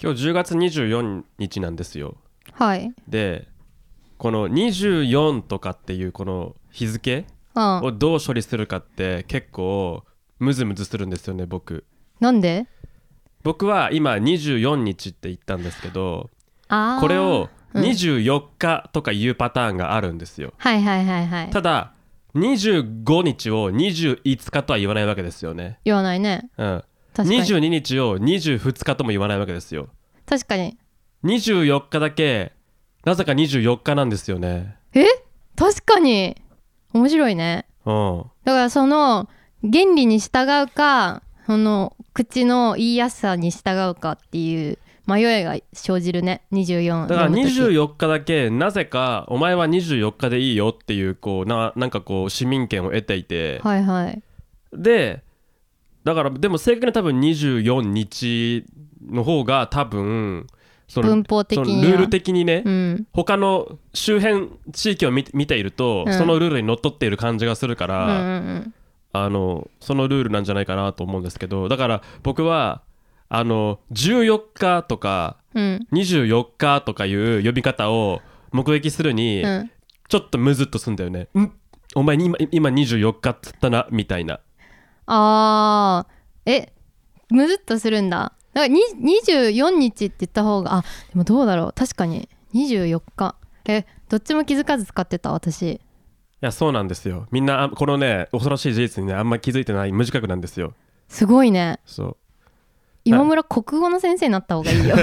今日10月24日なんですよ。 はい。 で、この24とかっていうこの日付をどう処理するかって結構ムズムズするんですよね、僕。 なんで？ 僕は今24日って言ったんですけど、 あー、 これを24日とかいうパターンがあるんですよ。 はいはいはいはい。 ただ25日を25日とは言わないわけですよね。 言わないね。 うん。 確かに。 22日を22日とも言わないわけですよ。 確かに。 24日だけなぜか24日なんですよね。 確かに面白いね。 うん。 だからその原理に従うか、その口の言いやすさに従うかっていう迷いが生じるね。24 だから読む時。 24日だけなぜかお前は24日でいいよっていうこうなんかこう市民権を得ていて、 はいはい。 でだからでも正確に多分24日の方が多分その文法的にはそのルール的にね、 うん。 他の周辺地域を見ていると、 うんそのルールにのっとっている感じがするかうんうら、 んそのルールなんじゃないかなと思うんですけど、だから僕は14日とかうん 24日とかいう呼び方を目撃するに、 うん。 ちょっとムズっとすんだよね。お前に今24日っつったなみたいな。 あー、むずっとするんだ。だから24日って言った方が、でもどうだろう。確かに24日。どっちも気づかず使ってた私。 いやそうなんですよ。みんなこのね恐ろしい事実にねあんまり気づいてない無自覚なんですよ。 すごいね。 そう今村国語の先生になった方がいいよ。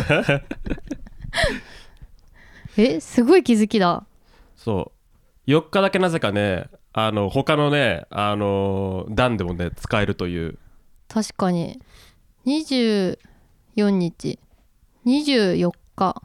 すごい気づきだ。 そう4日だけなぜかね他のね段でもね使えるという。 確かに24日24日。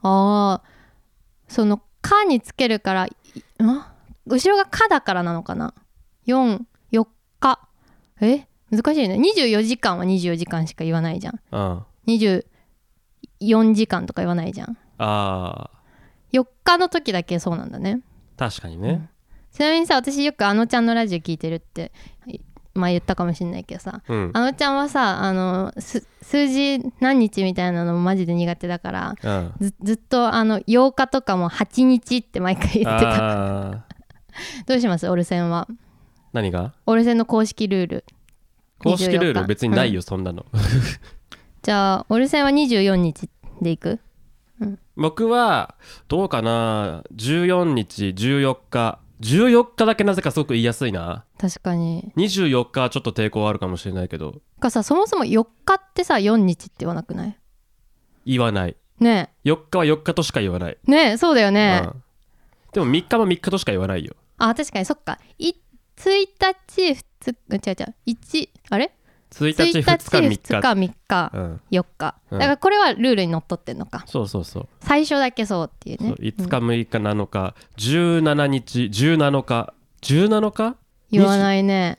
その「か」につけるから後ろが「か」だからなのかな。4日。難しいね。24時間は24時間しか言わないじゃん。 うん 24時間とか言わないじゃん。 あ 4日の時だけそうなんだね。 確かにね、 ちなみにさ、私よくあのちゃんのラジオ聞いてるって前言ったかもしれないけどさ、 うんあのちゃんはさ数字何日みたいなのもマジで苦手だから、 うんずっと8日とかも8日って毎回言ってた。どうします？オルセンは。 何がオルセンの公式ルール。 公式ルール別にないよ、 うん、 そんなの。 じゃあオルセンは24日でいく？ 僕はどうかな、14日14日14日だけなぜかすごく言いやすいな。 確かに。 24日はちょっと抵抗あるかもしれないけど。 かさ、そもそも4日ってさ4日って言わなくない？ 言わない。 ね 4日は4日としか言わない。 えねえ、そうだよね、 うん、でも3日も3日としか言わないよ。 確かに。そっか。1日違う1あれ 1日2日3日 2日3日、 うん、 4日、だからこれはルールにのっとってんのか。 そうそうそう。 最初だけそうっていうね。 そう5日6日7日17日17日17日言わないね。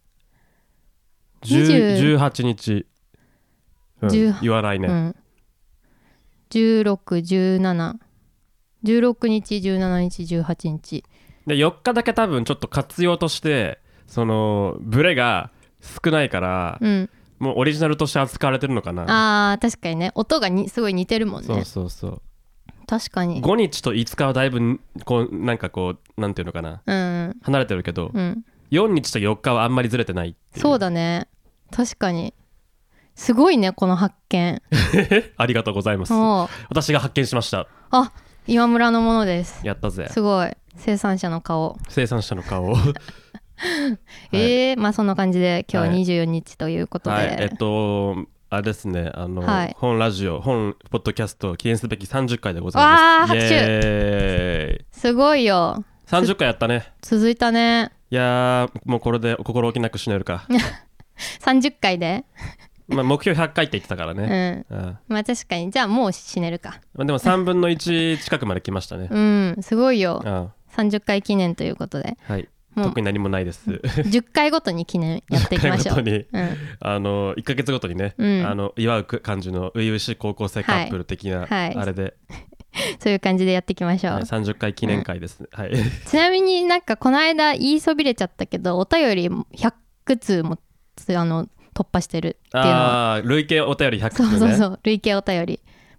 18日、言わないね、 16、17、16日、17日、18日で4日だけ多分ちょっと活用としてそのブレが少ないから、もうオリジナルとして扱われてるのかな。 確かにね。音がすごい似てるもんね。 そうそうそう。 確かに。 5日と5日はだいぶこうなんかこうなんていうのかな、離れてるけど、4日と4日はあんまりずれてないっていう。 そうだね。確かに。すごいね、この発見。 ありがとうございます。私が発見しました。 今村のものです。 やったぜ。 すごい。生産者の顔。 生産者の顔。 まあそんな感じで今日は24日ということで、 あれですね、本ラジオ本ポッドキャスト記念すべき30回でございます。 拍手。すごいよ。 30回やったね。 続いたね。 いやもうこれで心置きなく死ねるか。 30回で目標100回って言ってたからね。 まあ確かに。じゃあもう死ねるか。 でも3分の1近くまで来ましたね。 すごいよ。30回記念ということで、 はい、特に何もないです。 10回ごとに記念やっていきましょう。 10回ごとに、1ヶ月ごとにね、祝う感じの初々しい高校生カップル的な、あれでそういう感じでやっていきましょう。 30回記念会です、 ちなみになんかこの間言いそびれちゃったけど、お便り100通も突破してるっていうのは。 累計お便り100通ね。 そう累計お便り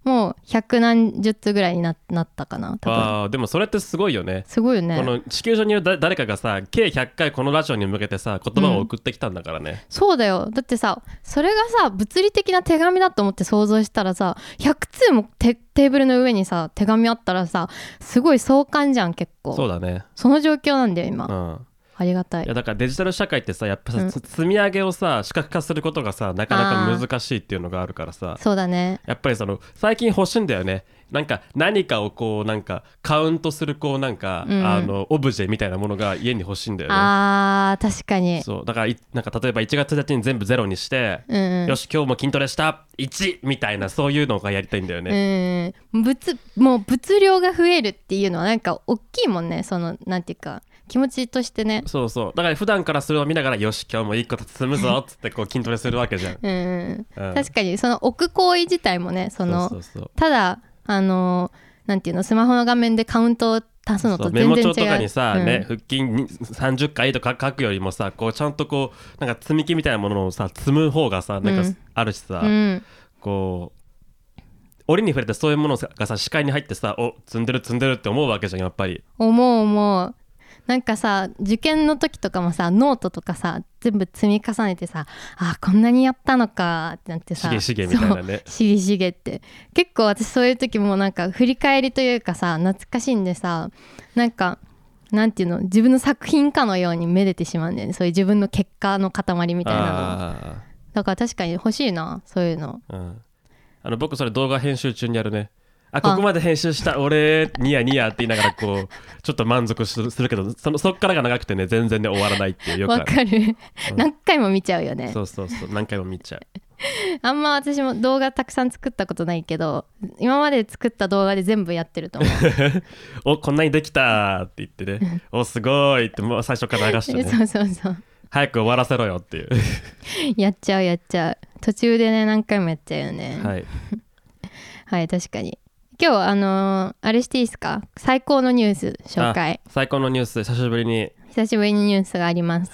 もう百何十通ぐらいになったかな多分。 あでもそれってすごいよね。 すごいよね。 この地球上にいる誰かがさ計100回このラジオに向けてさ言葉を送ってきたんだからね、 そうだよ。だってさそれがさ物理的な手紙だと思って想像したらさ100通もテーブルの上にさ手紙あったらさすごい壮観じゃん結構。 そうだね。 その状況なんだよ今、 うん、 ありがたい。 いやだからデジタル社会ってさやっぱさ、積み上げをさ視覚化することがさなかなか難しいっていうのがあるからさ。 そうだね。 やっぱりその最近欲しいんだよね。なんか何かをこうなんかカウントするこうなんか、オブジェみたいなものが家に欲しいんだよね。 確かに。 そうだからなんか例えば1月1日に全部ゼロにして、よし今日も筋トレした1みたいなそういうのがやりたいんだよね。 もう物量が増えるっていうのはなんか大きいもんね。そのなんていうか気持ちとしてね。 そうそう。だから普段からそれを見ながらよし今日もいいこと積むぞっつってこう筋トレするわけじゃん。 確かにその置く行為自体もねそうただなんていうのスマホの画面でカウントを足すのと全然違う。メモ帳とかにさ、腹筋30回とか書くよりもさこうちゃんとこうなんか積み木みたいなものをさ積む方がさなんかあるしさ、こう折に触れてそういうものがさ視界に入ってさ積んでるって思うわけじゃんやっぱり。 思う。なんかさ受験の時とかもさノートとかさ全部積み重ねてさこんなにやったのかってなってさしげみたいなね。 しげって結構私そういう時もなんか振り返りというかさ懐かしいんでさなんかなんていうの自分の作品かのようにめでてしまうんだよね。そういう自分の結果の塊みたいなのだから確かに欲しいなそういうの、 僕それ動画編集中にやるね。ここまで編集した俺ニヤニヤって言いながらこうちょっと満足するけどそっからが長くてね全然ね終わらないっていうよくある。 わかる、何回も見ちゃうよね。 そう何回も見ちゃう。 あんま私も動画たくさん作ったことないけど今まで作った動画で全部やってると思うこんなにできたって言ってねすごいってもう最初から流してねそう早く終わらせろよっていうやっちゃう途中でね何回もやっちゃうよね。はい確かに。今日あれしていいですか。最高のニュース紹介。 最高のニュース久しぶりにニュースがあります、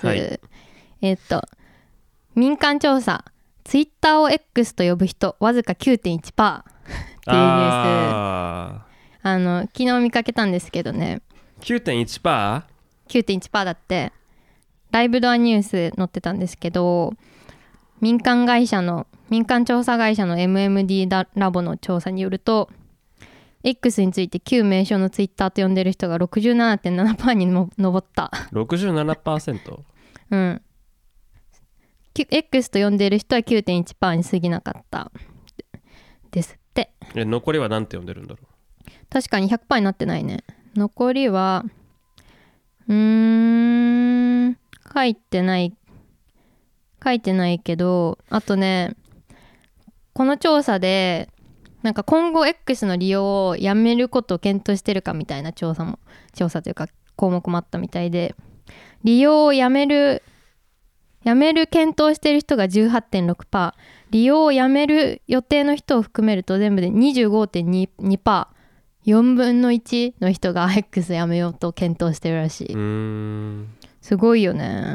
民間調査ツイッターを X と呼ぶ人わずか 9.1% っていうニュース昨日見かけたんですけどね。 9.1%？ 9.1% だって。ライブドアニュース載ってたんですけど民間調査会社の MMD ラボの調査によるとX について旧名称のツイッターと呼んでる人が 67.7% にも上った。 67%？ うん。X と呼んでる人は 9.1% に過ぎなかったですって。 残りは何て呼んでるんだろう。 確かに 100% になってないね。残りは書いてないけどあとねこの調査でなんか今後 X の利用をやめることを検討してるかみたいな調査というか項目もあったみたいで利用をやめる検討してる人が 18.6%、 利用をやめる予定の人を含めると全部で 25.2%、 4分の1の人が X やめようと検討してるらしい。すごいよね。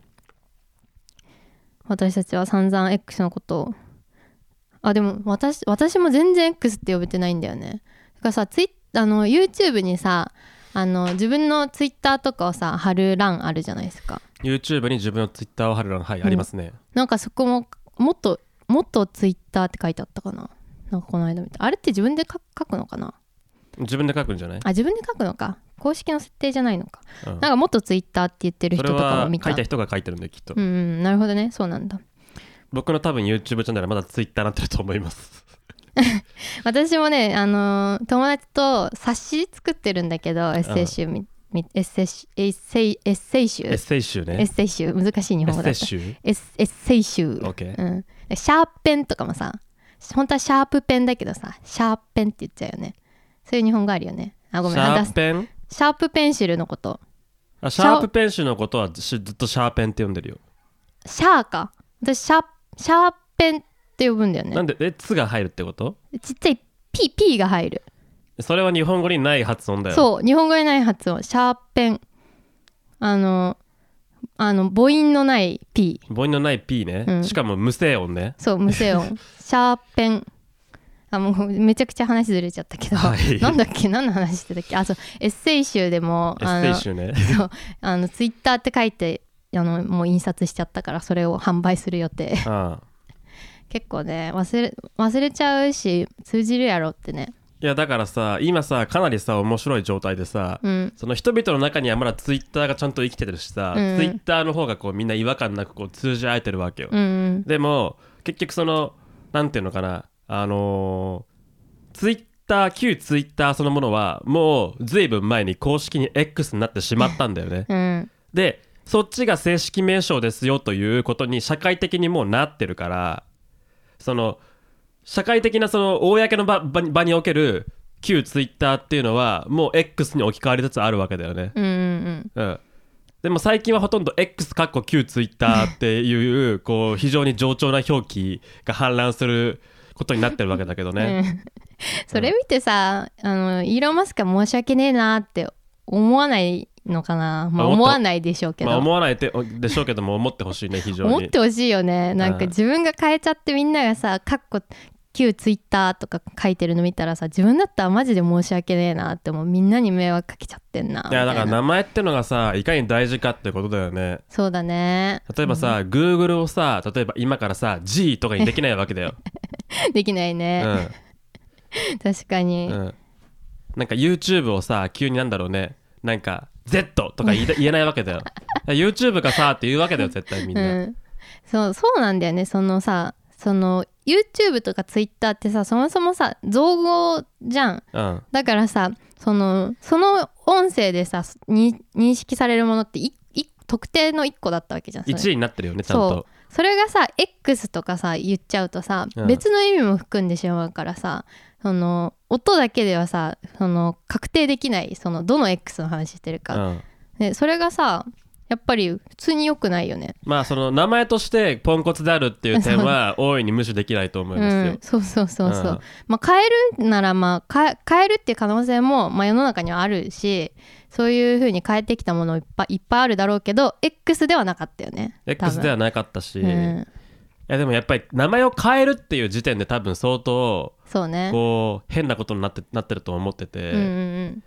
私たちは散々 X のことをでも私も全然 X って呼べてないんだよね。だからさYouTube にさ自分の Twitter とかをさ貼る欄あるじゃないですか。 YouTube に自分の Twitter を貼る欄ありますね。 なんかそこももっと Twitter って書いてあったかな。なんかこの間見た。あれって自分で書くのかな。 自分で書くんじゃない。 自分で書くのか。公式の設定じゃないのか、なんかもっと Twitter って言ってる人とかも見た。 それは書いた人が書いてるんできっと。 なるほどね。そうなんだ。 僕の多分 YouTube チャンネルはまだ Twitter になってると思います私もね友達と冊子作ってるんだけどエッセイ集エッセイ集ね。エッセイ集難しい日本語だった。エッセイ集、シャーペンとかもさ本当はシャープペンだけどさシャーペンって言っちゃうよね。そういう日本語あるよね。ごめん。シャーペン？シャープペンシルのこと。 シャープペンシルのことはずっとシャーペンって呼んでるよ。 シャーか。私シャーペンって呼ぶんだよね。 なんでつが入るってこと？ちっちゃい P が入る。 それは日本語にない発音だよ。 そう日本語にない発音。シャーペン母音のない P。 母音のない P ね、しかも無声音ね。 そう無声音シャーペンもうめちゃくちゃ話ずれちゃったけど、 はい、 なんだっけ、何の話してたっけ。そう、エッセイ集でもエッセイ集ね。 そうツイッターって書いてもう印刷しちゃったから、それを販売する予定。結構ね忘れちゃうし、通じるやろってね。 いやだからさ、今さかなりさ面白い状態でさ、その人々の中にはまだツイッターがちゃんと生きてるしさ、ツイッターの方がこうみんな違和感なくこう通じ合えてるわけよ、でも結局そのなんていうのかな、ツイッター旧ツイッターそのものはもうずいぶん前に公式に X になってしまったんだよね、でそっちが正式名称ですよということに社会的にもうなってるから、その社会的なその公の 場における旧ツイッターっていうのはもう X に置き換わりつつあるわけだよね、でも最近はほとんど X かっこ旧ツイッターっていうこう非常に冗長な表記が氾濫することになってるわけだけどね、 それ見てさ、イーロン・マスクは申し訳ねえなって思わないのかな。思わないでしょうけど、 思わないでしょうけども思ってほしいね、非常に思ってほしいよね。なんか自分が変えちゃってみんながさかっこ旧ツイッターとか書いてるの見たらさ、自分だったらマジで申し訳ねえなって思う。みんなに迷惑かけちゃってんなみたいな。 いやだから名前ってのがさいかに大事かってことだよね。 そうだね。 例えばさ、Google をさ例えば今からさ G とかにできないわけだよできないね、確かに、 なんか YouTube をさ急になんだろうね、なんか Z とか言えないわけだよYouTube かさって言うわけだよ絶対みんな、 そうなんだよね。そのさ、その YouTube とか Twitter ってさ、そもそもさ造語じゃん、だからさその音声でさ認識されるものって特定の1個だったわけじゃん。 1位になってるよねちゃんと。 それがさ X とかさ言っちゃうとさ、別の意味も含んでしまうからさ、その音だけではさその確定できない、そのどの X の話してるか、でそれがさやっぱり普通に良くないよね。 まあその名前としてポンコツであるっていう点は大いに無視できないと思いますよ、 そう、まあ変えるなら変えるっていう可能性もまあ世の中にはあるし、そういう風に変えてきたものいっぱいあるだろうけど X ではなかったよね。 X ではなかったし、いやでもやっぱり名前を変えるっていう時点で多分相当そうね、 こう変なことになってると思ってて、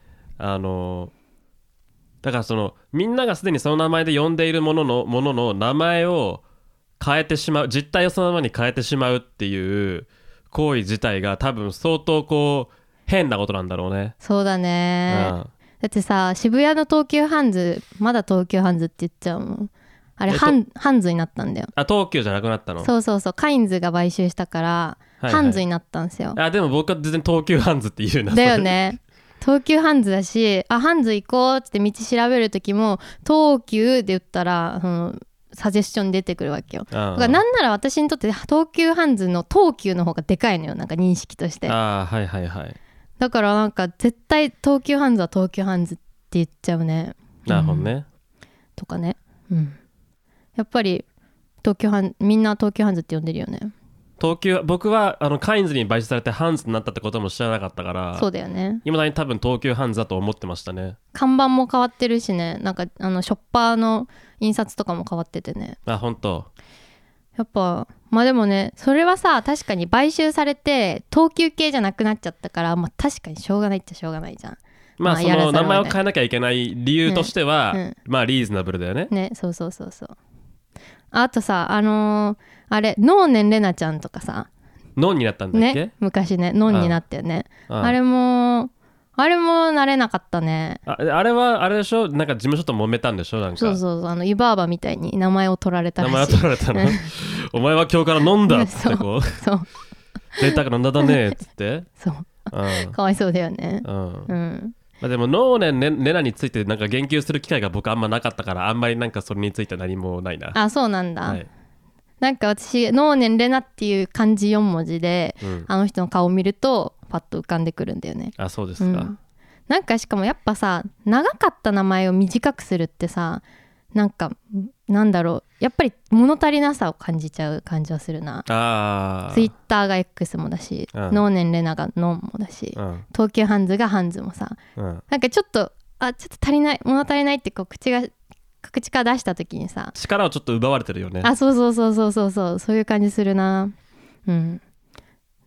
だからそのみんながすでにその名前で呼んでいるものの名前を変えてしまう、実態をそのままに変えてしまうっていう行為自体が多分相当こう変なことなんだろうね。 そうだね、だってさ渋谷の東急ハンズ、まだ東急ハンズって言っちゃうもん。あれハンズになったんだよ。 東急じゃなくなったの。 そうカインズが買収したから、ハンズになったんですよ。 でも僕は全然東急ハンズって言うな。 だよね東急ハンズだし、ハンズ行こうって道調べる時も東急で言ったらサジェスション出てくるわけよ。だからなんなら私にとって東急ハンズの東急の方がでかいのよ、なんか認識として。だからなんか絶対東急ハンズは東急ハンズって言っちゃうね。 なるほどね、 とかね、やっぱりみんな東急ハンズって呼んでるよね。 僕はカインズに買収されてハンズになったってことも知らなかったから。 そうだよね。 未だに多分東急ハンズだと思ってましたね。 看板も変わってるしね、なんかショッパーの印刷とかも変わっててね。 本当。 やっぱまあでもね、それはさ確かに買収されて東急系じゃなくなっちゃったから、まあ確かにしょうがないっちゃしょうがないじゃん。 その名前を変えなきゃいけない理由としては、まあリーズナブルだよね。 そうあとさあれノーネンレナちゃんとかさ、 ノンになったんだっけ、 ね、昔ねノンになったよね。あれも慣れなかったね。 あれはあれでしょ、なんか事務所と揉めたんでしょ。なんかそう湯婆婆みたいに名前を取られたらしい。 名前を取られたのお前は今日から飲んだっつってこうそう贅沢なんだねっつってかわいそうだよね。 でもノーネンレナについてなんか言及する機会が僕あんまなかったから、あんまりなんかそれについて何もないな。 そうなんだ、なんか私ノーネンレナっていう漢字4文字で、あの人の顔を見るとパッと浮かんでくるんだよね。 そうですか、 なんかしかもやっぱさ長かった名前を短くするってさ、なんかなんだろう、やっぱり物足りなさを感じちゃう感じはするな。ツイッターが X もだし、ノーネンレナがノンもだし、東急ハンズがハンズもさ、なんかちょっと足りない、物足りないってこう口から出した時にさ力をちょっと奪われてるよね。 そういう感じするな。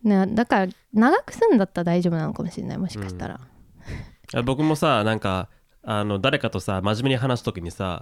ね、だから長く住んだったら大丈夫なのかもしれない、もしかしたら、 僕もさなんか誰かとさ真面目に話すときにさ、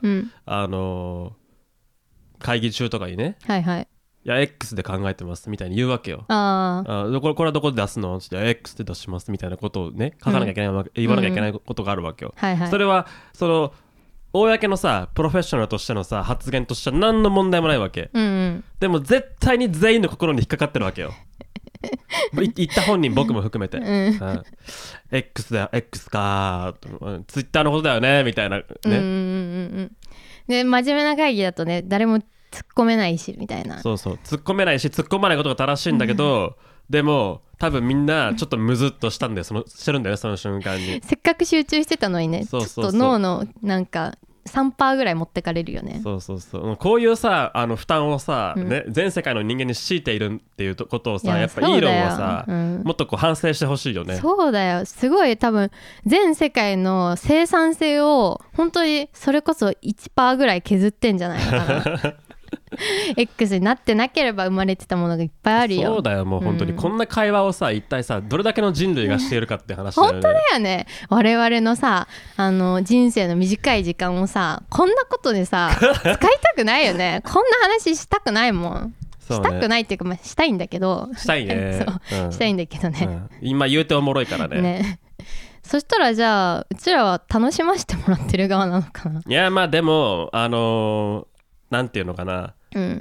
会議中とかにね、 はいはい、 いや X で考えてますみたいに言うわけよ。 あこれはどこで出すのって言って X で出しますみたいなことをね書かなきゃいけない、言わなきゃいけないことがあるわけよ、 はいはい、 それはその公のさプロフェッショナルとしてのさ発言としては何の問題もないわけ、でも絶対に全員の心に引っかかってるわけよ言った本人僕も含めて、X だよ X かツイッターのことだよねみたいなね、 で真面目な会議だとね誰も突っ込めないしみたいな、 そう突っ込めないし突っ込まないことが正しいんだけど、でも多分みんなちょっとムズっとしたんでしてるんだよねその瞬間に。 せっかく集中してたのにね、ちょっと脳のなんか3% ぐらい持ってかれるよね。 そうこういうさ負担をさ、ね、全世界の人間に強いているっていうことをさ、やっぱイーロンはさ、もっとこう反省してほしいよね。そうだよ、 すごい多分全世界の生産性を本当にそれこそ 1% ぐらい削ってんじゃないのかなX になってなければ生まれてたものがいっぱいあるよ。 そうだよ、もう本当にこんな会話をさ、一体さどれだけの人類がしているかって話だよね。 本当だよね。我々のさ人生の短い時間をさこんなことでさ使いたくないよねこんな話したくないもん。したくないっていうか、まあ、したいんだけどしたいねしたいんだけどね、 今言うておもろいからねそしたらじゃあうちらは楽しませてもらってる側なのかな。 いやまあでもなんていうのかな、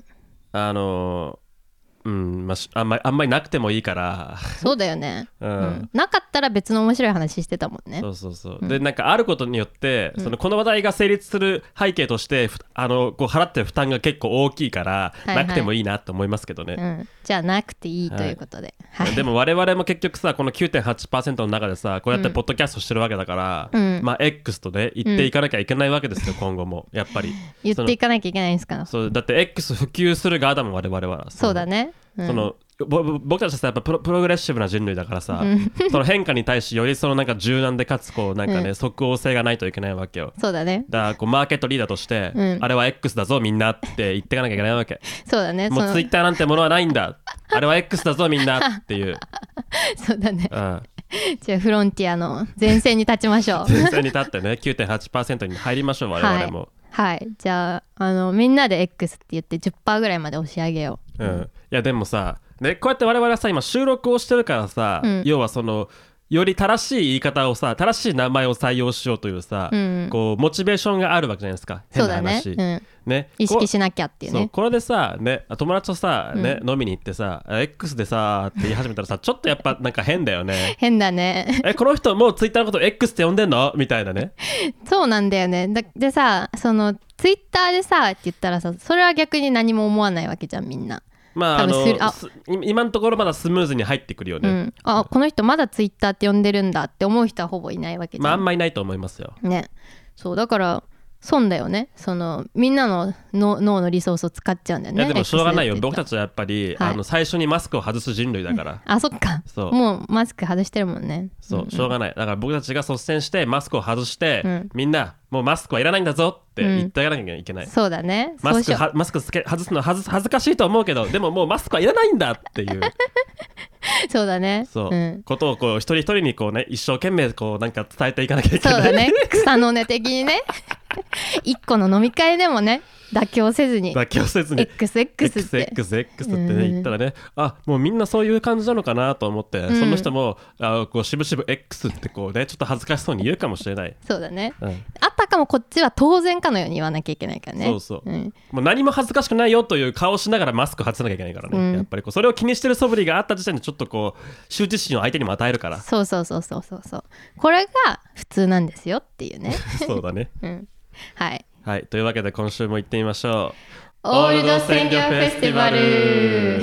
まあ、あんまりなくてもいいからそうだよね、なかったら別の面白い話してたもんね。 でなんかあることによって、この話題が成立する背景としてこう払ってる負担が結構大きいから、なくてもいいなと思いますけどね、 じゃあなくていいということで、 でも我々も結局さこの 9.8% の中でさこうやってポッドキャストしてるわけだから、まあ X とね言っていかなきゃいけないわけですよ、今後もやっぱり言っていかなきゃいけないんですか。 そうだって X 普及する側だもん我々は。 そうだね、 僕たちはさやっぱプログレッシブな人類だからさ、その変化に対しよりなんか柔軟でかつこうなんかね、即応性がないといけないわけよ。 そうだね。 だからこうマーケットリーダーとして、あれは X だぞみんなって言っていかなきゃいけないわけ。 そうだね。 もうツイッターなんてものはないんだあれは X だぞみんなっていうそうだね、じゃあフロンティアの前線に立ちましょう前線に立ってね 9.8% に入りましょう我々も。 はい、じゃあみんなで X って言って 10% ぐらいまで押し上げよう。 いやでもさね、こうやって我々はさ今収録をしてるからさ、要はより正しい言い方をさ正しい名前を採用しようというさ、こうモチベーションがあるわけじゃないですか。変な話そうだね、意識しなきゃっていうね。 これでさ、ね、友達とさ、飲みに行ってさ X でさって言い始めたらさちょっとやっぱなんか変だよね変だねこの人もうツイッターのこと X って呼んでんのみたいなねそうなんだよね。でさツイッターでさって言ったらさそれは逆に何も思わないわけじゃんみんな。 まあ今のところまだスムーズに入ってくるよね、 この人まだツイッターって呼んでるんだって思う人はほぼいないわけじゃん。 まああんまいないと思いますよね。そうだから損だよね。みんなの脳のリソースを使っちゃうんだよね。 いやでもしょうがないよ。僕たちはやっぱり、最初にマスクを外す人類だから、 あ、そっか。もうマスク外してるもんね。 そう、しょうがない。だから僕たちが率先してマスクを外して、みんなもうマスクはいらないんだぞって言ってあげなきゃいけない、 そうだね。 マスク外すの恥ずかしいと思うけどでももうマスクはいらないんだっていうそうだね。 ことをこう一人一人にこうね一生懸命こうなんか伝えていかなきゃいけない。 そうだね。草の根的にね一個の飲み会でもね妥協せずに XX って言ったらね、あもうみんなそういう感じなのかなと思って、その人もこうしぶしぶ X ってこうねちょっと恥ずかしそうに言うかもしれない。 そうだね、あたかもこっちは当然かのように言わなきゃいけないからね。 そう、もう何も恥ずかしくないよという顔しながらマスク外さなきゃいけないからね、やっぱりこうそれを気にしてる素振りがあった時点でちょっとこう羞恥心を相手にも与えるから。 そうこれが普通なんですよっていうねそうだね、 はい、 というわけで今週も行ってみましょう。 オールド鮮魚フェスティバル。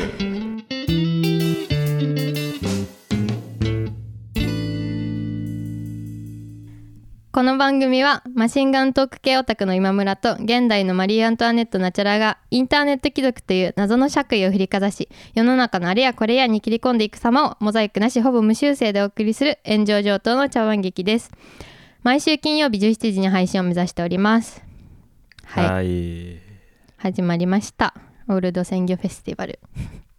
この番組はマシンガントーク系オタクの今村と現代のマリー・アントワネット・ナチャラがインターネット貴族という謎の爵位を振りかざし、世の中のあれやこれやに切り込んでいく様をモザイクなしほぼ無修正でお送りする炎上上等の茶碗劇です。毎週金曜日17時に配信を目指しております。はい、始まりましたオールド鮮魚フェスティバル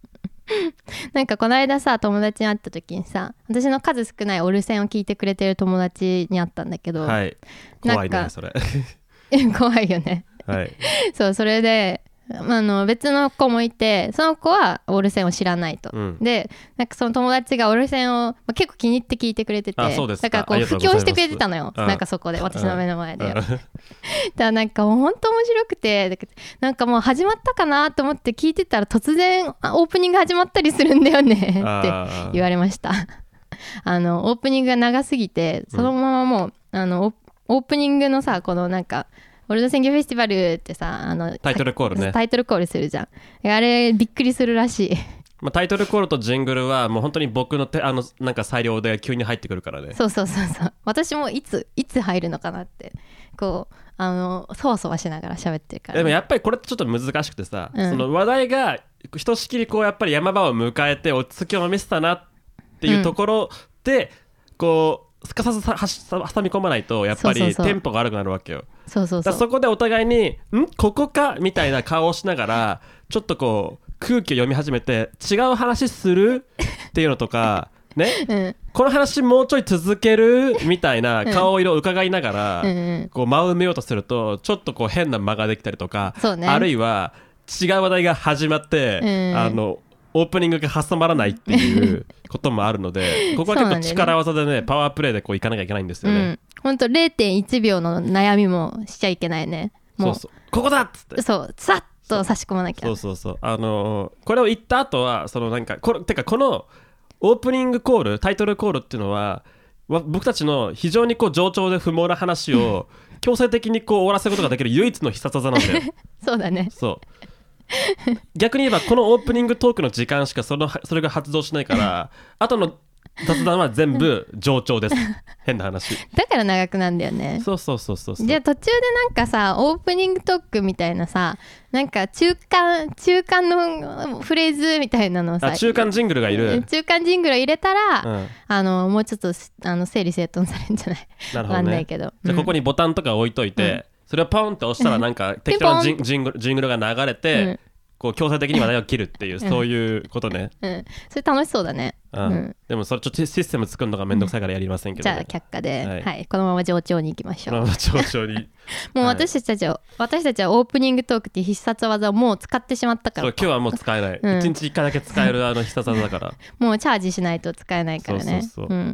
なんかこの間さ友達に会った時にさ、私の数少ないオルセンを聞いてくれてる友達に会ったんだけど、 はい、怖いねそれ怖いよねはいそう、それで別の子もいて、その子はオルセンを知らないと、でなんかその友達がオルセンを、結構気に入って聞いてくれてて、だからこう布教してくれてたのよ、なんかそこで私の目の前でだからなんか本当面白くて、なんかもう始まったかなと思って聞いてたら突然オープニング始まったりするんだよねって言われましたオープニングが長すぎて、そのままもうオープニングのさ、このなんかオルド選挙フェスティバルってさタイトルコールね、 タイトルコールするじゃん。あれびっくりするらしいタイトルコールとジングルはもう本当に僕のなんか裁量で急に入ってくるからね。 そう私もいつ入るのかなってこうそわそわしながら喋ってるから、 でもやっぱりこれってちょっと難しくてさ、その話題がひとしきりこうやっぱり山場を迎えて落ち着きを見せたなっていうところで、こうすかさず挟み込まないとやっぱりテンポが悪くなるわけよ。そこでお互いにここかみたいな顔をしながらちょっとこう空気を読み始めて違う話するっていうのとかね、この話もうちょい続けるみたいな顔色を伺いながらこう間を埋めようとするとちょっとこう変な間ができたりとか、あるいは違う話題が始まってオープニングが挟まらないっていうこともあるのでここは結構力技でねパワープレイでこういかなきゃいけないんですよね。 ほんと 0.1 秒の悩みもしちゃいけないね。もうそうここだっつってさっと差し込まなきゃ。 これを言った後はそのなんかこのオープニングコールタイトルコールっていうのは僕たちの非常にこう冗長で不毛な話を強制的にこう終わらせることができる唯一の必殺技なんだよそうだね。 逆に言えばこのオープニングトークの時間しかそれが発動しないから後の雑談は全部冗長です変な話だから長くなんだよね。 そうじゃあ途中でなんかさオープニングトークみたいなさ、なんか中間のフレーズみたいなのをさ、 中間ジングルがいる、 中間ジングルを入れたら、もうちょっと整理整頓されるんじゃない。 なるほどね。 わかんないけど、 じゃあここにボタンとか置いといて、それをポンって押したらなんか適当なジングルが流れて、こう強制的に話題を切るっていうそういうことね。 それ楽しそうだね。 でもそれちょっとシステム作るのがめんどくさいからやりませんけど、 じゃあ却下で、このまま上長に行きましょう。 このまま上長にもう私たちはオープニングトークっていう必殺技をもう使ってしまったから。 そう今日はもう使えない、1日1回だけ使える必殺技だからもうチャージしないと使えないからね。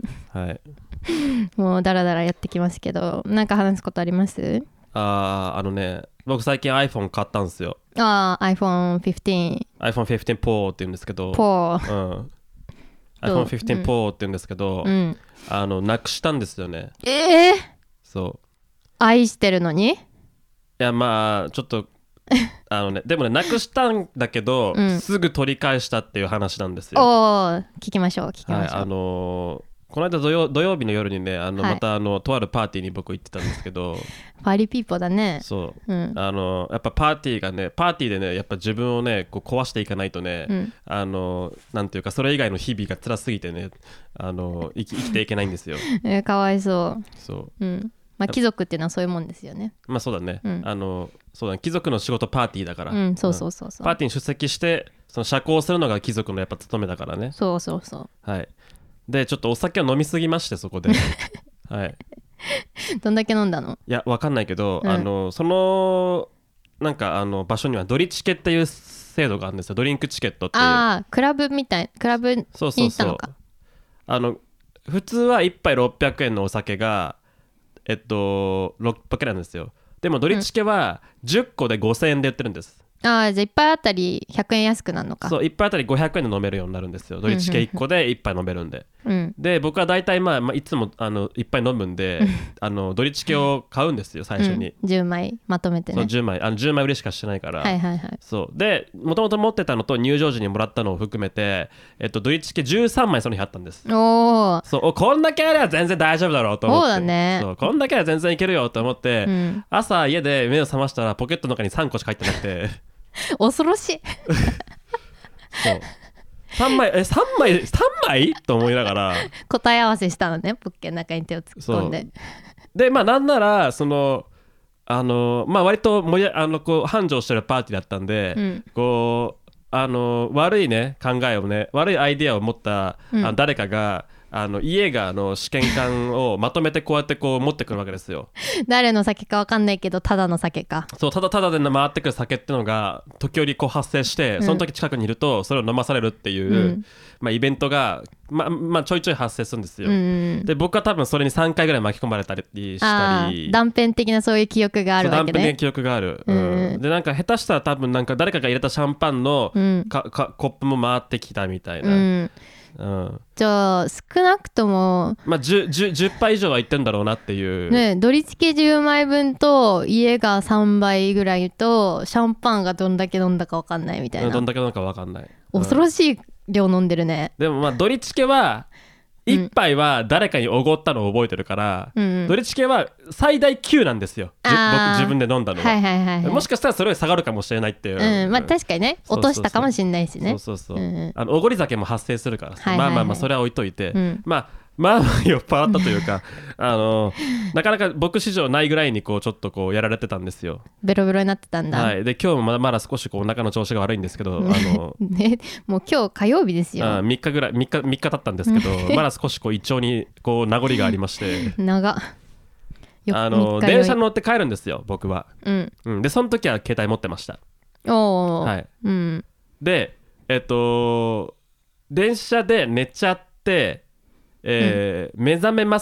もうダラダラやってきますけど、なんか話すことあります？ 僕最近 iPhone 買ったんですよ。 iPhone 15 Pro って言うんですけど、iPhone 15 Pro って言うんですけど、なくしたんですよね。そう愛してるのに？いやまあちょっとでもねなくしたんだけど、すぐ取り返したっていう話なんですよ。 聞きましょう。 この間土曜日の夜にねまたとあるパーティーに僕行ってたんですけどパーリーピーポーだね。 そう、やっぱパーティーでねやっぱ自分をねこう壊していかないとね、なんていうかそれ以外の日々が辛すぎてね生きていけないんですよ。 かわいそう。 そう、 貴族っていうのはそういうもんですよね。 そうだね、そうだね、貴族の仕事パーティーだから、 そうパーティーに出席してその社交するのが貴族のやっぱ務めだからね。はいでちょっとお酒を飲みすぎましてそこでどんだけ飲んだの？ いやわかんないけど、そのなんか場所にはドリチケっていう制度があるんですよ。ドリンクチケットっていう。 クラブに行ったのか。 普通は1杯600円のお酒が600円なんですよ。でもドリチケは10個で5000円で売ってるんです。 じゃあ1杯あたり100円安くなるのか。 そう1杯あたり500円で飲めるようになるんですよ。ドリチケ1個で1杯飲めるんで、で僕は大体いつもいっぱい飲むんでドリチケを買うんですよ最初に、 10枚まとめてね。 そう10枚売りしかしてないから、そうでもともと持ってたのと入場時にもらったのを含めて、ドリチケ13枚その日あったんです。そうこんだけあれば全然大丈夫だろうと思って。 そうだね。 そうこんだけは全然いけるよと思って、朝家で目を覚ましたらポケットの中に3個しか入ってなくて恐ろしいそう3枚と思いながら答え合わせしたのね、ポッケの中に手を突っ込んで。 でなんなら割とこう繁盛してるパーティーだったんで、こう悪いね考えをね、悪いアイデアを持った、誰かがイエーガーの試験管をまとめてこうやってこう持ってくるわけですよ。 誰の酒か分かんないけどただの酒か。 そう、ただで回ってくる酒っていうのが時折こう発生して、その時近くにいるとそれを飲まされるっていう、イベントがちょいちょい発生するんですよ。で僕は多分それに3回ぐらい巻き込まれたりしたり、 断片的なそういう記憶があるわけね。 断片的な記憶がある、でなんか下手したら多分なんか誰かが入れたシャンパンの、コップも回ってきたみたいな、 じゃあ少なくとも、 10杯以上はいってんだろうなっていうね。ドリチケ10枚分と家が3杯ぐらいとシャンパンがどんだけ飲んだか分かんないみたいな、 どんだけ飲んだか分かんない、 恐ろしい量飲んでるね。 でもドリチケは1杯は誰かにおごったのを覚えてるから、ドリチケは最大9なんですよ、僕自分で飲んだのは、もしかしたらそれより下がるかもしれないっていう、 確かにね、落としたかもしれないしね。 おごり酒も発生するからさ、それは置いといて、まあ酔っ払ったというかなかなか僕史上ないぐらいにこうちょっとこうやられてたんですよ。 ベロベロになってたんだ。 はい、で今日もまだ少しこうお腹の調子が悪いんですけどね、もう今日火曜日ですよ。 3日ぐらい3日経ったんですけどまだ少しこう胃腸にこう名残がありまして長電車に乗って帰るんですよ僕は、でその時は携帯持ってました。はい、で電車で寝ちゃって目覚めます、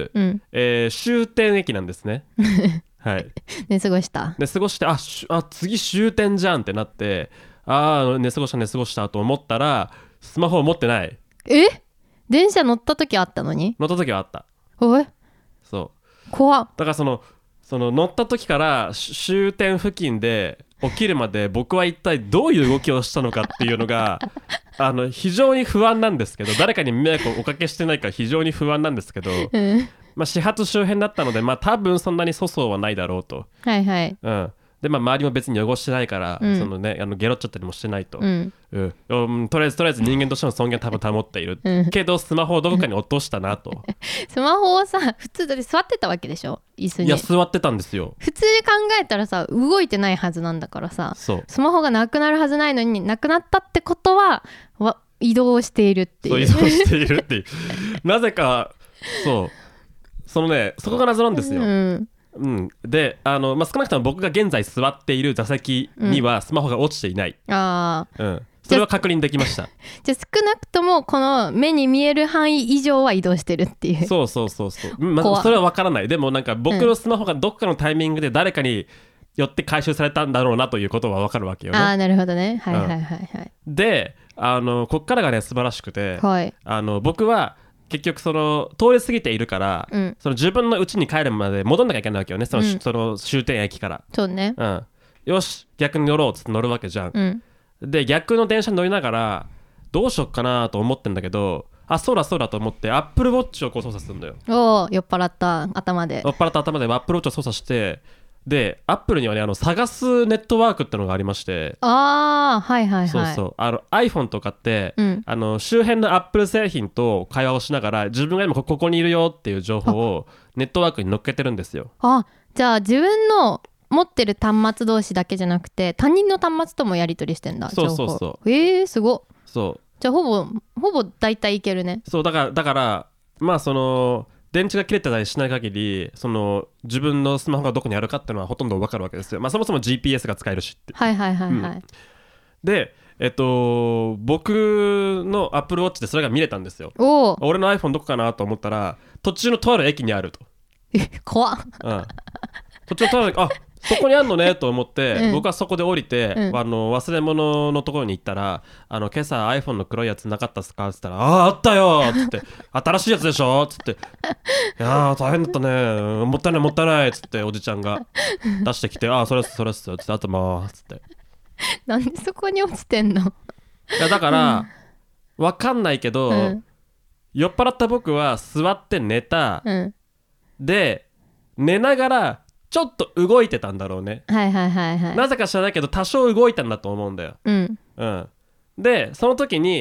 終点駅なんですねはい、 寝過ごして次終点じゃんってなって、寝過ごしたと思ったらスマホを持ってない。 電車乗った時あったのに。 乗った時はあった。 そう怖っ。 だからその乗った時から終点付近で起きるまで僕は一体どういう動きをしたのかっていうのが非常に不安なんですけど、誰かに迷惑をおかけしてないか非常に不安なんですけど、始発周辺だったので多分そんなに粗相はないだろうと。で周りも別に汚してないから、ゲロっちゃったりもしてないと、とりあえず人間としての尊厳多分保っている、けどスマホをどこかに落としたなとスマホをさ、普通で座ってたわけでしょ、椅子に。 いや座ってたんですよ。 普通で考えたらさ、動いてないはずなんだからさ、スマホがなくなるはずないのになくなったってことは移動しているっていう。 移動しているっていうなぜかそこが謎なんですよ。で少なくとも僕が現在座っている座席にはスマホが落ちていない、それは確認できました。 じゃあ少なくともこの目に見える範囲以上は移動してるっていう。 そう、それは分からない。でもなんか僕のスマホがどっかのタイミングで誰かによって回収されたんだろうなということは分かるわけよね。 なるほどね。 でこっからがね素晴らしくて、僕は結局通り過ぎているから、その自分の家に帰るまで戻んなきゃいけないわけよね、その終点駅から。 そうね、 よし逆に乗ろうっつって乗るわけじゃん、で逆の電車に乗りながらどうしよっかなと思ってんだけど、そうだと思ってアップルウォッチをこう操作するんだよ。 酔っ払った頭でアップルウォッチを操作して、でアップルにはね探すネットワークってのがありまして、iPhone とかって、周辺のアップル製品と会話をしながら自分が今ここにいるよっていう情報をネットワークに乗っけてるんですよ。 じゃあ自分の持ってる端末同士だけじゃなくて他人の端末ともやり取りしてんだ。 そうすごっ。 そうじゃあほぼ大体いけるね。 そうだから電池が切れてたりしない限り自分のスマホがどこにあるかっていうのはほとんど分かるわけですよ。そもそも GPS が使えるしって。で僕の Apple Watch でそれが見れたんですよ。俺の iPhone どこかなと思ったら途中のとある駅にあると。 怖っ。 途中のとあるそこにあんのねと思って、僕はそこで降りて、忘れ物のところに行ったら今朝 iPhone の黒いやつなかったっすかって言ったらあったよっつって新しいやつでしょっつっていや大変だったねもったいないっつっておじちゃんが出してきてそれっすっつってあとっつってなんでそこに落ちてんの。 いやだから、分かんないけど、酔っ払った僕は座って寝た、で寝ながらちょっと動いてたんだろうね。なぜか知らないけど多少動いたんだと思うんだよ。でその時に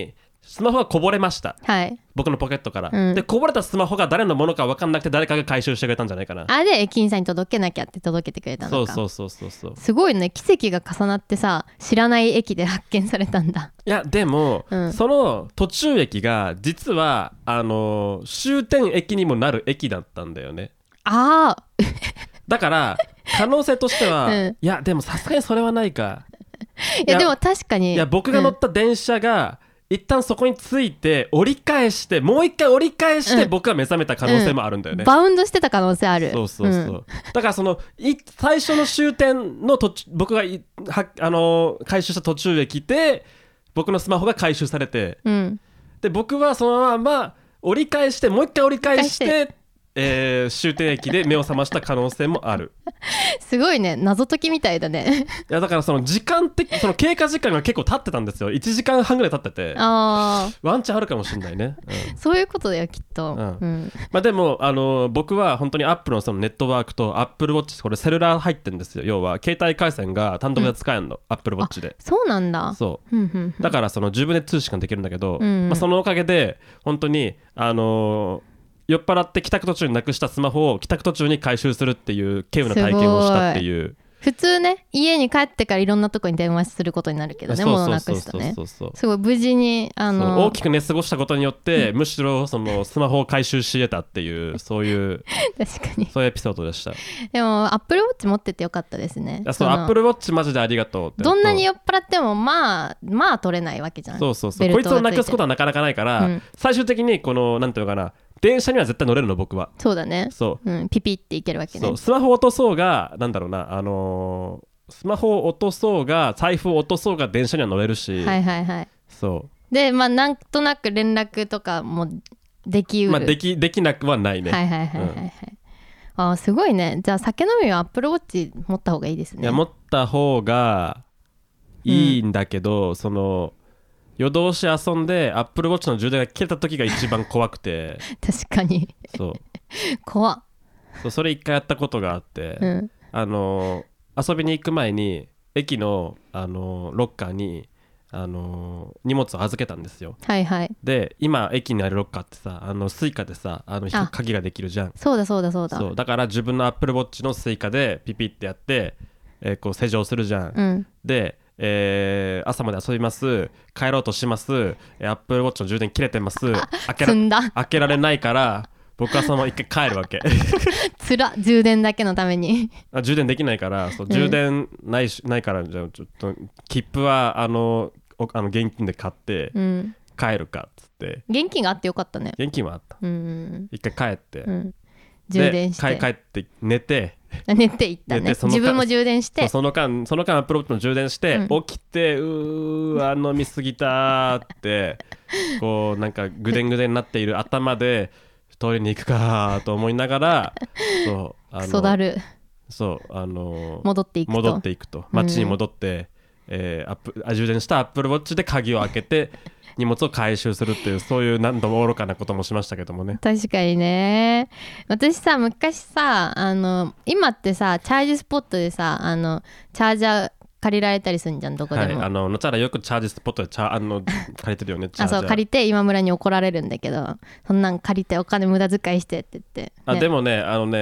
スマホがこぼれました、 はい、 僕のポケットから、でこぼれたスマホが誰のものか分かんなくて誰かが回収してくれたんじゃないかな。 あ、で駅員さんに届けなきゃって届けてくれたのか。 そうすごいね、奇跡が重なってさ、知らない駅で発見されたんだ。 いやでも、その途中駅が実は終点駅にもなる駅だったんだよね。 ああだから可能性としては、いやでもさすがにそれはないか。 いやでも確かに、 いや僕が乗った電車が、一旦そこに着いて折り返してもう一回折り返して僕が目覚めた可能性もあるんだよね、 バウンドしてた可能性ある。 そうだからその最初の終点の僕が回収した途中へ来て僕のスマホが回収されて、で僕はそのまま折り返してもう一回折り返して終点駅で目を覚ました可能性もある。 すごいね、謎解きみたいだね。 いやだからその時間的その経過時間が結構経ってたんですよ。1時間半ぐらい経ってて、ワンチャンあるかもしれないね、 そういうことだよきっと、 まあ、でも僕は本当にアップルのそのネットワークとアップルウォッチ、これセルラー入ってるんですよ。要は携帯回線が単独で使えるの、アップルウォッチで。 そうなんだ。 そうだからその自分で通信ができるんだけど、まあ、そのおかげで本当に酔っ払って帰宅途中になくしたスマホを帰宅途中に回収するっていう稀有な体験をしたっていう。 普通ね、家に帰ってからいろんなとこに電話することになるけどね、物なくすとね。すごい無事に大きく寝過ごしたことによって、むしろそのスマホを回収し得たっていうそういう確かにそういうエピソードでした。 でもアップルウォッチ持っててよかったですね。 そう、アップルウォッチマジでありがとうって。 どんなに酔っ払ってもまあ取れないわけじゃん。 そうこいつをなくすことはなかなかないから、最終的にこのなんていうのかな、電車には絶対乗れるの僕は。 そうだね。ピピっていけるわけね。 そう、スマホ落とそうがなんだろうな、スマホを落とそうが財布を落とそうが電車には乗れるし、そうで、まあなんとなく連絡とかもできうる、 まあ、できなくはないね。 あ、すごいね。じゃあ酒飲みはアップルウォッチ持った方がいいですね。 いや持った方がいいんだけど、その夜通し遊んでアップルウォッチの充電が切れた時が一番怖くて確かにそう怖っ。 それ一回やったことがあって、遊びに行く前に駅の、ロッカーに、荷物を預けたんですよ。で今駅にあるロッカーってさ、スイカでさ鍵ができるじゃん。 そうだだから自分のアップルウォッチのスイカでピピってやって、こう施錠するじゃん、で朝まで遊びます、帰ろうとします、アップルウォッチの充電切れてます、開けられないから僕はそのまま一回帰るわけつら、充電だけのために充電できないから、そう充電ないから、じゃあちょっと切符は現金で買って帰るかっつって、 現金があってよかったね。 現金はあった、一回帰って、 充電して帰って寝ていったね。自分も充電して、 その間アップルウォッチの充電して、起きて飲みすぎたってこうなんかぐでんぐでんになっている頭でトイレに行くかと思いながらそうクソだる戻っていくと街に戻って、充電したアップルウォッチで鍵を開けて荷物を回収するっていう、そういう何度も愚かなこともしましたけどもね。 確かにね。私さ、昔さ、今ってさチャージスポットでさチャージャー借りられたりするんじゃん、どこでも。 のちゃらよくチャージスポットで借りてるよね。 そう借りて今村に怒られるんだけど、そんなん借りてお金無駄遣いしてって言って、ね、 でもね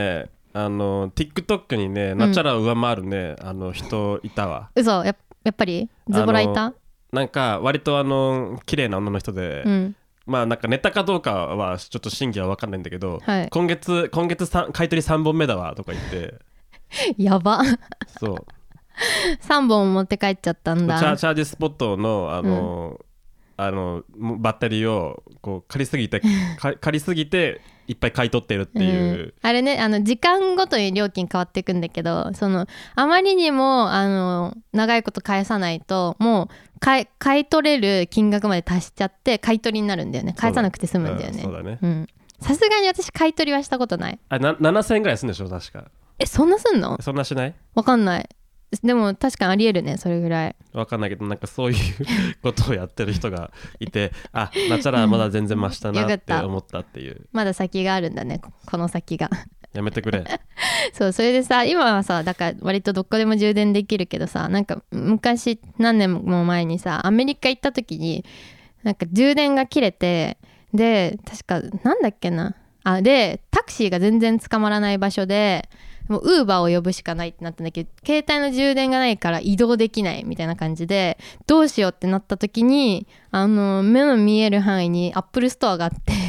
TikTok にねなちゃらを上回るね、人いたわ。 嘘、やっぱりズボラいた。 なんか割と綺麗な女の人で、まあなんかネタかどうかはちょっと真偽は分かんないんだけど、今月買い取り3本目だわとか言ってやばそう 3本持って帰っちゃったんだ。 チャージスポットのバッテリーをこう借りすぎていっぱい買い取ってるっていう、 あれね、時間ごとに料金変わっていくんだけど、あまりにも長いこと返さないともう買い取れる金額まで達しちゃって買い取りになるんだよね。返さなくて済むんだよね。 そうだね。 さすがに私買い取りはしたことない。 7000円ぐらいするんでしょ確か。 そんなすんの？ そんなしない？ わかんない。でも確かにありえるね、それぐらい。 わかんないけど、なんかそういうことをやってる人がいてナチャラはまだ全然増したなって思ったっていうまだ先があるんだね、この先がやめてくれそう、それでさ、今はさ、だから割とどこでも充電できるけどさ、なんか昔何年も前にさアメリカ行った時になんか充電が切れて、で確かなんだっけな、でタクシーが全然捕まらない場所でもうウーバーを呼ぶしかないってなったんだけど、携帯の充電がないから移動できないみたいな感じで、どうしようってなった時に目の見える範囲にアップルストアがあって、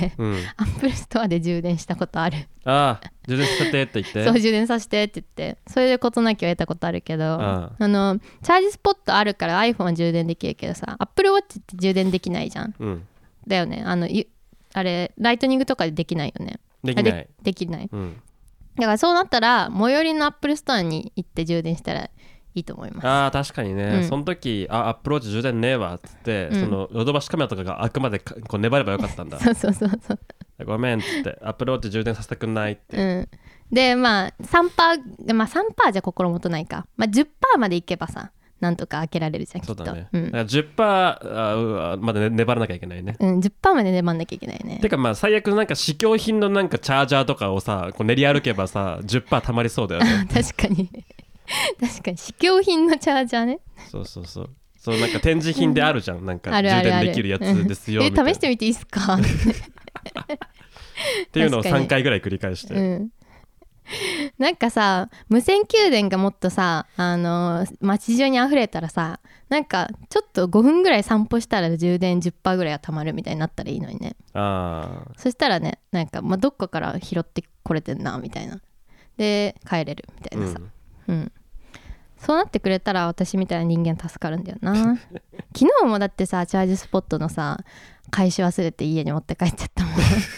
アップルストアで充電したことある。 充電させてって言ってそう、充電させてって言って、それで事なきを得たことあるけど、チャージスポットあるから iPhone は充電できるけどさ、アップルウォッチって充電できないじゃん、だよね。あれライトニングとかでできないよね。できない、だからそうなったら最寄りのアップルストアに行って充電したらいいと思います。 確かにね、その時アップルウォッチ充電ねえわっつって、そのヨドバシカメラとかがあくまでこう粘ればよかったんだ。 そうごめんっつってアップルウォッチ充電させてくんないって、 でまあ 3% じゃ心もとないか、10% までいけばさなんとか開けられるじゃん、きっと。 そうだね、だから 10% まで粘らなきゃいけないね。 10% まで粘らなきゃいけないね。 てかまあ最悪なんか試供品のなんかチャージャーとかをさこう練り歩けばさ 10% たまりそうだよね。 確かに試供品のチャージャーね。 そうなんか展示品であるじゃん、なんか充電できるやつですよみたいな。 試してみていいっすかっていうのを3回ぐらい繰り返して、 なんかさ無線給電がもっとさ街中に溢れたらさ、なんかちょっと5分ぐらい散歩したら充電 10% ぐらいはたまるみたいになったらいいのにね。そしたらね、なんか、どっかから拾ってこれてんなみたいなで帰れるみたいなさ、そうなってくれたら私みたいな人間助かるんだよな昨日もだってさチャージスポットのさ返し忘れて家に持って帰っちゃったもん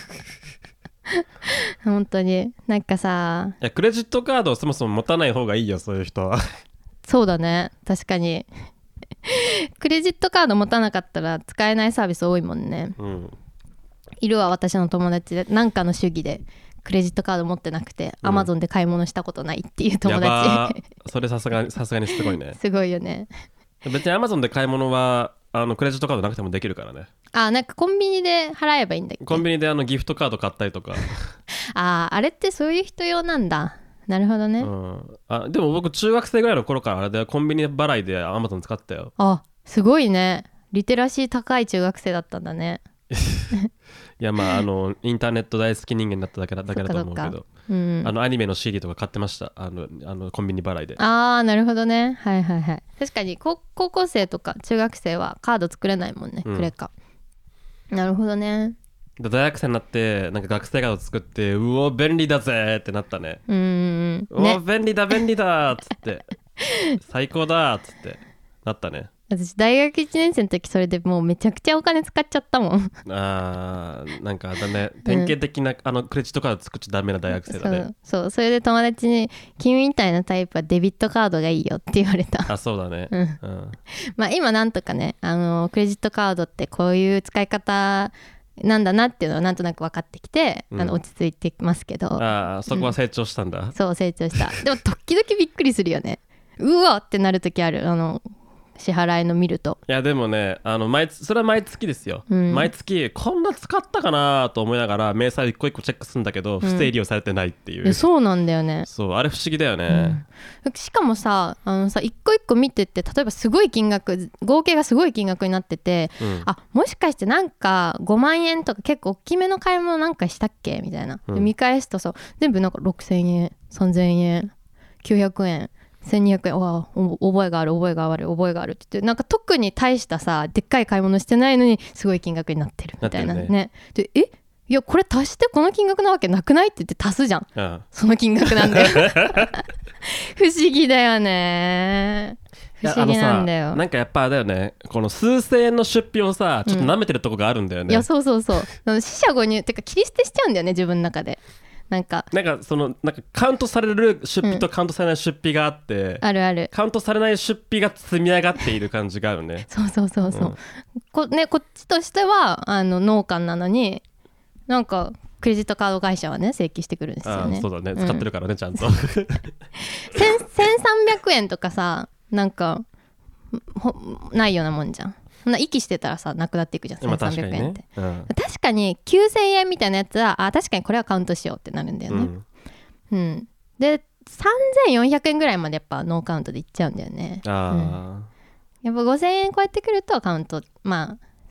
本当になんかさ、 いやクレジットカードをそもそも持たない方がいいよ、そういう人は。 そうだね、確かにクレジットカード持たなかったら使えないサービス多いもんね、いるわ私の友達で、なんかの主義でクレジットカード持ってなくて、アマゾンで買い物したことないっていう友達それさすがにすごいねすごいよね。 別にアマゾンで買い物はクレジットカードなくてもできるからね。 なんかコンビニで払えばいいんだっけ。 コンビニでギフトカード買ったりとかあれってそういう人用なんだ。なるほどね、 でも僕中学生ぐらいの頃からあれでコンビニ払いでアマゾン使ったよ。 すごいね、リテラシー高い中学生だったんだねいやまあインターネット大好き人間だっただけだと思うけど、アニメの CD とか買ってました、コンビニ払いで。 なるほどね、はい確かに高校生とか中学生はカード作れないもんね、クレカ。なるほどね。 大学生になってなんか学生カード作って、うお便利だぜってなったね。うお便利だっつって最高だっつってなったね。 私大学1年生の時それでもうめちゃくちゃお金使っちゃったもんなんかだね、典型的な、クレジットカード作っちゃダメな大学生だね。 それで友達に君みたいなタイプはデビットカードがいいよって言われた。 そうだね、 今なんとかねクレジットカードってこういう使い方なんだなっていうのはなんとなく分かってきて、落ち着いてますけど。 そこは成長したんだ、 そう成長したでも時々びっくりするよね。うわってなる時ある、支払いの見ると。 いやでもねそれは毎月ですよ、毎月こんな使ったかなと思いながら明細一個一個チェックするんだけど、不正利用されてないっていう。 そうなんだよね。 そうあれ不思議だよね、 しかもさ一個一個見てって例えばすごい金額、合計がすごい金額になってて、もしかしてなんか5万円とか結構大きめの買い物なんかしたっけみたいな、見返すとさ全部なんか6000円3000円900円1200円、覚えがあるって言って、なんか特に大したさでっかい買い物してないのにすごい金額になってるみたいなね。でいやこれ足してこの金額なわけなくないって言って足すじゃん、その金額なんだよ不思議だよね、不思議なんだよ。 なんかやっぱだよね、この数千円の出費をさちょっと舐めてるとこがあるんだよね、 いやそう四捨五入ってか切り捨てしちゃうんだよね自分の中で。なんかカウントされる出費とカウントされない出費があって、 あるカウントされない出費が積み上がっている感じがあるねこっちとしては農家なのになんかクレジットカード会社はね請求してくるんですよね。 そうだね、使ってるからねちゃんと 1300円とかさなんかないようなもんじゃん。そんな息してたらさなくなっていくじゃん1300円って、確かに9000円みたいなやつは確かにこれはカウントしようってなるんだよね、で3400円ぐらいまでやっぱノーカウントでいっちゃうんだよね。やっぱ5000円超えてくるとカウント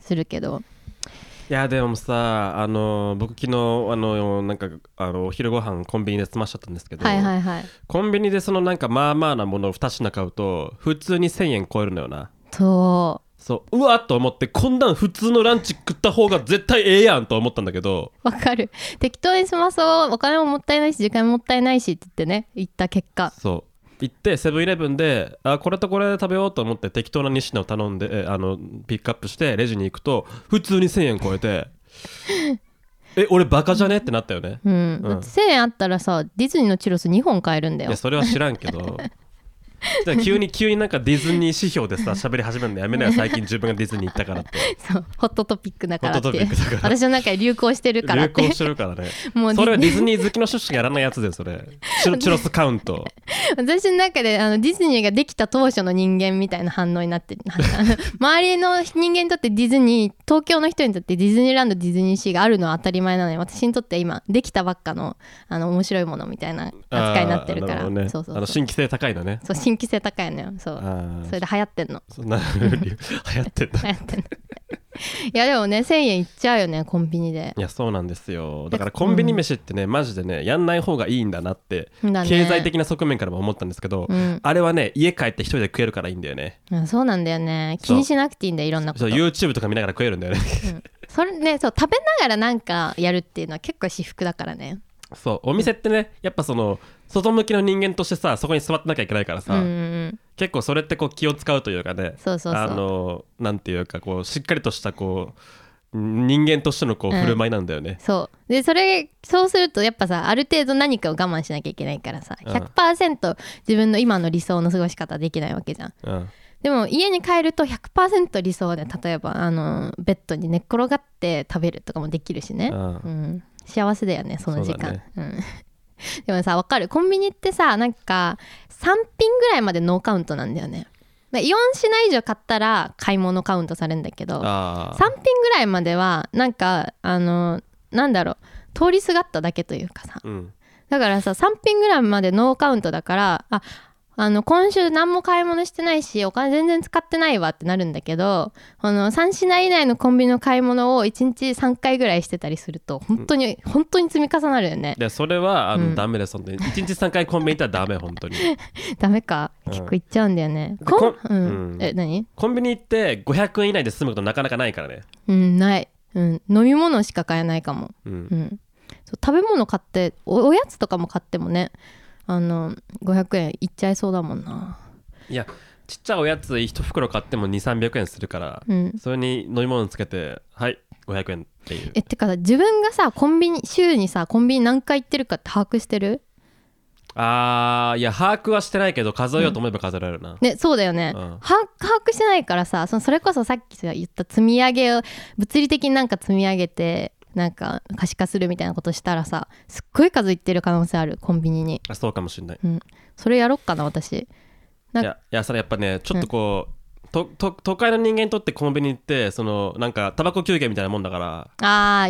するけど。 いやでもさ、僕昨日なんかお昼ご飯コンビニで済ましちゃったんですけど、 はいはいはい、 コンビニでそのなんかまあまあなものを2品買うと普通に1000円超えるのよな。そううわっと思って、こんなん普通のランチ食った方が絶対ええやんと思ったんだけど、 わかる。適当に済まそう、お金ももったいないし時間ももったいないしって言ってね、言った結果、 そう行ってセブンイレブンでこれとこれ食べようと思って適当な2品を頼んでピックアップしてレジに行くと普通に1000円超えて俺バカじゃねってなったよね。 だって1000円あったらさ、ディズニーのチュロス2本買えるんだよ。 いやそれは知らんけど急になんかディズニー指標でさ喋り始めるのやめなよ、最近自分がディズニー行ったからって。 そう、ホットトピックだからって。私の中で流行してるからって。 流行してるからね。もうそれはディズニー好きの人しかやらないやつで、それチュロスカウント。 私の中でディズニーができた当初の人間みたいな反応になってる。周りの人間にとってディズニー、東京の人にとってディズニーランド、ディズニーシーがあるのは当たり前なのに、私にとって今できたばっかの面白いものみたいな扱いになってるから。 ね、 そうそうそう、 新規性高いのね。 そう、新規性高いのよ。そう、それで流行ってんの。 流行ってんのいやでもね、1000円いっちゃうよね、コンビニで。 いやそうなんですよ。だからコンビニ飯ってね、マジでねやんない方がいいんだなって、経済的な側面からも思ったんですけど、あれはね家帰って一人で食えるからいいんだよね。 そうなんだよね。気にしなくていいんだよ、いろんなこと。 そう YouTube とか見ながら食えるんだよね、 それね、そう、食べながらなんかやるっていうのは結構至福だからね。 そうお店ってね、やっぱその外向きの人間としてさ、そこに座ってなきゃいけないからさ、結構それってこう気を使うというかね、なんていうかこうしっかりとしたこう人間としてのこう振る舞いなんだよね。 そうで、そうするとやっぱさ、ある程度何かを我慢しなきゃいけないからさ、100% 自分の今の理想の過ごし方できないわけじゃん。でも家に帰ると 100% 理想で、例えばベッドに寝っ転がって食べるとかもできるしね、幸せだよね、その時間。でもさ、わかる。コンビニってさ、なんか3品ぐらいまでノーカウントなんだよね。4品以上買ったら買い物カウントされるんだけど、3品ぐらいまではなんかなんだろう、通りすがっただけというかさ、だからさ、3品ぐらいまでノーカウントだから、今週何も買い物してないしお金全然使ってないわってなるんだけど、3品以内のコンビニの買い物を1日3回ぐらいしてたりすると本当に積み重なるよね。 でそれはダメです、本当に。1日3回コンビニ行ったらダメ、本当にダメか、結構行っちゃうんだよね。何？ コンビニ行って500円以内で済むことなかなかないからね。 ない、飲み物しか買えないかも。そう食べ物買って おやつとかも買ってもね、500円いっちゃいそうだもんな。 いやちっちゃいおやつ1袋買っても 2,300 円するから、それに飲み物つけてはい500円っていう。 てか自分がさ、週にさコンビニ何回行ってるかって把握してる？ いや把握はしてないけど数えようと思えば数えられるな、 ね、そうだよね、把握してないからさ、それこそさっき言った積み上げを物理的になんか積み上げてなんか可視化するみたいなことしたらさ、すっごい数いってる可能性ある、コンビニに。 そうかもしれない、 それやろっかな、私。 いやそれやっぱね、ちょっとこう、都会の人間にとってコンビニってそのなんかタバコ休憩みたいなもんだから。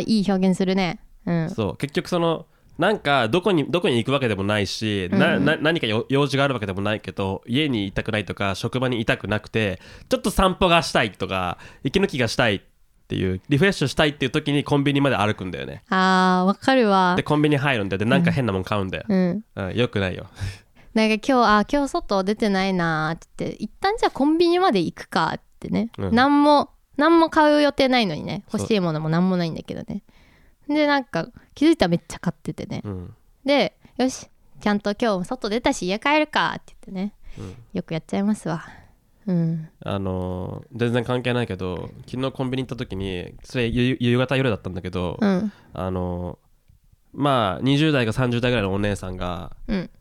いい表現するね。 そう結局そのなんかどこに行くわけでもないし、何か用事があるわけでもないけど、家にいたくないとか職場にいたくなくてちょっと散歩がしたいとか息抜きがしたいっていうリフレッシュしたいっていう時にコンビニまで歩くんだよね。 わかるわ。 でコンビニ入るんだよ。でなんか変なもん買うんだよ、よくないよなんか今日外出てないなって言って、一旦じゃあコンビニまで行くかってね、何も買う予定ないのにね、欲しいものも何もないんだけどね。でなんか気づいたらめっちゃ買っててね、でよしちゃんと今日外出たし家帰るかって言ってね、よくやっちゃいますわ。全然関係ないけど、昨日コンビニ行った時にそれ夕方夜だったんだけど、まあ20代か30代ぐらいのお姉さんが、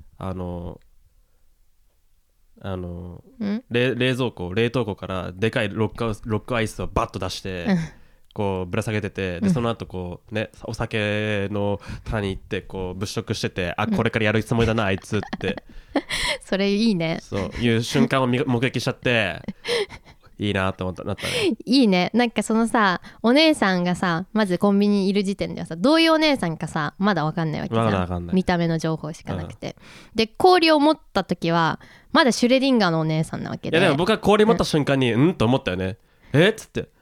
冷凍庫からでかいロックアイスをバッと出して、こうぶら下げてて、でその後こうね、お酒の棚に行ってこう物色してて、これからやるつもりだなあいつってそれいいね、 そういう瞬間を目撃しちゃっていいなと思ったなったね。 いいね。なんかそのさ、お姉さんがさ、まずコンビニにいる時点ではさ、どういうお姉さんかさまだ分かんないわけじゃん。 まだ分かんない、 見た目の情報しかなくて、で氷を持った時はまだシュレディンガーのお姉さんなわけで。 いやでも僕は氷持った瞬間にと思ったよね。っつって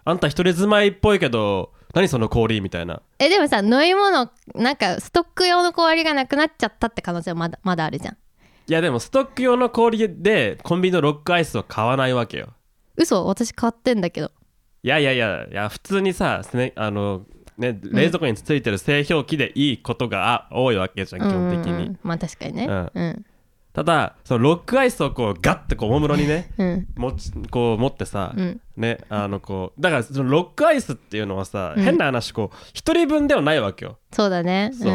あんた一人住まいっぽいけど何その氷みたいな。 でもさ、飲み物なんかストック用の氷がなくなっちゃったって可能性はまだあるじゃん。 いやでもストック用の氷でコンビニのロックアイスを買わないわけよ。 嘘、私買ってんだけど。 いや普通にさ、ね、冷蔵庫についてる製氷機でいいことが多いわけじゃん、基本的に。 まあ確かにね。 ただそのロックアイスをこうガッてこうおもむろにね、こう持ってさ、ね、こうだからそのロックアイスっていうのはさ、変な話こう一人分ではないわけよ。 そうだね。 そう、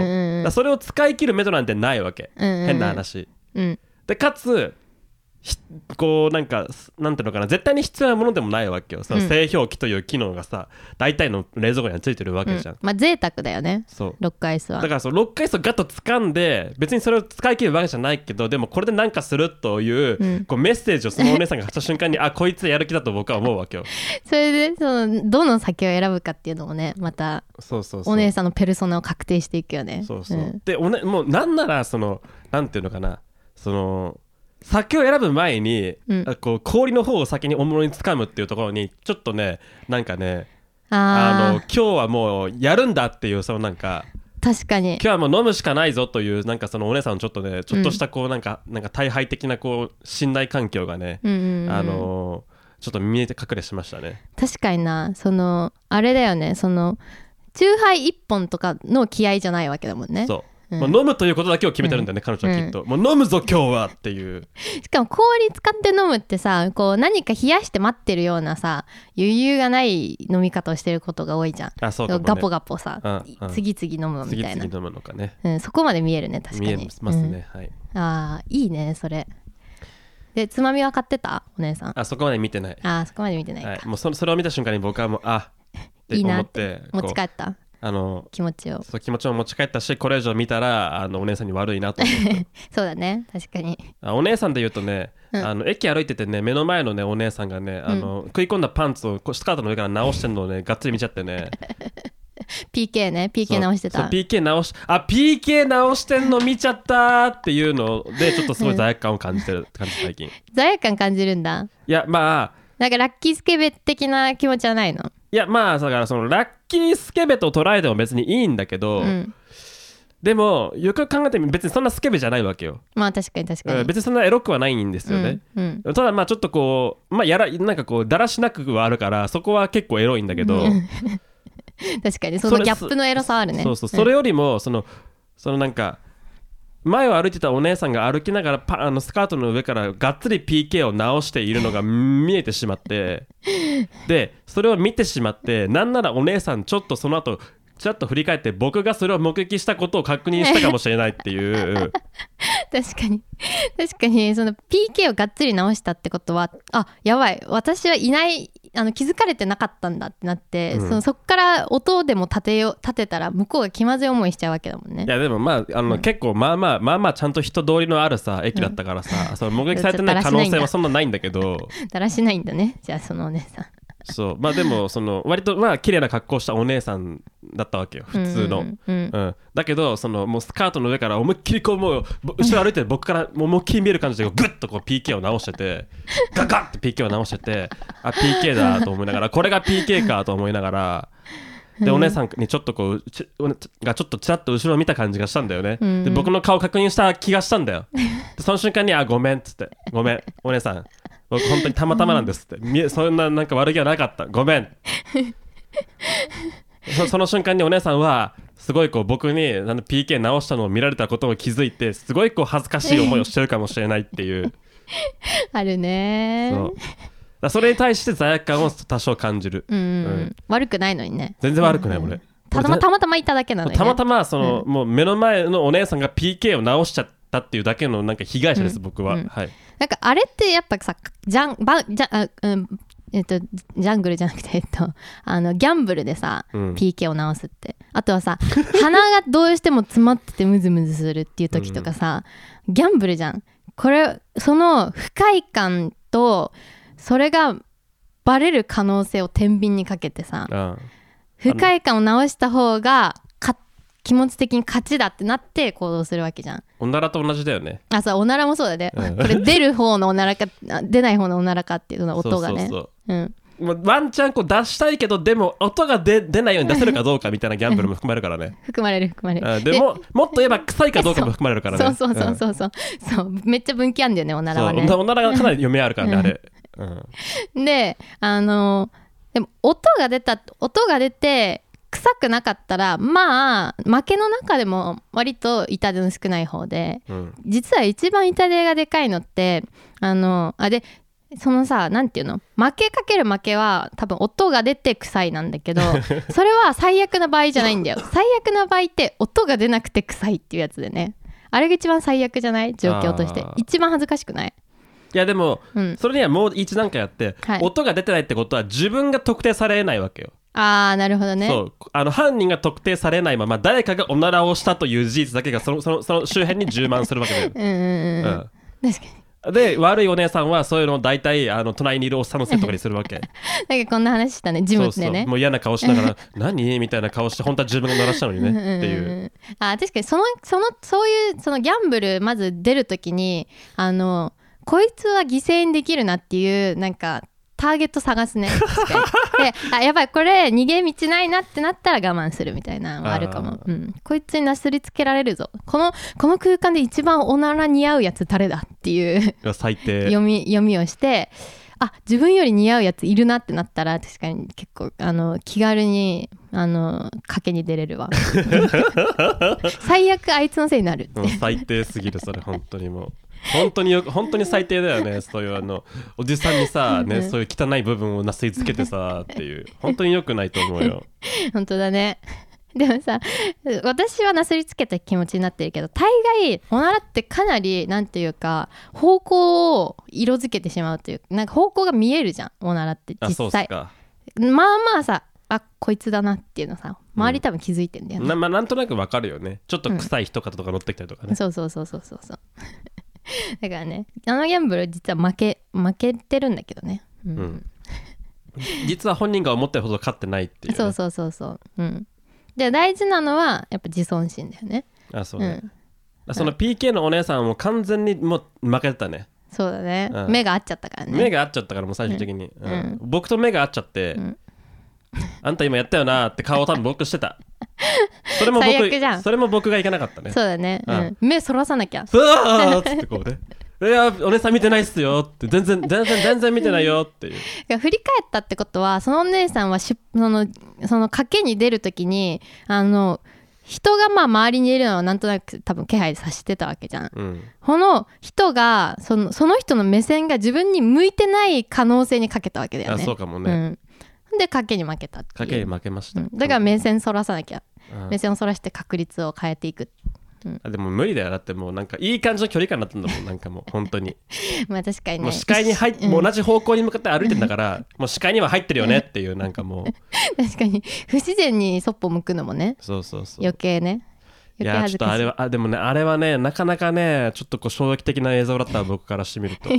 だそれを使い切る目処なんてないわけ、変な話、でかつこうなんていうのかな、絶対に必要なものでもないわけよ。その製氷機という機能がさ、大体の冷蔵庫にはついてるわけじゃん。 まあ贅沢だよね。そう、ロックアイスは。 だからそのロックアイスをガッと掴んで、別にそれを使い切るわけじゃないけど、でもこれで何かするという、こうメッセージをそのお姉さんが発した瞬間にあ、こいつやる気だと僕は思うわけよ。 それでどの酒を選ぶかっていうのもね、またお姉さんのペルソナを確定していくよね。 でもうなんならなんていうのかな、酒を選ぶ前に、こう氷の方を先におもむろに掴むっていうところにちょっとね、なんかね、今日はもうやるんだっていう、なんか確かに今日はもう飲むしかないぞという、なんかそのお姉さんのちょっとしたこうなんか大敗的なこう信頼環境がね、ちょっと見えて隠れしましたね。 確かにな。あれだよね、チューハイ1本とかの気合じゃないわけだもんね。 そう、飲むということだけを決めてるんだよね、彼女はきっと。もう飲むぞ今日はっていう。 しかも氷使って飲むってさ、こう何か冷やして待ってるようなさ、余裕がない飲み方をしてることが多いじゃん。 あ、そうかもね、 ガポガポさ、次々飲むみたいな。 次々飲むのかね、 そこまで見えるね、確かに。 見えますね、はい。 いいねそれで。つまみは買ってたお姉さん？ そこまで見てない。 そこまで見てないか、 もうそれを見た瞬間に僕はもうっていいな思って持ち帰った。気持ちを持ち帰ったし、これ以上見たらお姉さんに悪いなと思ってそうだね、確かに。 お姉さんで言うとね、駅歩いててね、目の前のねお姉さんがね、食い込んだパンツをスカートの上から直してるのをね、がっつり見ちゃってね PK ね、PK 直してた。 PK 直してんの見ちゃったっていうので、ちょっとすごい罪悪感を感じてる感じ、最近。 罪悪感感じるんだ。 いやまあなんかラッキースケベ的な気持ちはないの？ いやまあだからラッキースケベと捉えても別にいいんだけど、でもよく考えてみ、別にそんなスケベじゃないわけよ。 まあ確かに、 別にそんなエロくはないんですよね、ただまあちょっとこうなんかこうだらしなくはあるから、そこは結構エロいんだけど確かにそのギャップのエロさはあるね。 それよりもなんか前を歩いてたお姉さんが歩きながらスカートの上からがっつり PK を直しているのが見えてしまってでそれを見てしまって、なんならお姉さんちょっとその後ちらっと振り返って僕がそれを目撃したことを確認したかもしれないっていう確かにその PK をがっつり直したってことは、やばい、私はいない、気づかれてなかったんだってなって、そっから音でも立てたら向こうが気まずい思いしちゃうわけだもんね。 いやでもまあ結構まあちゃんと人通りのあるさ駅だったからさ、その目撃されてない可能性はそんなないんだけどだらしないんだね、じゃあそのお姉さん。 そうまあでも割とまあ綺麗な格好したお姉さんだったわけよ、普通の。だけどもうスカートの上から思いっきりこう、もう後ろ歩いてる僕から思いっきり見える感じでグッとこう PK を直してて、ガガッて PK を直してて、PK だと思いながら、これが PK かと思いながら、でお姉さんにちょっとこうがちょっとちらっと後ろを見た感じがしたんだよね、で僕の顔確認した気がしたんだよ。でその瞬間にごめんっつって、ごめんお姉さん、僕本当にたまたまなんですってそんななんか悪気はなかった、ごめんその瞬間にお姉さんはすごいこう僕にPK 直したのを見られたことを気づいて、すごいこう恥ずかしい思いをしてるかもしれないっていうあるね。 それに対して罪悪感を多少感じる。 悪くないのにね。 全然悪くない、俺たまたまいただけなのにね。 たまたまもう目の前のお姉さんが PK を直しちゃったっていうだけのなんか被害者です、僕は。はい。 なんかあれってやっぱさ、ジャングルじゃなくてギャンブルでさ、PK を直すって、あとはさ鼻がどうしても詰まっててムズムズするっていう時とかさ、ギャンブルじゃんこれ。その不快感とそれがバレる可能性を天秤にかけてさ、不快感を直した方が気持ち的に勝ちだってなって行動するわけじゃん。 おならと同じだよね。 そう、おならもそうだね、これ出る方のおならか出ない方のおならかっていうの音がね。 ワンチャンこう出したいけどでも音が出ないように出せるかどうかみたいなギャンブルも含まれるからね含まれる、 でももっと言えば臭いかどうかも含まれるからねそう、めっちゃ分岐あんだよねおならはね。 そうおならがかなり読みあるからねあれ、 ででも音が出て臭くなかったらまあ負けの中でも割と痛手の少ない方で、実は一番痛手がでかいのってでそのさなんていうの負けかける負けは多分音が出て臭いなんだけどそれは最悪な場合じゃないんだよ。最悪な場合って音が出なくて臭いっていうやつでね、あれが一番最悪じゃない？状況として一番恥ずかしくない？ いやでも、それにはもう一段階あって、音が出てないってことは自分が特定されないわけよ。 あーなるほどね。 そう犯人が特定されないまま誰かがおならをしたという事実だけがその周辺に充満するわけだよ確かに。 で悪いお姉さんはそういうのを大体隣にいるおっさんのせいとかにするわけなんかこんな話したねジムでね。 そうもう嫌な顔しながら何みたいな顔して本当は自分が鳴らしたのにねっていう確かにそういうそのギャンブルまず出るときにこいつは犠牲にできるなっていうなんかターゲット探すねでやばいこれ逃げ道ないなってなったら我慢するみたいなのがあるかも、こいつになすりつけられるぞこの空間で一番おなら似合うやつ誰だっていう最低読みをして自分より似合うやついるなってなったら確かに結構気軽に賭けに出れるわ最悪あいつのせいになるって最低すぎるそれ本当にもう本当に最低だよねそういうおじさんにさ、ね、そういう汚い部分をなすりつけてさっていう本当に良くないと思うよ本当だね。でもさ私はなすりつけた気持ちになってるけど大概おならってかなりなんていうか方向を色づけてしまうというなんか方向が見えるじゃんおならって実際。 そうっすか。 まあさこいつだなっていうのさ周り多分気づいてんだよね、 なんとなくわかるよねちょっと臭い一方とか乗ってきたりとかね、 そうだからねギャンブル実は負けてるんだけどね、 実は本人が思ってるほど勝ってないっていう、ね、 そうで大事なのはやっぱ自尊心だよね。 そうね、その PK のお姉さんも完全にもう負けてたね。 そうだね、目が合っちゃったからね。 目が合っちゃったからもう最終的に、僕と目が合っちゃって、あんた今やったよなって顔を多分僕してたそれも僕がいけなかったね。 そうだね、目そらさなきゃそうっつってこうねいやお姉さん見てないっすよって全然見てないよっていう。いや振り返ったってことはそのお姉さんはその賭けに出るときに人が周りにいるのはなんとなく多分気配で察してたわけじゃん、この人がその人の目線が自分に向いてない可能性にかけたわけだよね。 そうかもね、 で賭けに負けたっていう。 賭けに負けました、 だから目線そらさなきゃ、目線をそらして確率を変えていく。 でも無理だよ。だってもうなんかいい感じの距離感になったんだもんなんかもう本当にまあ確かにね、 もう視界にもう同じ方向に向かって歩いてんだからもう視界には入ってるよねっていうなんかもう確かに不自然にそっぽ向くのもね、 そう余計ね。 いやちょっとあれはでもねあれはねなかなかねちょっとこう衝撃的な映像だった僕からしてみると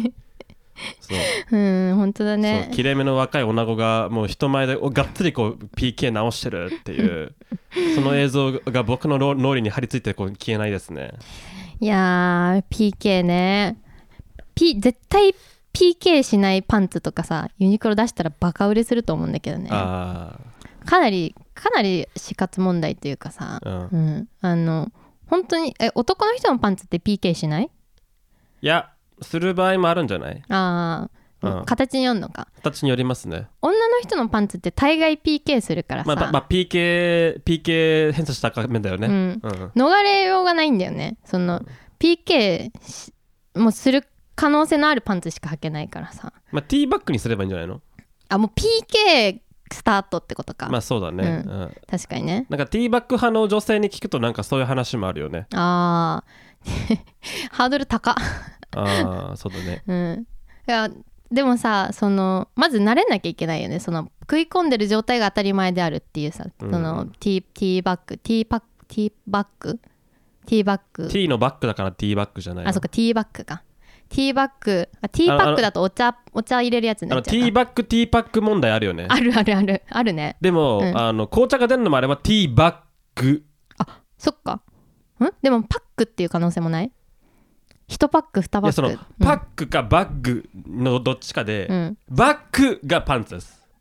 本当だね。 きれいめの若い女子がもう人前でがっつりこう PK 直してるっていうその映像が僕の脳裏に張り付いてこう消えないですね。 いやー PK ね、絶対 PK しないパンツとかさユニクロ出したらバカ売れすると思うんだけどね。かなり死活問題というかさ、本当に男の人のパンツって PK しない？ いやする場合もあるんじゃない？ 形によるのか。 形によりますね。 女の人のパンツって大概 PK するからさ、 PK 偏差値高めだよね、 逃れようがないんだよね。その PK もする可能性のあるパンツしか履けないからさ、 ティーバッグにすればいいんじゃないの？ もう PK スタートってことか。 そうだね、 確かにね。 なんかティーバッグ派の女性に聞くとなんかそういう話もあるよね。 ハードル高そうだね。 いやでもさまず慣れなきゃいけないよね。食い込んでる状態が当たり前であるっていうさ、ティーバッグティーバッのバッグだからティーバッグじゃないの？ そっかティーバッグか。ティーバッグティーパックだとお茶入れるやつになっちゃう。 ティーバッグティーパック問題あるよね。 あるね。 でも、紅茶が出るのもあればティーバッグ。 そっか。でもパックっていう可能性もない？1パック2パック。 パックかバッグのどっちかで、バッグがパンツです。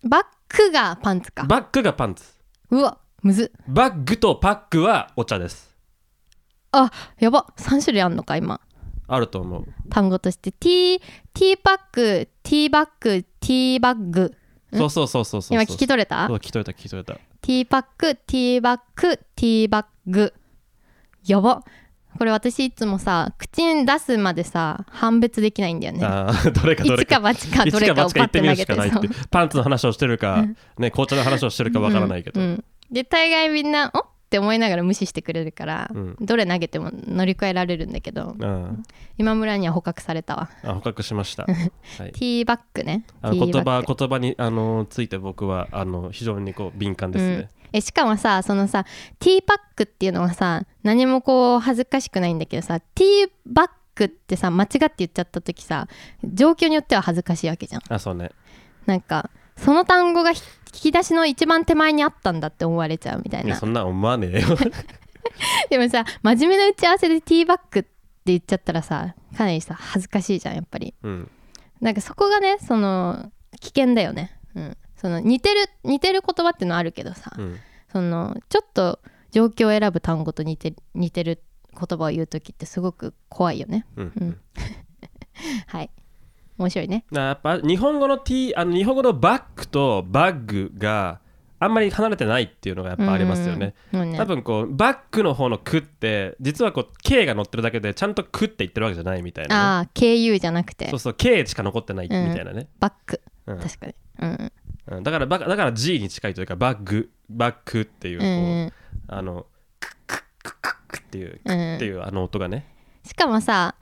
バッグがパンツか。 バッグがパンツ。 うわむずっ。 バッグとパックはお茶です。 あやば3種類あんのか今。 あると思う。 単語としてティーパック、ティーバッグ、ティーバッグ。 そう今聞き取れた？ そう聞き取れた。 ティーパック、ティーバッグ、ティーバッグ。やば。これ私いつもさ口に出すまでさ判別できないんだよね。 どれか一か八かどれかをパッて投げてパンツの話をしてるか、ね、紅茶の話をしてるかわからないけど、 で大概みんなおって思いながら無視してくれるから、どれ投げても乗り越えられるんだけど、今村には捕獲されたわ。 捕獲しました、はい、 ティーバッグね。 言葉について僕は非常にこう敏感ですね、 しかもさそのさティーパックっていうのはさ何もこう恥ずかしくないんだけどさティーバッグってさ間違って言っちゃった時さ状況によっては恥ずかしいわけじゃん。 あそうね。 なんかその単語が引き出しの一番手前にあったんだって思われちゃうみたいな。 いやそんな思わねえよでもさ真面目な打ち合わせでティーバッグって言っちゃったらさかなりさ恥ずかしいじゃんやっぱり、なんかそこがねその危険だよね、その似てる言葉っていうのはあるけどさ、そのちょっと状況を選ぶ単語と似てる言葉を言うときってすごく怖いよね、はい面白いね。 やっぱ日本語のバッグとバッグがあんまり離れてないっていうのがやっぱありますよね、多分こうバッグの方のくって実はこう K が乗ってるだけでちゃんとくって言ってるわけじゃないみたいな、ね、 KU じゃなくてそう K しか残ってないみたいなね、 バッグ、確かに、 だから G に近いというかバッグっていうこう、クっていう音がね。しかもさ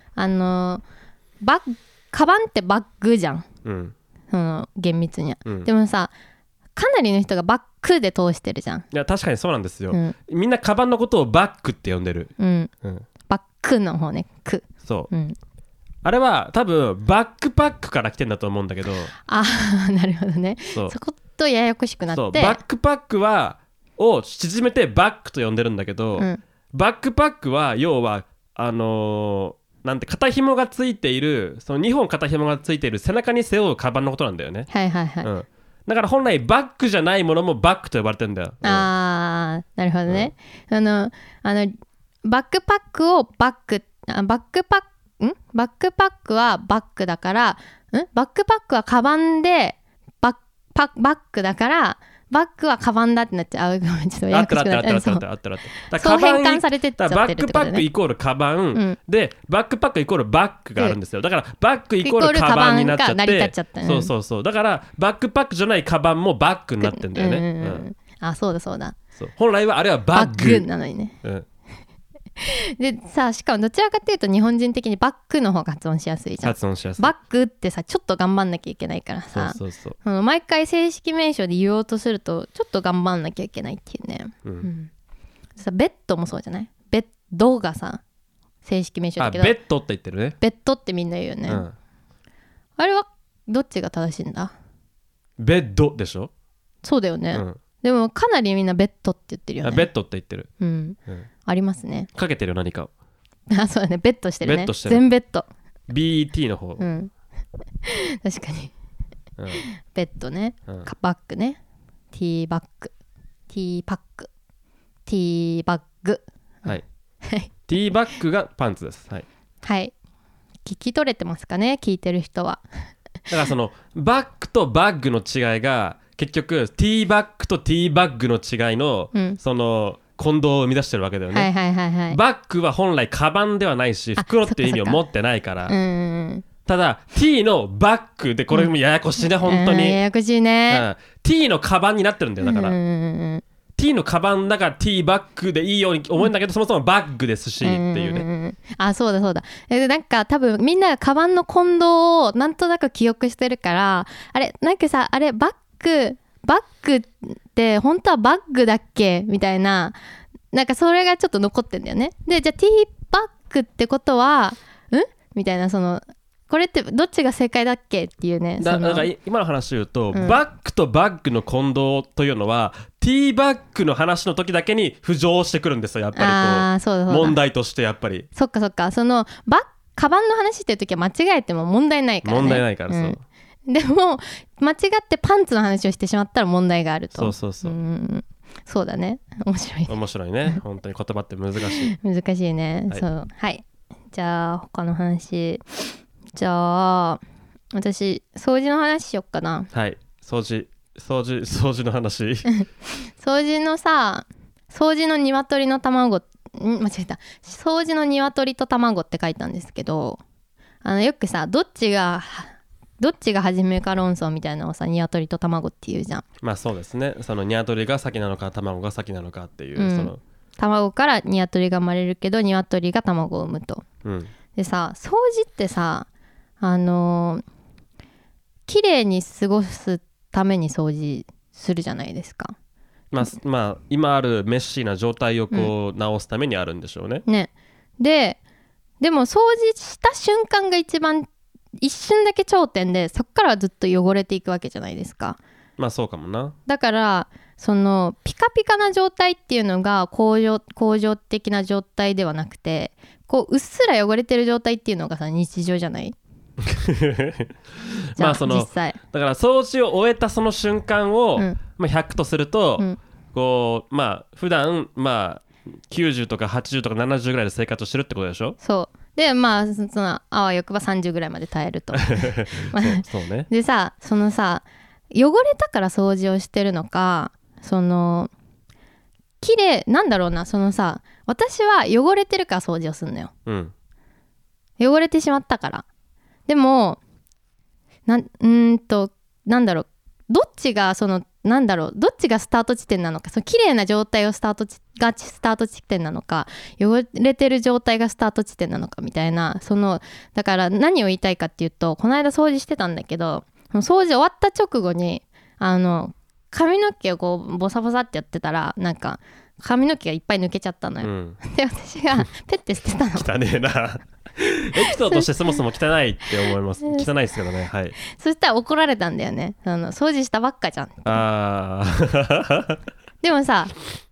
カバンってバッグじゃん、その厳密には、でもさかなりの人がバッグで通してるじゃん。いや確かにそうなんですよ、みんなカバンのことをバッグって呼んでる、 バッグの方ねそう、あれは多分バックパックから来てんだと思うんだけど、 なるほどね。そことややこしくなって、 バックパックを縮めてバッグと呼んでるんだけど、バックパックは要はなんて肩紐がついているその2本肩紐がついている背中に背負うカバンのことなんだよね。だから本来バッグじゃないものもバッグと呼ばれてるんだよ。 なるほどね、バックパックをバックパックはバッグだからバックパックはカバンでバッグだからバッグはカバンだってなっちゃう。ごめんちょっとややこしくなっちゃう。そう変換されてっちゃってるってことね。 バックパックイコールカバン、でバックパックイコールバッグがあるんですよ。だからバッグイコールカバンになっちゃって、そうだからバックパックじゃないカバンもバッグになってんだよね。 そうだ本来はあれはバッグなのにね、でさしかもどちらかというと日本人的にバッグの方が発音しやすいじゃん。バッグってさちょっと頑張んなきゃいけないからさ、毎回正式名称で言おうとするとちょっと頑張んなきゃいけないっていうね、さベッドもそうじゃない？ベッドがさ正式名称だけどベッドって言ってるね。 ベッドってみんな言うよね、あれはどっちが正しいんだ？ ベッドでしょ。 そうだよね、でもかなりみんなベッドって言ってるよね。 ベッドって言ってる、 ありますね。 かけてるよ何かを。 そうだねベッドしてるね。全ベッド BET の方、 確かに、ベッドね、バッグね、ティーバッグ、ティーパック、ティーバッグ、 はいティーバッグがパンツです。 はい聞き取れてますかね聞いてる人は。 だからそのバッグとバッグの違いが結局ティーバッグとティーバッグの違いの、その混同を生み出してるわけだよね。バッグは本来カバンではないし袋っていう意味を持ってないから。ただ T のバッグでこれもややこしいね、本当にややこしいね、 T のカバンになってるんだよ。だから、T のカバンだから T バッグでいいように思うんだけど、そもそもバッグですしっていうね。 そうだなんか多分みんながカバンの混同をなんとなく記憶してるから、あれなんかさあれバッグって本当はバッグだっけみたいな、なんかそれがちょっと残ってんだよね。でじゃあティーバッグってことはみたいな、そのこれってどっちが正解だっけっていうね。 だから今の話を言うと、バッグとバッグの混同というのはティーバッグの話の時だけに浮上してくるんですよ、やっぱりこう問題としてやっぱり。そっかそのカバンの話っていう時は間違えても問題ないからね。 問題ないからそう、 でも間違ってパンツの話をしてしまったら問題があると。 そうそうだね。面白いね。本当に言葉って難しい難しいね、はい、そうはい。じゃあ他の話、じゃあ私掃除の話しよっかな。 はい。掃除の話掃除の鶏の卵間違えた。掃除の鶏と卵って書いたんですけど、よくさどっちが初めか論争みたいなのをさ鶏と卵っていうじゃん。 まあそうですね。その鶏が先なのか卵が先なのかっていう、その卵から鶏が生まれるけど鶏が卵を産むと、でさ掃除ってさ綺麗に過ごすために掃除するじゃないですか。まあ今あるメッシーな状態をこう直すためにあるんでしょうね。 でも掃除した瞬間が一瞬だけ頂点で、そっからはずっと汚れていくわけじゃないですか。 まあそうかもな。 だからそのピカピカな状態っていうのが恒常的な状態ではなくて、こううっすら汚れてる状態っていうのがさ日常じゃないまあその実際だから掃除を終えたその瞬間を、100とすると、こう普段90とか80とか70ぐらいで生活をしてるってことでしょ。 そうでそのあわよくば30ぐらいまで耐えるとそうね。 でさそのさ汚れたから掃除をしてるのか、その綺麗なんだろうな、そのさ私は汚れてるから掃除をするのよ、汚れてしまったから。でもなんだろう、どっちがスタート地点なのか、その綺麗な状態がスタート地点なのか、汚れてる状態がスタート地点なのかみたいな、だから何を言いたいかっていうと、この間掃除してたんだけど、掃除終わった直後に髪の毛をこうボサボサってやってたら、なんか髪の毛がいっぱい抜けちゃったのよ、で私がペッて捨てたの。 汚ねえなエピソードとしてそもそも汚いって思います。汚いですけどね。はい。そしたら怒られたんだよね。掃除したばっかじゃん。でもさ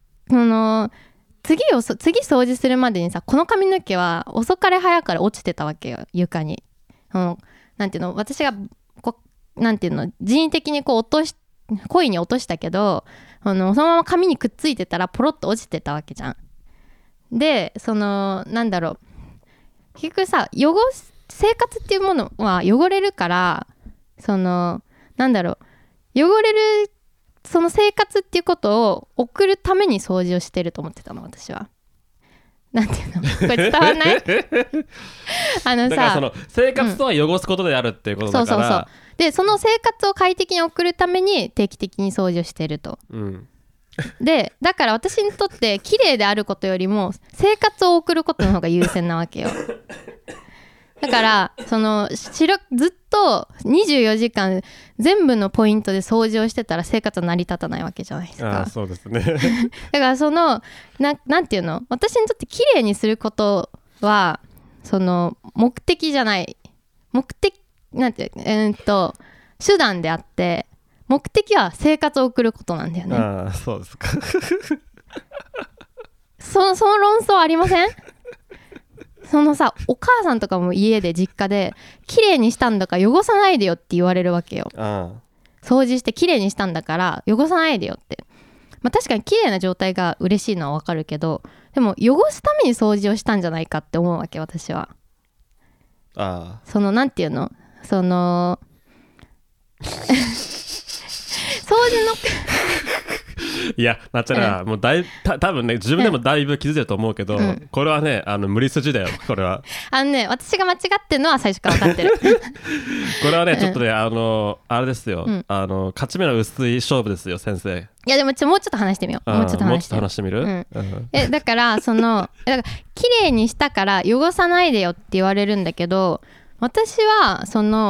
次掃除するまでにさ、この髪の毛は遅かれ早かれ落ちてたわけよ、床に。なんていうの、私がなんていうの、人為的にこう故意に落としたけど、そのまま髪にくっついてたらポロッと落ちてたわけじゃん。でなんだろう、結局さ生活っていうものは汚れるから、なんだろう、汚れるその生活っていうことを送るために掃除をしてると思ってたの、私は。なんていうの、これ伝わんないだからその生活とは汚すことであるっていうことだから、 そうでその生活を快適に送るために定期的に掃除をしてると、でだから私にとって綺麗であることよりも生活を送ることの方が優先なわけよ。だからずっと24時間全部のポイントで掃除をしてたら生活は成り立たないわけじゃないですか。 そうですねだからなんていうの、私にとって綺麗にすることは目的じゃない、なんて手段であって、目的は生活を送ることなんだよね。 そうですかその論争ありません？お母さんとかも家で実家で綺麗にしたんだから汚さないでよって言われるわけよ。掃除して綺麗にしたんだから汚さないでよって。確かに綺麗な状態が嬉しいのはわかるけど、でも汚すために掃除をしたんじゃないかって思うわけ、私は。なんていうの、掃除のいやなっちゃら、もう多分ね自分でもだいぶ気づいてると思うけど、これはね無理筋だよ、これは。 私が間違ってるのは最初から分かってるこれはねちょっとねあれですよ、勝ち目の薄い勝負ですよ先生。 いやでももうちょっと話してみよう。もうちょっと話してみる、 だから綺麗にしたから汚さないでよって言われるんだけど、私は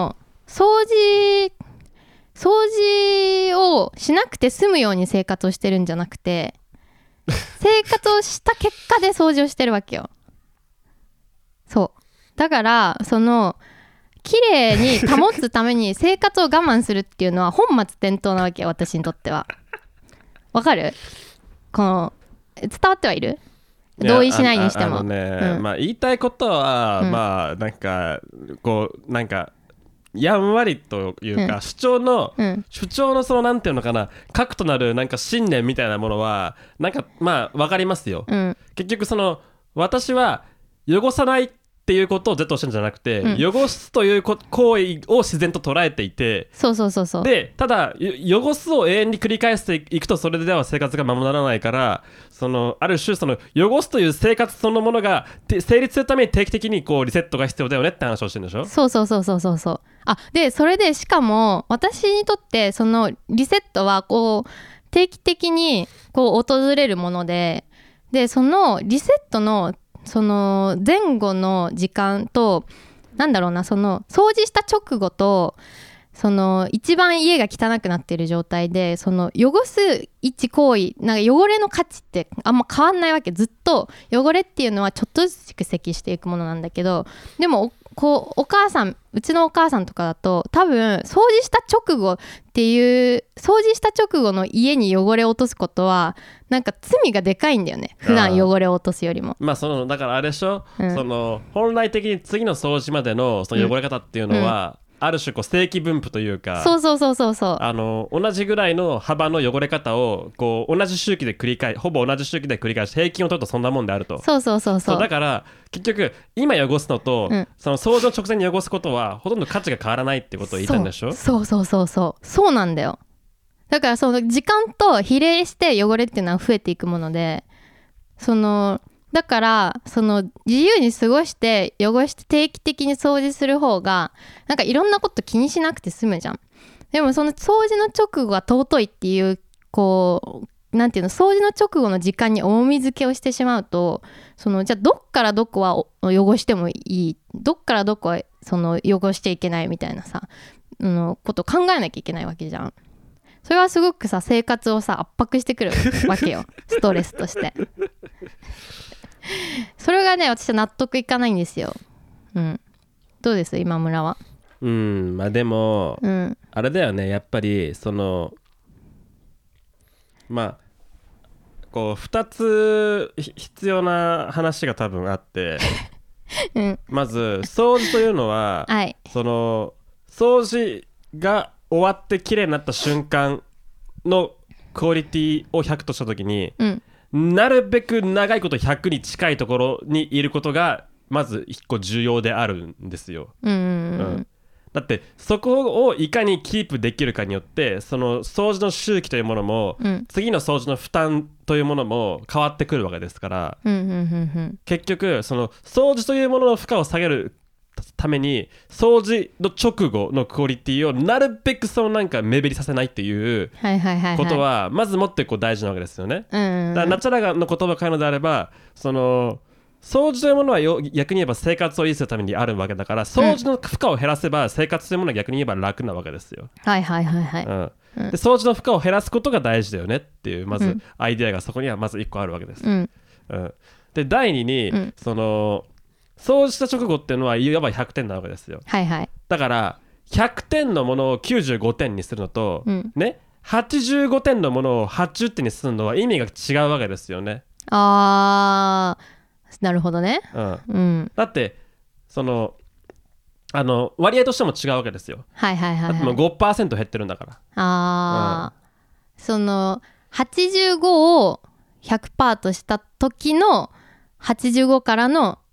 掃除をしなくて済むように生活をしてるんじゃなくて、生活をした結果で掃除をしてるわけよ。そうだから綺麗に保つために生活を我慢するっていうのは本末転倒なわけよ、私にとっては。わかる？伝わってはいる？同意しないにしても。 言いたいことは、なんかやんわりというか、主張のそのなんていうのかな、核となるなんか信念みたいなものはなんかまあ分かりますよ、結局その私は汚さないっていうことを是としてるんじゃなくて、汚すという行為を自然と捉えていて、 そうでただ汚すを永遠に繰り返していくとそれでは生活がままならないから、そのある種その汚すという生活そのものが成立するために定期的にこうリセットが必要だよねって話をしてるんでしょ。 そうでそれでしかも私にとってそのリセットはこう定期的にこう訪れるものでそのリセットのその前後の時間となんだろうな、その掃除した直後とその一番家が汚くなっている状態でその汚す一行為なんか汚れの価値ってあんま変わんないわけ。ずっと汚れっていうのはちょっとずつ蓄積していくものなんだけど、でもこううちのお母さんとかだと多分掃除した直後の家に汚れを落とすことはなんか罪がでかいんだよね、普段汚れを落とすよりも。 まあそのだからあれでしょ、その本来的に次の掃除までのその汚れ方っていうのは、ある種こう正規分布というか、同じぐらいの幅の汚れ方をこう同じ周期でほぼ同じ周期で繰り返し平均を取るとそんなもんであると。 そうだから結局今汚すのと、その掃除の直前に汚すことはほとんど価値が変わらないってことを言いたいんでしょ。 そうなんだよ。だからその時間と比例して汚れっていうのは増えていくもので、だからその自由に過ごして汚して定期的に掃除する方がなんかいろんなこと気にしなくて済むじゃん。でもその掃除の直後が尊いっていうこうなんていうの、掃除の直後の時間に重み付けをしてしまうと、そのじゃあどっからどこは汚してもいい、どっからどこはその汚しちゃいけないみたいなさことを考えなきゃいけないわけじゃん。それはすごくさ生活をさ圧迫してくるわけよストレスとしてそれがね私は納得いかないんですよ。どうです今村は。 まあでも、あれだよね、やっぱりそのまあこう2つ必要な話が多分あってまず掃除というのは、その掃除が終わって綺麗になった瞬間のクオリティを100とした時に、なるべく長いこと100に近いところにいることがまず1個重要であるんですよ。だってそこをいかにキープできるかによってその掃除の周期というものも、次の掃除の負担というものも変わってくるわけですから、結局その掃除というものの負荷を下げるために掃除の直後のクオリティをなるべくそのなんか目減りさせないっていうことはまずもってこう大事なわけですよね。だからナチャラガの言葉を変えるのであれば、その掃除というものは逆に言えば生活を維持するためにあるわけだから、掃除の負荷を減らせば生活というものは逆に言えば楽なわけですよ。で掃除の負荷を減らすことが大事だよねっていうまずアイデアがそこにはまず1個あるわけです。で第2に、その掃除した直後っていうのはいわば100点なわけですよ。だから100点のものを95点にするのと、85点のものを80点にするのは意味が違うわけですよね。 なるほどね。 だってその割合としても違うわけですよ。だってもう 5% 減ってるんだから。 その85を 100% とした時の85から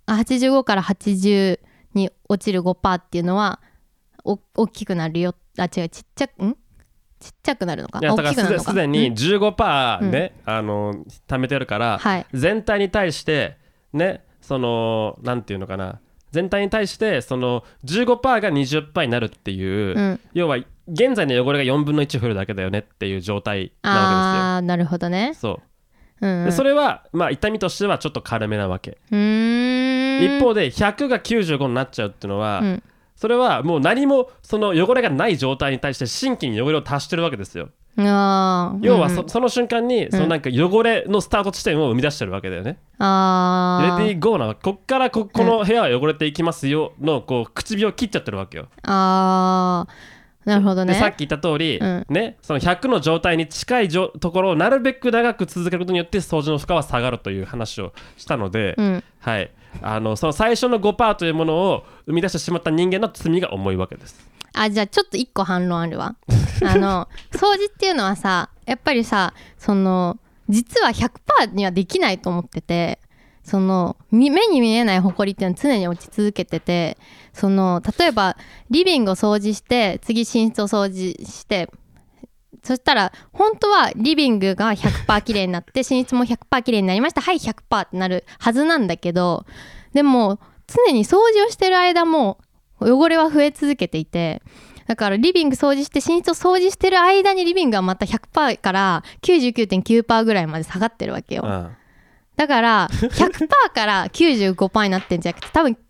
80に落ちる 5% っていうのは大きくなるよ。ちっちゃくなるのか。 いやだからすでに 15% ね、貯めてるから、全体に対してね、そのなんていうのかな、全体に対してその 15% が 20% になるっていう、要は現在の汚れが4分の1増えるだけだよねっていう状態なわけですよ。 なるほどね。 でそれはまあ痛みとしてはちょっと軽めなわけ。一方で100が95になっちゃうっていうのは、それはもう何もその汚れがない状態に対して新規に汚れを足してるわけですよ。要はその瞬間にそのなんか汚れのスタート地点を生み出してるわけだよね。レディーゴーな、こっからこの部屋は汚れていきますよのこう口火を切っちゃってるわけよ。 なるほどね。 でさっき言った通り、ね、その100の状態に近いところをなるべく長く続けることによって掃除の負荷は下がるという話をしたので、はい、その最初の 5% というものを生み出してしまった人間の罪が重いわけです。 じゃあちょっと1個反論あるわ掃除っていうのはさ、やっぱりさ、実は 100% にはできないと思ってて、目に見えないホコリっていうのは常に落ち続けてて、例えばリビングを掃除して次寝室を掃除して、そしたら本当はリビングが 100% 綺麗になって寝室も 100% 綺麗になりました、はい 100% ってなるはずなんだけど、でも常に掃除をしてる間も汚れは増え続けていて、だからリビング掃除して寝室を掃除してる間にリビングはまた 100% から 99.9% ぐらいまで下がってるわけよ。だから100% から 95% になってんじゃなくて、多分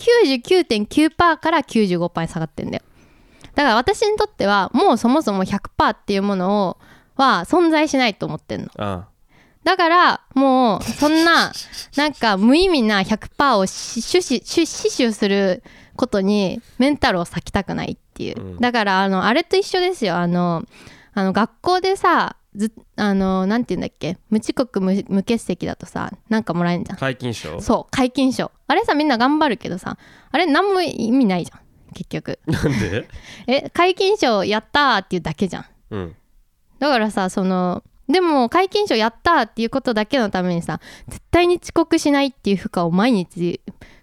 99.9% から 95% に下がってんだよ。だから私にとってはもうそもそも 100% っていうものは存在しないと思ってんの。だからもうそんななんか無意味な 100% を死守することにメンタルを割きたくないっていう、だからあれと一緒ですよ。学校でさ、なんて言うんだっけ、無遅刻 無欠席だとさ、なんかもらえんじゃん、 皆勤賞。 そう、皆勤賞。あれさ、みんな頑張るけどさ、あれ何も意味ないじゃん結局。 なんで皆勤賞やったーっていうだけじゃん、だからさ、でも皆勤賞やったーっていうことだけのためにさ、絶対に遅刻しないっていう負荷を毎日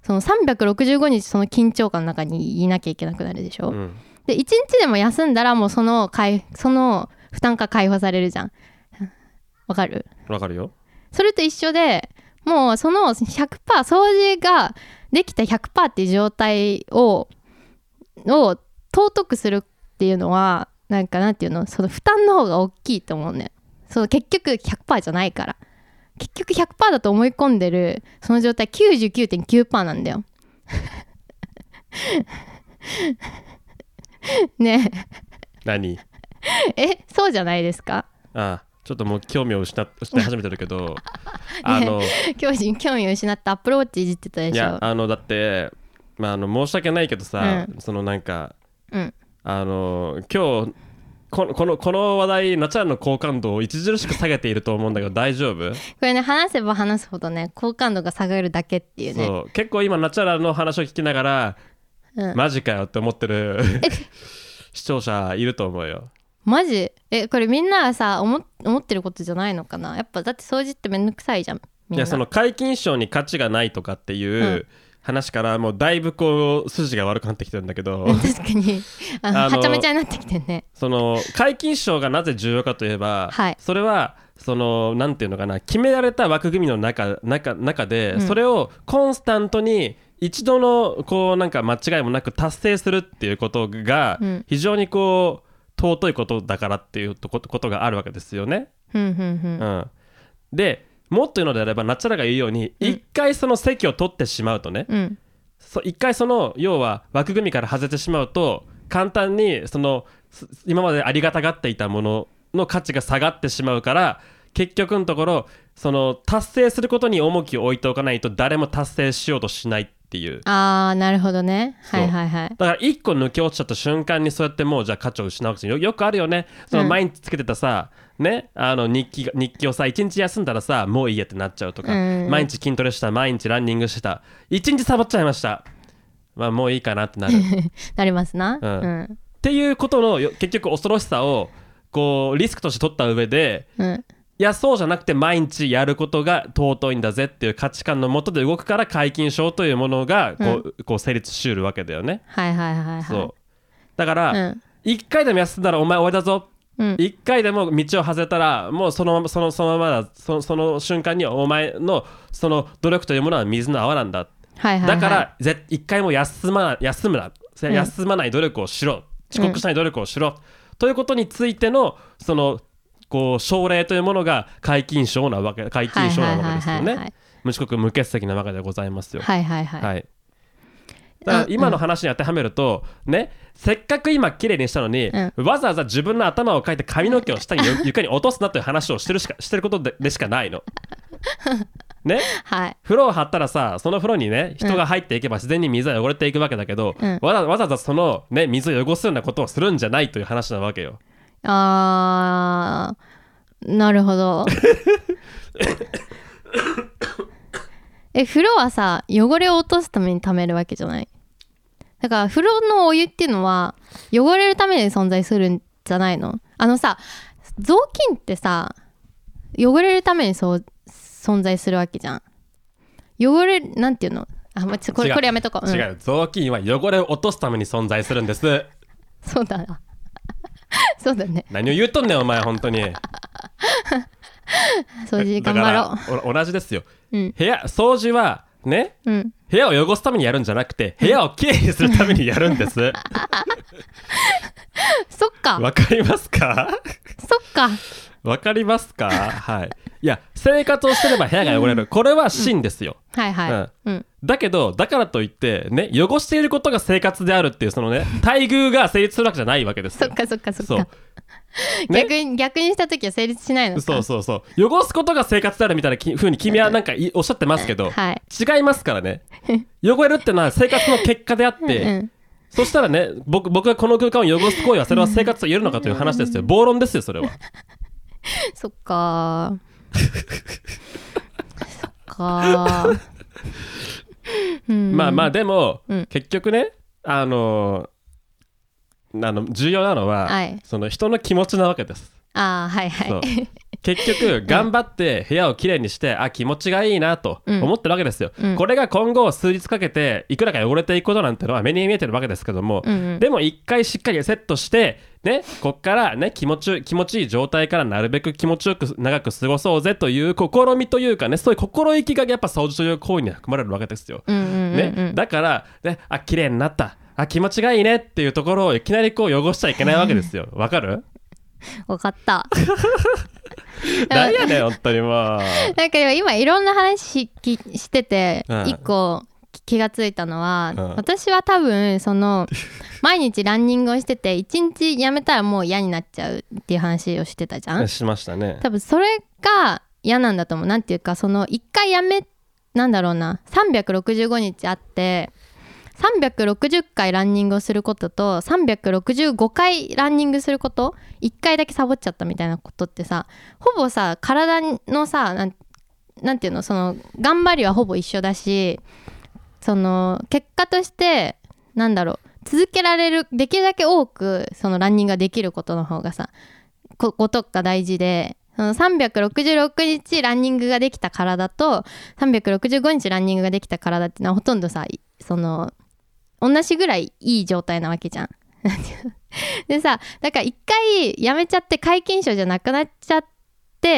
365日その緊張感の中にいなきゃいけなくなるでしょ、で1日でも休んだらもうその負担から解放されるじゃん。わかる？ わかるよ。 それと一緒で、もうその 100% 掃除ができた 100% っていう状態を尊くするっていうのは、なんていうの、その負担の方が大きいと思うね。結局 100% じゃないから、結局 100% だと思い込んでるその状態 99.9% なんだよねえ何そうじゃないですか。 ちょっともう興味を失い始めてるけど興味を失ってアップルウォッチいじってたでしょ。 いやだって、申し訳ないけどさ、なんか、今日この話題ナチュラルの好感度を著しく下げていると思うんだけど大丈夫？これね、話せば話すほどね、好感度が下がるだけっていうね。 そう、結構今ナチュラルの話を聞きながら、マジかよって思ってる視聴者いると思うよ。 マジ？これみんなはさ思ってることじゃないのかな。やっぱだって掃除ってめんどくさいじゃんみんな。 いや、皆勤賞に価値がないとかっていう話からもうだいぶ筋が悪くなってきてるんだけど確かにはちゃめちゃになってきてね。皆勤賞がなぜ重要かといえば、それはなんていうのかな、決められた枠組みの中で、それをコンスタントに一度のなんか間違いもなく達成するっていうことが非常に尊いことだからっていうことがあるわけですよね。でもっと言うのであれば、ナチュラが言うように、一回その席を取ってしまうとね、一回要は枠組みから外れてしまうと、簡単に今までありがたがっていたものの価値が下がってしまうから、結局のところ達成することに重きを置いておかないと誰も達成しようとしないっていう。 なるほどね。はいはいはい。 だから1個抜け落ちちゃった瞬間にそうやってもうじゃあ価値を失うわけですよ。よくあるよね。毎日つけてたさ、ね、日記をさ1日休んだらさもういいやってなっちゃうとか、毎日筋トレした、毎日ランニングしてた、1日サボっちゃいました、もういいかなってなるなりますな、 っていうことの結局恐ろしさをリスクとして取った上で、いやそうじゃなくて毎日やることが尊いんだぜっていう価値観のもとで動くから、皆勤賞というものが成立しうるわけだよね。そうだから、1回でも休んだらお前終わりだぞ、1回でも道を外れたらもうそのままその瞬間にお前のその努力というものは水の泡なんだ、だから1回も休まない努力をしろ、遅刻しない努力をしろ、ということについての奨励というものが皆勤賞なわけですよね。無遅刻無欠席なわけでございますよ。だから今の話に当てはめるとね、せっかく今綺麗にしたのに、わざわざ自分の頭をかいて髪の毛を下に床に落とすなという話をしてることでしかないのね、 はい、 風呂を張ったらさ、その風呂にね人が入っていけば自然に水は汚れていくわけだけど、わざわざそのね水を汚すようなことをするんじゃないという話なわけよ。 なるほど。風呂はさ、汚れを落とすために溜めるわけじゃない。だから風呂のお湯っていうのは汚れるために存在するんじゃないの？さ、雑巾ってさ、汚れるために存在するわけじゃん。なんていうの？これやめとこう。 違う、雑巾は汚れを落とすために存在するんです。 そうだな。そうだね。 何を言うとんねんお前、本当に。 掃除頑張ろう。同じですよ。掃除はね、部屋を汚すためにやるんじゃなくて、部屋をきれいにするためにやるんです。 そっか。 わかりますか？ そっか。 わかりますか？はい。いや、生活をしてれば部屋が汚れる。これは真ですよ。 はいはい。 だけど、だからといってね、汚していることが生活であるっていうそのね、待遇が成立するわけじゃないわけですよ。 そっか。そう、ね、逆にした時は成立しないのか。 そう汚すことが生活であるみたいな風に君はなんかおっしゃってますけど、 はい、 違いますからね。汚れるってのは生活の結果であってそしたらね、僕がこの空間を汚す行為はそれは生活と言えるのかという話ですよ。暴論ですよそれは。 そっかまあでも、結局ね、重要なのは、その人の気持ちなわけです。結局頑張って部屋をきれいにして気持ちがいいなと思ってるわけですよ、これが今後数日かけていくらか汚れていくことなんてのは目に見えてるわけですけども、でも一回しっかりセットしてね、こっからね気持ちいい状態からなるべく気持ちよく長く過ごそうぜという試みというかね、そういう心意気がやっぱ掃除という行為に含まれるわけですよ、だからね、綺麗になった、気持ちがいいねっていうところをいきなりこう汚しちゃいけないわけですよ。わかる？ わかった。 何やねん本当にもう。 なんか今いろんな話してて一個気がついたのは、私は多分その毎日ランニングをしてて1日やめたらもう嫌になっちゃうっていう話をしてたじゃん。 しましたね。 多分それが嫌なんだと思う。なんていうか、その1回なんだろうな、365日あって360回ランニングをすることと365回ランニングすること、1回だけサボっちゃったみたいなことってさ、ほぼさ体のさ、なんていうの、その頑張りはほぼ一緒だし、その結果としてなんだろう、続けられる、できるだけ多くそのランニングができることの方がさ、ことが大事で、その366日ランニングができた体と365日ランニングができた体っていうのはほとんどさ、その同じぐらいいい状態なわけじゃん。でさ、だから一回やめちゃって皆勤賞じゃなくなっちゃって、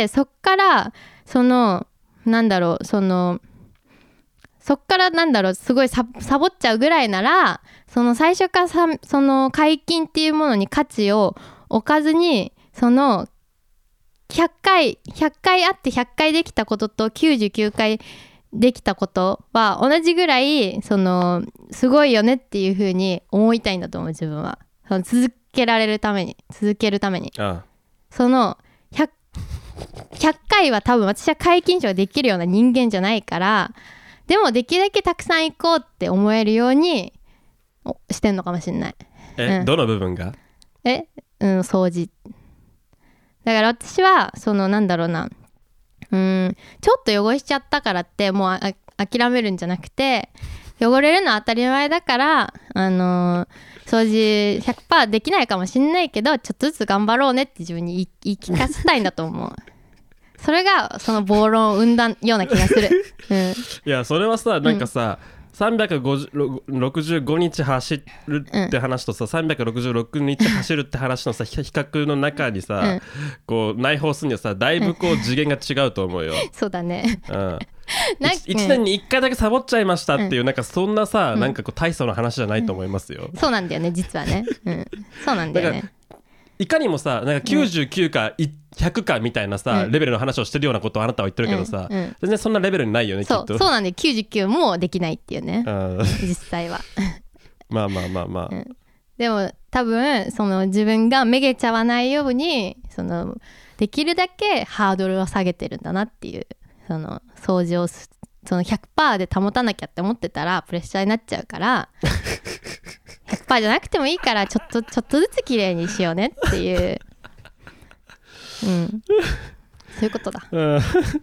そっからそのなんだろう、そっからなんだろう、すごいサボっちゃうぐらいなら、その最初からその解禁っていうものに価値を置かずに、その100回あって100回できたことと99回できたことは同じぐらいそのすごいよねっていう風に思いたいんだと思う、自分は。その続けるためにその 100回は多分私は皆勤賞ができるような人間じゃないから、でもできるだけたくさん行こうって思えるようにしてんのかもしれない。 どの部分が？ 掃除だから。私はそのなんだろうな、ちょっと汚しちゃったからってもう諦めるんじゃなくて、汚れるのは当たり前だから、掃除 100% できないかもしんないけどちょっとずつ頑張ろうねって自分に言い聞かせたいんだと思う。それがその暴論を生んだような気がする。 いやそれはさ、なんかさ、365日走るって話とさ、366日走るって話のさ比較の中にさ、こう内包するにはさ、だいぶこう次元が違うと思うよ。 そうだね。 1年に1回だけサボっちゃいましたっていう、なんかそんなさ、なんかこう大層な話じゃないと思いますよ。 そうなんだよね、実はね。そうなんだよね。 いかにもさ、なんか99か100かみたいなさ、レベルの話をしてるようなことをあなたは言ってるけどさ、全然そんなレベルにないよね、きっと。そうなんで99もできないっていうね、実際は。 まあ、 でも多分その自分がめげちゃわないように、そのできるだけハードルを下げてるんだなっていう、 その掃除をその 100% で保たなきゃって思ってたらプレッシャーになっちゃうから100% じゃなくてもいいからちょっとずつ綺麗にしようねっていう、そういうことだ。頑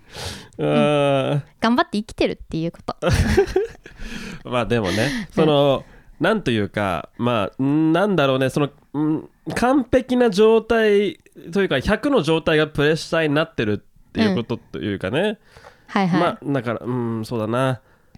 張って生きてるっていうことまあでもね、そのなんというか、まあなんだろうね、その完璧な状態というか100の状態がプレッシャーになってるっていうことというかね、 はいはい、 まあだからそうだな、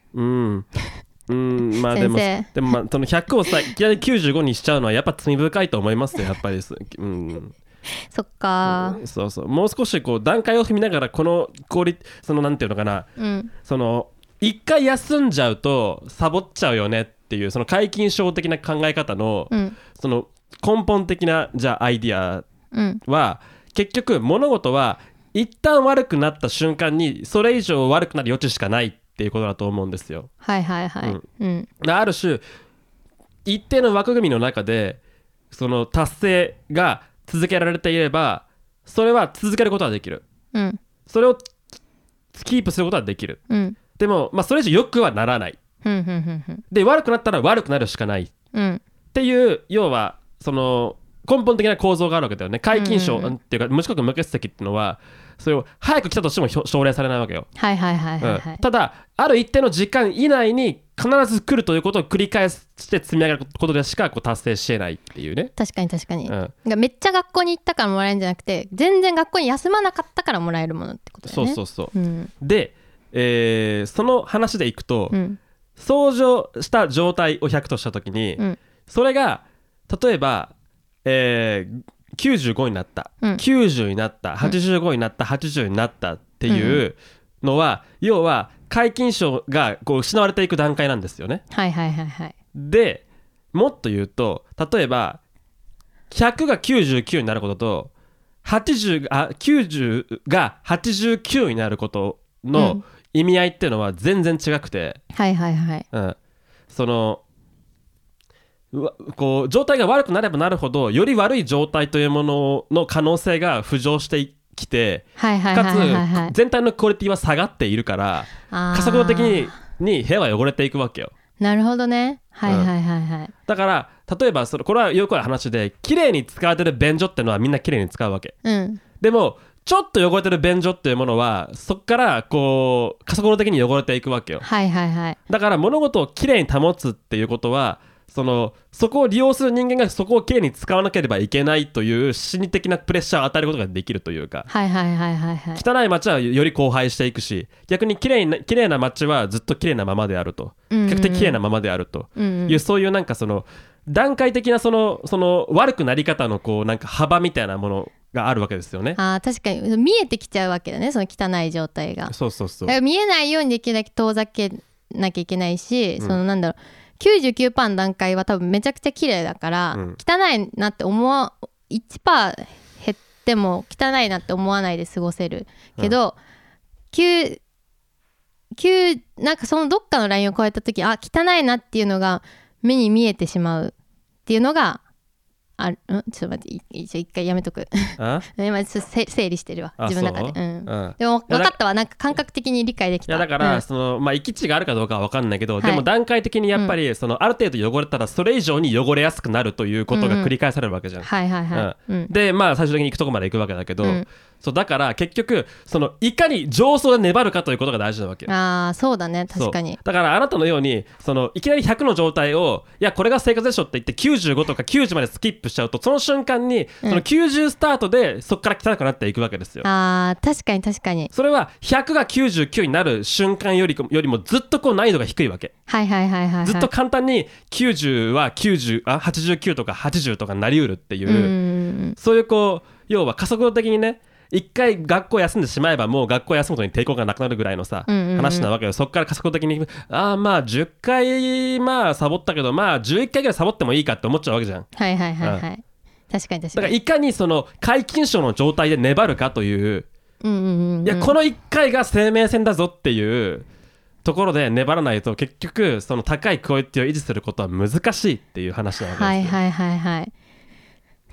まあでもまあその100をさいきなり95にしちゃうのはやっぱ罪深いと思いますね、やっぱりそっか、 そうそう、もう少しこう段階を踏みながらこのそのなんていうのかな、その一回休んじゃうとサボっちゃうよねっていうその皆勤賞的な考え方の、その根本的なじゃあアイディアは、結局物事は一旦悪くなった瞬間にそれ以上悪くなる余地しかないっていうことだと思うんですよ。 はいはいはい、 ある種一定の枠組みの中でその達成が続けられていればそれは続けることはできる、それをキープすることはできる、でも、まあ、それ以上良くはならない、で悪くなったら悪くなるしかない、っていう要はその根本的な構造があるわけだよね。皆勤賞っていうか無資格無欠席っていうのはそれを早く来たとしても奨励されないわけよ。ただある一定の時間以内に必ず来るということを繰り返して積み上げることでしかこう達成しえないっていうね。 確かに、めっちゃ学校に行ったからもらえるんじゃなくて全然学校に休まなかったからもらえるものってことだよね。 そう、で、その話でいくと、掃除した状態を100としたときに、それが例えば、95になった、90になった、85になった、80になったっていうのは、要は皆勤賞がこう失われていく段階なんですよね。でもっと言うと例えば100が99になることと90が89になることの意味合いっていうのは全然違くて、そのこう状態が悪くなればなるほどより悪い状態というものの可能性が浮上してきて、かつ全体のクオリティは下がっているから加速度的に部屋は汚れていくわけよ。 なるほどね。 だから例えばこれはよくある話で綺麗に使われてる便所ってのはみんな綺麗に使うわけ、でもちょっと汚れてる便所っていうものはそこからこう加速度的に汚れていくわけよ。だから物事を綺麗に保つっていうことはそこを利用する人間がそこをきれいに使わなければいけないという心理的なプレッシャーを与えることができるというか、汚い街はより荒廃していくし逆にきれいな街はずっときれいなままであると、比較的きれいなままであるという、そういうなんかその段階的なその悪くなり方のこうなんか幅みたいなものがあるわけですよね。 確かに見えてきちゃうわけだね、その汚い状態が。 そうだから見えないようにできるだけ遠ざけなきゃいけないし、そのなんだろう99% の段階は多分めちゃくちゃ綺麗だから、汚いなって1% 減っても汚いなって思わないで過ごせるけど、なんかそのどっかのラインを越えた時汚いなっていうのが目に見えてしまうっていうのがちょっと待って、一回やめとく今ちょっと整理してるわ自分の中で。でも分かったわ、なんか感覚的に理解できた。 いやだから、行き地があるかどうかは分かんないけど、でも段階的にやっぱり、ある程度汚れたらそれ以上に汚れやすくなるということが繰り返されるわけじゃん。でまあ最終的に行くとこまで行くわけだけど、そうだから結局いかに上層が粘るかということが大事なわけよ。 そうだね、確かに。 だからあなたのようにいきなり100の状態をいやこれが生活でしょって言って95とか90までスキップしちゃうとその瞬間に90スタートでそこから汚くなっていくわけですよ。 確かにそれは100が99になる瞬間よりもずっとこう難易度が低いわけ。ずっと簡単に90は89とか80とかなりうるっていう、そういうこう要は加速度的にね一回学校休んでしまえばもう学校休むことに抵抗がなくなるぐらいのさ、話なわけよ。そこから加速度的にまあ10回サボったけど11回ぐらいサボってもいいかって思っちゃうわけじゃん。 確かに。 だからいかに皆勤賞の状態で粘るかという、いやこの1回が生命線だぞっていうところで粘らないと結局高いクオリティを維持することは難しいっていう話なわけですよ。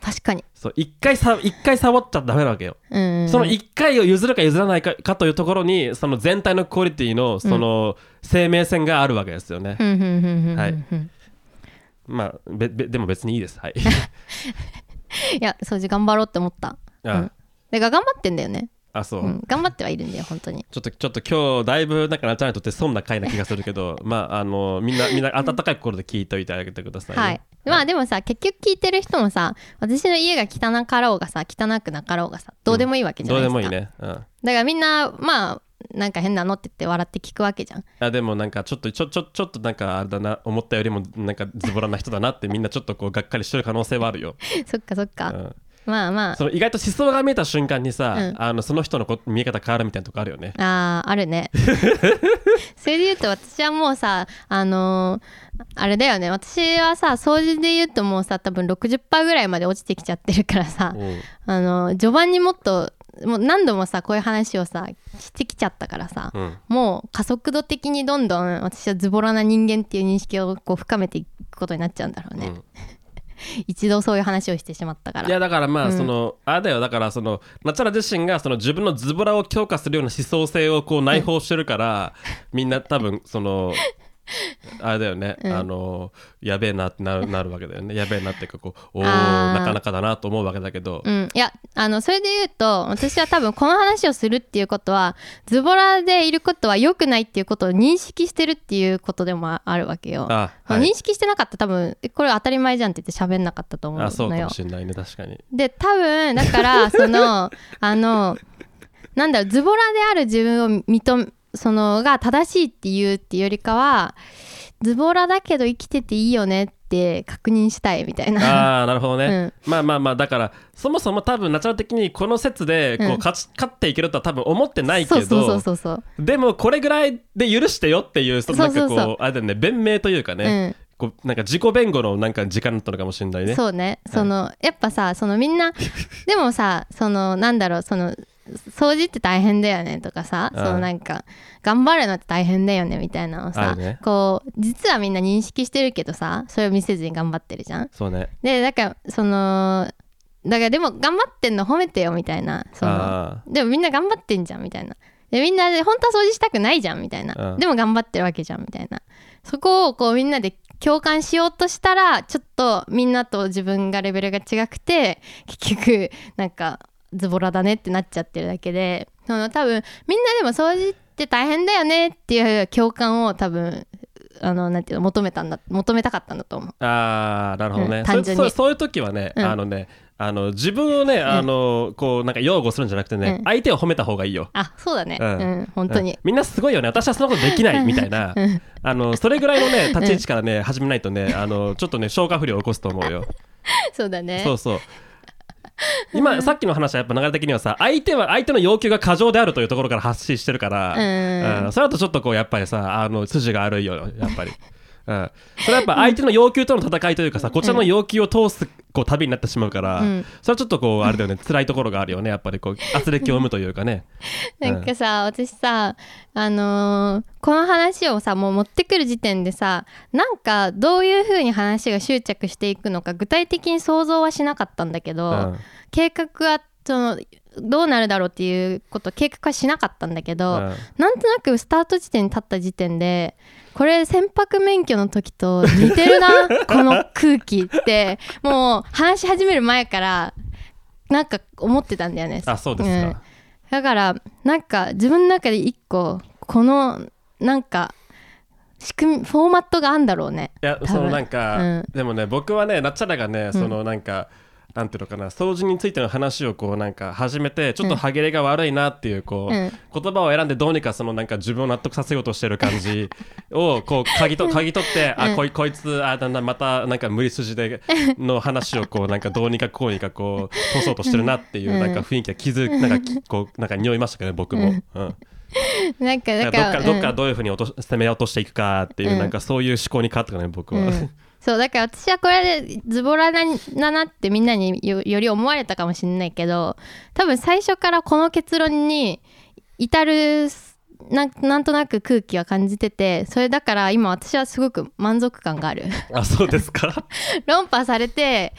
確かに。 そう一回サボっちゃダメなわけよ、その1回を譲るか譲らないかというところにその全体のクオリティのその生命線があるわけですよね。はい。まあでも別にいいです。はい。 いや掃除頑張ろうって思った。で頑張ってんだよね。 あ、そう、 頑張ってはいるんだよ本当に。ちょっと今日だいぶなんかなっちゃんにとって損な回な気がするけどまあみんな温かい心で聞いておいてあげてくださいね。はい。 まあでもさ結局聞いてる人もさ私の家が汚かろうがさ汚くなかろうがさどうでもいいわけじゃないですか、 どうでもいいね、だからみんなまあなんか変なのって言って笑って聞くわけじゃん。 あでもなんかちょっとなんかあれだな思ったよりもなんかズボラな人だなってみんなちょっとこうがっかりしてる可能性はあるよ。 そっか、まあその意外と思想が見えた瞬間にさ、その人の見え方変わるみたいなとこあるよね。 あるね。それで言うと私はもうさあれだよね。私はさ掃除で言うともうさ多分 60% ぐらいまで落ちてきちゃってるからさ、序盤にもっともう何度もさこういう話をさしてきちゃったからさ、もう加速度的にどんどん私はズボラな人間っていう認識をこう深めていくことになっちゃうんだろうね。一度そういう話をしてしまったから。 いやだからまあその、あれだよだからそのナチャラ自身がその自分のズボラを強化するような思想性をこう内包してるから、みんな多分そのあれだよね、やべえなってなるわけだよね。やべえなっていうかこうなかなかだなと思うわけだけど、 いやそれで言うと私は多分この話をするっていうことはズボラでいることは良くないっていうことを認識してるっていうことでもあるわけよ。認識してなかったら多分これ当たり前じゃんって言って喋んなかったと思うのよ。 そうかもしれないね。確かに。 で多分だからそのなんだろうズボラである自分をそのが正しいっていうよりかはズボラだけど生きてていいよねって確認したいみたいな。 なるほどね、まあだからそもそも多分ナチュラル的にこの説でこう勝っていけるとは多分思ってないけど、でもこれぐらいで許してよっていうそのなんかこうあれだよね弁明というかね、こうなんか自己弁護のなんか時間だったのかもしれないね。 そうね、やっぱさそのみんなでもさなんだろう掃除って大変だよねとかさ、なんか頑張るのって大変だよねみたいなのをさ、こう実はみんな認識してるけどさそれを見せずに頑張ってるじゃん。 そうね。 でだからでも頑張ってんの褒めてよみたいな、でもみんな頑張ってんじゃんみたいな、でみんな本当は掃除したくないじゃんみたいな、でも頑張ってるわけじゃんみたいな、そこをこうみんなで共感しようとしたらちょっとみんなと自分がレベルが違くて結局なんかズボラだねってなっちゃってるだけで、多分みんなでも掃除って大変だよねっていう共感を多分なんていうの求めたかったんだと思う。 なるほどね、 単純にそういう時はね、自分をねこうなんか擁護するんじゃなくてね、相手を褒めた方がいいよ。 そうだね、本当に、 みんなすごいよね、私はそんなことできないみたいなそれぐらいのね立ち位置からね始めないとねちょっとね消化不良を起こすと思うよ。 そうだね。 そう今さっきの話はやっぱ流れ的にはさ相手の要求が過剰であるというところから発信してるから、それだとちょっとこうやっぱりさ筋が悪いよやっぱり、それはやっぱ相手の要求との戦いというかさ、こちらの要求を通すこう旅になってしまうから、それはちょっとこうあれだよね辛いところがあるよねやっぱりこう圧力を生むというかね。 なんかさ私さこの話をさもう持ってくる時点でさなんかどういう風に話が執着していくのか具体的に想像はしなかったんだけど、計画はどうなるだろうっていうこと計画はしなかったんだけど、なんとなくスタート地点に立った時点でこれ船舶免許の時と似てるなこの空気ってもう話し始める前からなんか思ってたんだよね。 そうですか、 だからなんか自分の中で一個このなんか仕組みフォーマットがあるんだろうね。 いやなんか、でもね僕はねナッチャラがねなんかなんていうのかな掃除についての話をこうなんか始めてちょっと歯切れが悪いなっていうこう、言葉を選んでどうにかなんか自分を納得させようとしてる感じをこう嗅ぎ取ってこいつまたなんか無理筋での話をこうなんかどうにかこうにかこう通そうとしてるなっていうなんか雰囲気がなんか匂いましたけどね僕も。 なんかだからどっからどういうふうに攻め落としていくかっていうなんかそういう思考に変わったかね僕は。 そうだから私はこれでズボラだなってみんなにより思われたかもしれないけど、多分最初からこの結論に至るなんとなく空気は感じてて、それだから今私はすごく満足感がある。 そうですか。 論破されて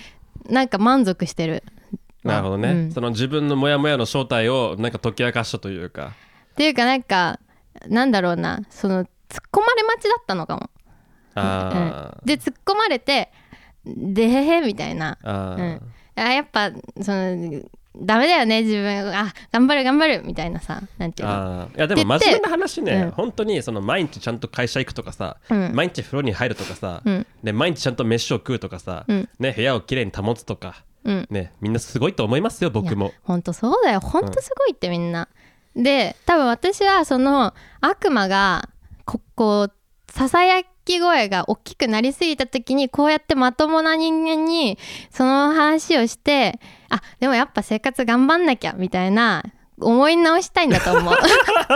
なんか満足してる。 なるほどね、その自分のモヤモヤの正体をなんか解き明かしたというかっていうかなんかなんだろうな、その突っ込まれ待ちだったのかも。で突っ込まれてでへへみたいな、やっぱそのダメだよね自分、頑張るみたいなさ、なんていうの。 いやでも真面目な話ね、本当にその毎日ちゃんと会社行くとかさ、毎日風呂に入るとかさ、で毎日ちゃんと飯を食うとかさ、ね、部屋をきれいに保つとか、ね、みんなすごいと思いますよ僕も。 本当そうだよ、本当すごいってみんな。で多分私はその悪魔がこうささやき声が大きくなりすぎた時にこうやってまともな人間にその話をして、でもやっぱ生活頑張んなきゃみたいな思い直したいんだと思う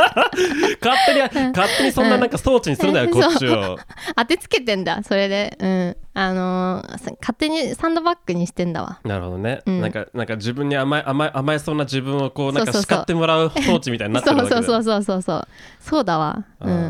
勝手にそんななんか装置にするんだよ、こっちを当てつけてんだそれで、勝手にサンドバッグにしてんだわ。 なるほどね、なんか自分に甘えそうな自分をこうなんか叱ってもらう装置みたいになってるわけだよ。 そうだわ、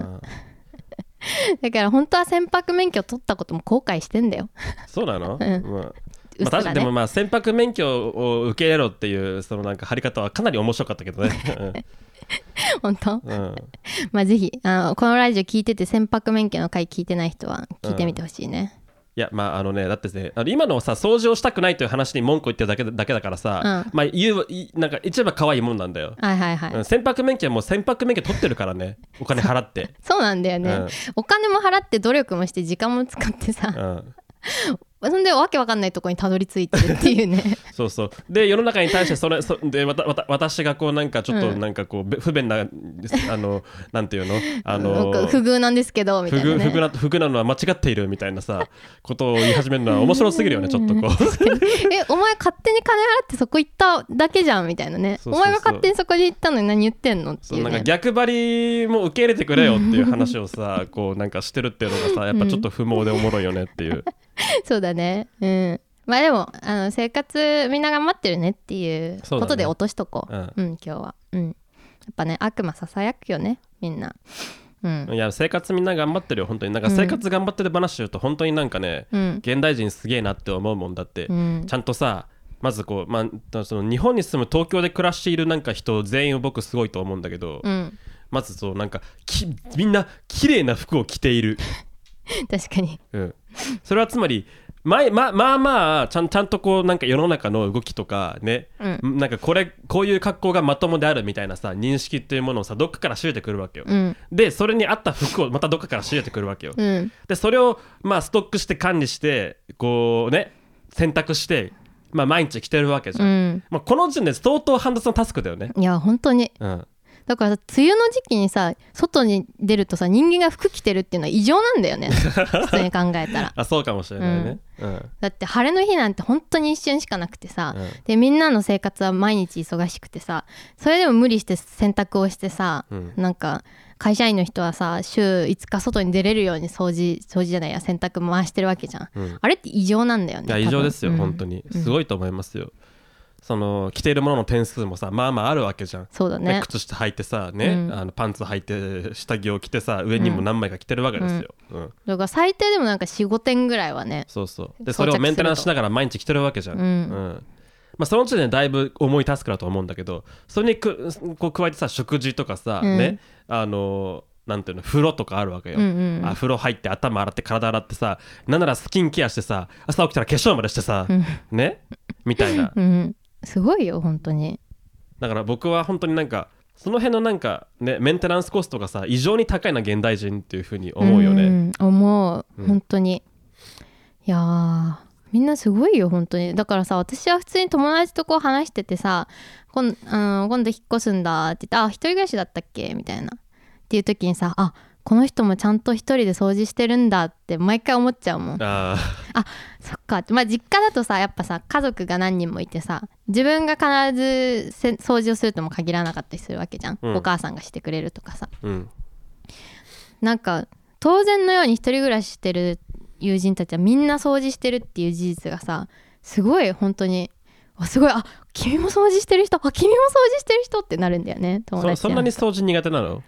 だから本当は船舶免許取ったことも後悔してんだよ。 そうなの？確かにでも船舶免許を受け入れろっていうそのなんか張り方はかなり面白かったけどね本当？ぜひこのラジオ聞いてて船舶免許の回聞いてない人は聞いてみてほしいね。いやだってね今のさ掃除をしたくないという話に文句を言ってるだけだからさ、なんか一番可愛いもんなんだよ。船舶免許はもう船舶免許取ってるからねお金払ってそうなんだよね、お金も払って努力もして時間も使ってさ、そんでわけわかんないとこにたどり着いてるっていうねそうで世の中に対してで私がこうなんかちょっとなんかこう不便ななんていうの不遇なんですけどみたいな、ね、 不遇なのは間違っているみたいなさことを言い始めるのは面白すぎるよねちょっとこうお前勝手に金払ってそこ行っただけじゃんみたいなね。お前が勝手にそこで行ったのに何言ってんのっていう、ね、 なんか逆張りも受け入れてくれよっていう話をさこうなんかしてるっていうのがさやっぱちょっと不毛でおもろいよねっていうそうだね、でも生活みんな頑張ってるねっていうことで落としとこう、今日は、やっぱね悪魔ささやくよねみんな、いや生活みんな頑張ってるよ本当に。なんか生活頑張ってる話言うと本当になんかね、現代人すげえなって思うもんだって、ちゃんとさまずこう、その日本に住む東京で暮らしているなんか人全員を僕すごいと思うんだけど、まずそうなんかみんな綺麗な服を着ている確かに、 それはつまりまあちゃんとこうなんか世の中の動きとかね、なんかこういう格好がまともであるみたいなさ認識っていうものをさどっかから仕入れてくるわけよ、でそれに合った服をまたどっかから仕入れてくるわけよ、でそれをストックして管理してこうね洗濯して毎日着てるわけじゃん、この時点で相当煩雑なタスクだよね。 いや本当に、だから梅雨の時期にさ外に出るとさ人間が服着てるっていうのは異常なんだよね普通に考えたらそうかもしれないね、 だって晴れの日なんて本当に一瞬しかなくてさ、でみんなの生活は毎日忙しくてさそれでも無理して洗濯をしてさ、なんか会社員の人はさ週5日外に出れるように掃除じゃないや洗濯回してるわけじゃん、あれって異常なんだよね。 いや異常ですよ、本当にすごいと思いますよ。その着ているものの点数もさあるわけじゃん。 そうだね。 靴下履いてさね、パンツ履いて下着を着てさ上にも何枚か着てるわけですよ、 だから最低でもなんか 4,5 点ぐらいはね。 そうでそれをメンテナンスしながら毎日着てるわけじゃん、その時点でだいぶ重いタスクだと思うんだけどそれにこう加えてさ食事とかさ、ねなんていうの風呂とかあるわけよ、風呂入って頭洗って体洗ってさなんならスキンケアしてさ朝起きたら化粧までしてさ、ねみたいな、 すごいよ本当に。 だから僕は本当になんかその辺のなんかねメンテナンスコストがさ異常に高いな現代人っていう風に思うよね。 思う本当に、いやみんなすごいよ本当に。だからさ私は普通に友達とこう話しててさ今度引っ越すんだって言って一人暮らしだったっけみたいなっていう時にさこの人もちゃんと一人で掃除してるんだって毎回思っちゃうもん。そっかって。実家だとさやっぱさ家族が何人もいてさ自分が必ず掃除をするとも限らなかったりするわけじゃん、お母さんがしてくれるとかさ、なんか当然のように一人暮らししてる友人たちはみんな掃除してるっていう事実がさすごい本当にすごい君も掃除してる人君も掃除してる人ってなるんだよね。友達そんなに掃除苦手なの？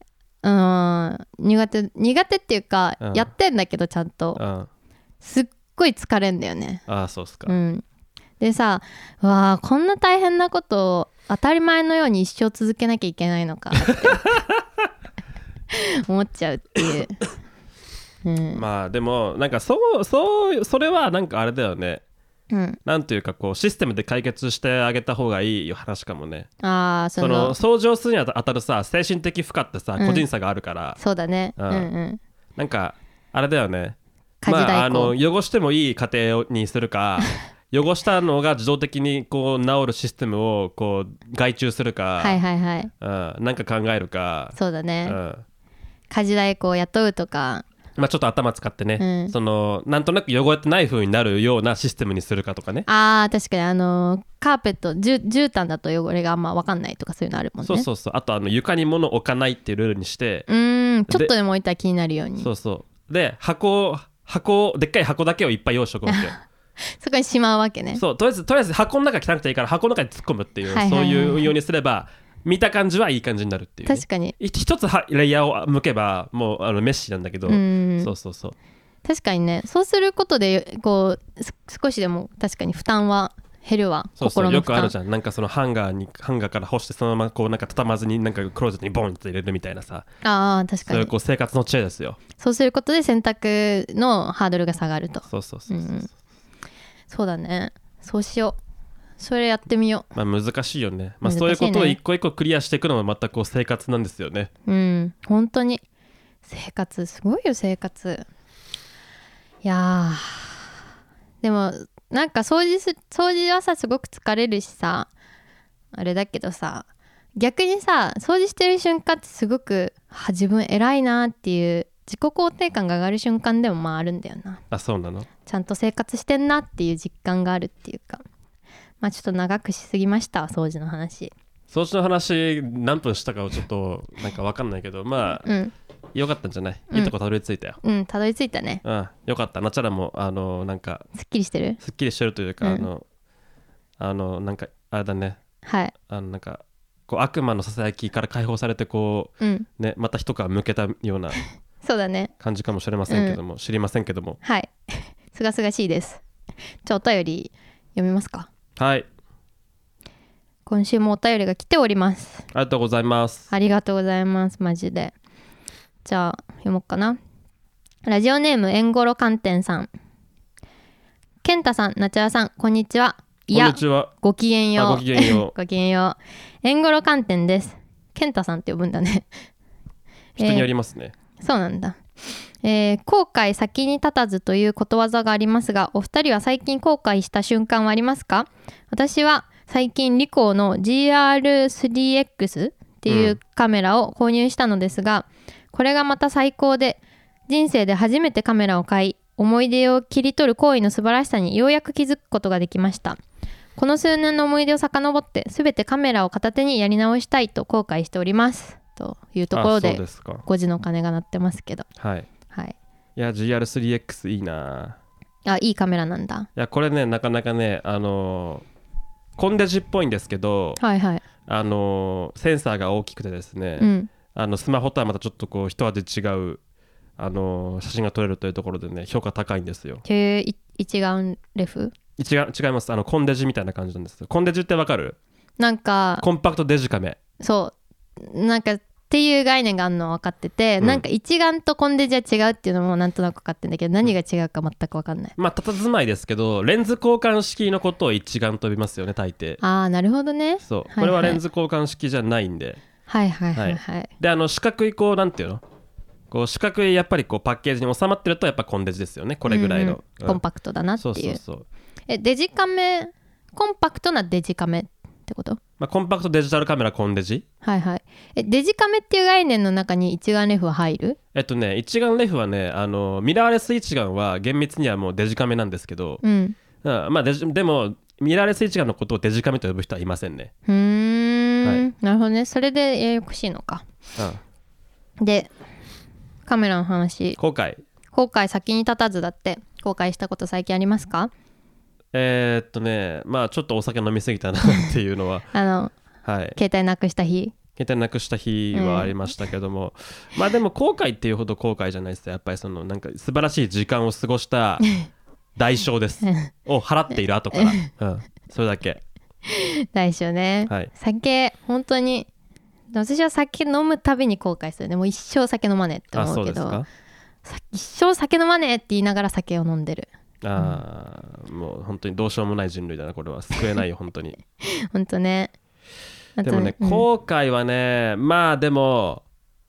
苦手っていうか、やってんだけどちゃんと、すっごい疲れんだよね。 ああそうっすか。 でさ、わあこんな大変なことを当たり前のように一生続けなきゃいけないのかって思っちゃうっていうまあでもなんかそれはなんかあれだよね、なんていうかこうシステムで解決してあげた方がいい話かもね。その掃除をするにあたるさ精神的負荷ってさ、個人差があるから。 そうだね。 なんかあれだよね、 家事代行、 汚してもいい家庭にするか汚したのが自動的にこう治るシステムをこう外注するか、なんか考えるか。 そうだね、家事代行を雇うとか、 まあ、ちょっと頭使ってね、そのなんとなく汚れてない風になるようなシステムにするかとかね。 あー確かにカーペット絨毯だと汚れがあんま分かんないとかそういうのあるもんね。 そうあと床に物置かないっていうルールにして、 ちょっとでも置いたら気になるように。 そうで箱でっかい箱だけをいっぱい用意しとくわけよそこにしまうわけね。 そうとりあえず箱の中汚くていいから箱の中に突っ込むっていう、そういう運用にすれば見た感じはいい感じになるっていう、ね、 確かに一つレイヤーを向けばもうメッシなんだけど、そう確かにね。そうすることでこう少しでも確かに負担は減るわ。心の負担。 よくあるじゃん、なんかそのハンガーから干してそのままこうなんか畳まずになんかクローゼットにボンって入れるみたいなさ。 あー確かにそういうこう生活の知恵ですよ。 そうすることで洗濯のハードルが下がると。そうだね。そうしよう。それやってみよう。 まあ難しいよね。まあそういうことを一個一個クリアしていくのもまたこう生活なんですよね。 本当に生活すごいよ生活。いやでもなんか掃除はさすごく疲れるしさあれだけどさ、逆にさ掃除してる瞬間ってすごく自分偉いなっていう自己肯定感が上がる瞬間でもまああるんだよな。 あ、そうなの？ ちゃんと生活してんなっていう実感があるっていうか。まあちょっと長くしすぎました掃除の話。 掃除の話何分したかをちょっとなんか分かんないけど、まあ、よかったんじゃない？いいとこたどり着いたよ。 たどり着いたね。 よかった。ナチャラもなんかすっきりしてる？ すっきりしてるというか、なんかあれだね。なんかこう悪魔のささやきから解放されてこう、ね、また一皮むけたようなそうだね。 感じかもしれませんけども、知りませんけども。 はいすがすがしいです。じゃあお便り読みますか。 はい、 今週もお便りが来ております。 ありがとうございます。 ありがとうございます。マジで。じゃあ読もうかな。ラジオネームえんごろ寒天さん。健太さん、なちゃらさん、こんにちは。いや、 こんにちは。 ごきげんよう。 ごきげんよう。 ごきげんよう。えんごろ寒天です。健太さんって呼ぶんだね人によりますね。 そうなんだ。後悔先に立たずということわざがありますが、お二人は最近後悔した瞬間はありますか？私は最近リコーの GR3X っていうカメラを購入したのですが、これがまた最高で、人生で初めてカメラを買い、思い出を切り取る行為の素晴らしさにようやく気づくことができました。この数年の思い出を遡って全てカメラを片手にやり直したいと後悔しておりますというところで、5時の鐘が鳴ってますけど、 いや GR3X いいな。 いいカメラなんだ。 いやこれねなかなかねコンデジっぽいんですけど、センサーが大きくてですね、スマホとはまたちょっとこう一味違う写真が撮れるというところでね評価高いんですよ。 一眼レフ？ 違います。コンデジみたいな感じなんです。コンデジってわかる？なんかコンパクトデジカメ。 そうなんかっていう概念があるのは分かってて、なんか一眼とコンデジは違うっていうのもなんとなく分かってるんだけど、何が違うか全く分かんない。 まあ佇まいですけど、レンズ交換式のことを一眼と呼びますよね大抵。 なるほどね。 そう、これはレンズ交換式じゃないんで。で四角いこうなんていうの、こう四角いやっぱりこうパッケージに収まってるとやっぱコンデジですよね。これぐらいの、 コンパクトだなっていう。デジカメ、コンパクトなデジカメってこと？ コンパクトデジタルカメラコンデジ。 デジカメっていう概念の中に一眼レフは入る？ 一眼レフはねミラーレス一眼は厳密にはもうデジカメなんですけど、でもミラーレス一眼のことをデジカメと呼ぶ人はいませんね。 なるほどね。それでややこしいのか。でカメラの話。後悔先に立たずだって。後悔したこと最近ありますか？ まあちょっとお酒飲みすぎたなっていうのは携帯なくした日はありましたけども、まあでも後悔っていうほど後悔じゃないですよ。やっぱりそのなんか素晴らしい時間を過ごした代償ですを払っている後から、うん、それだけ代償ね、はい、酒本当に私は酒飲むたびに後悔するね。もう一生酒飲まねえって思うけど、一生酒飲まねえって言いながら酒を飲んでる。 もう本当にどうしようもない人類だなこれは。救えないよ本当に本当ね。 でもね、後悔はね、まあでも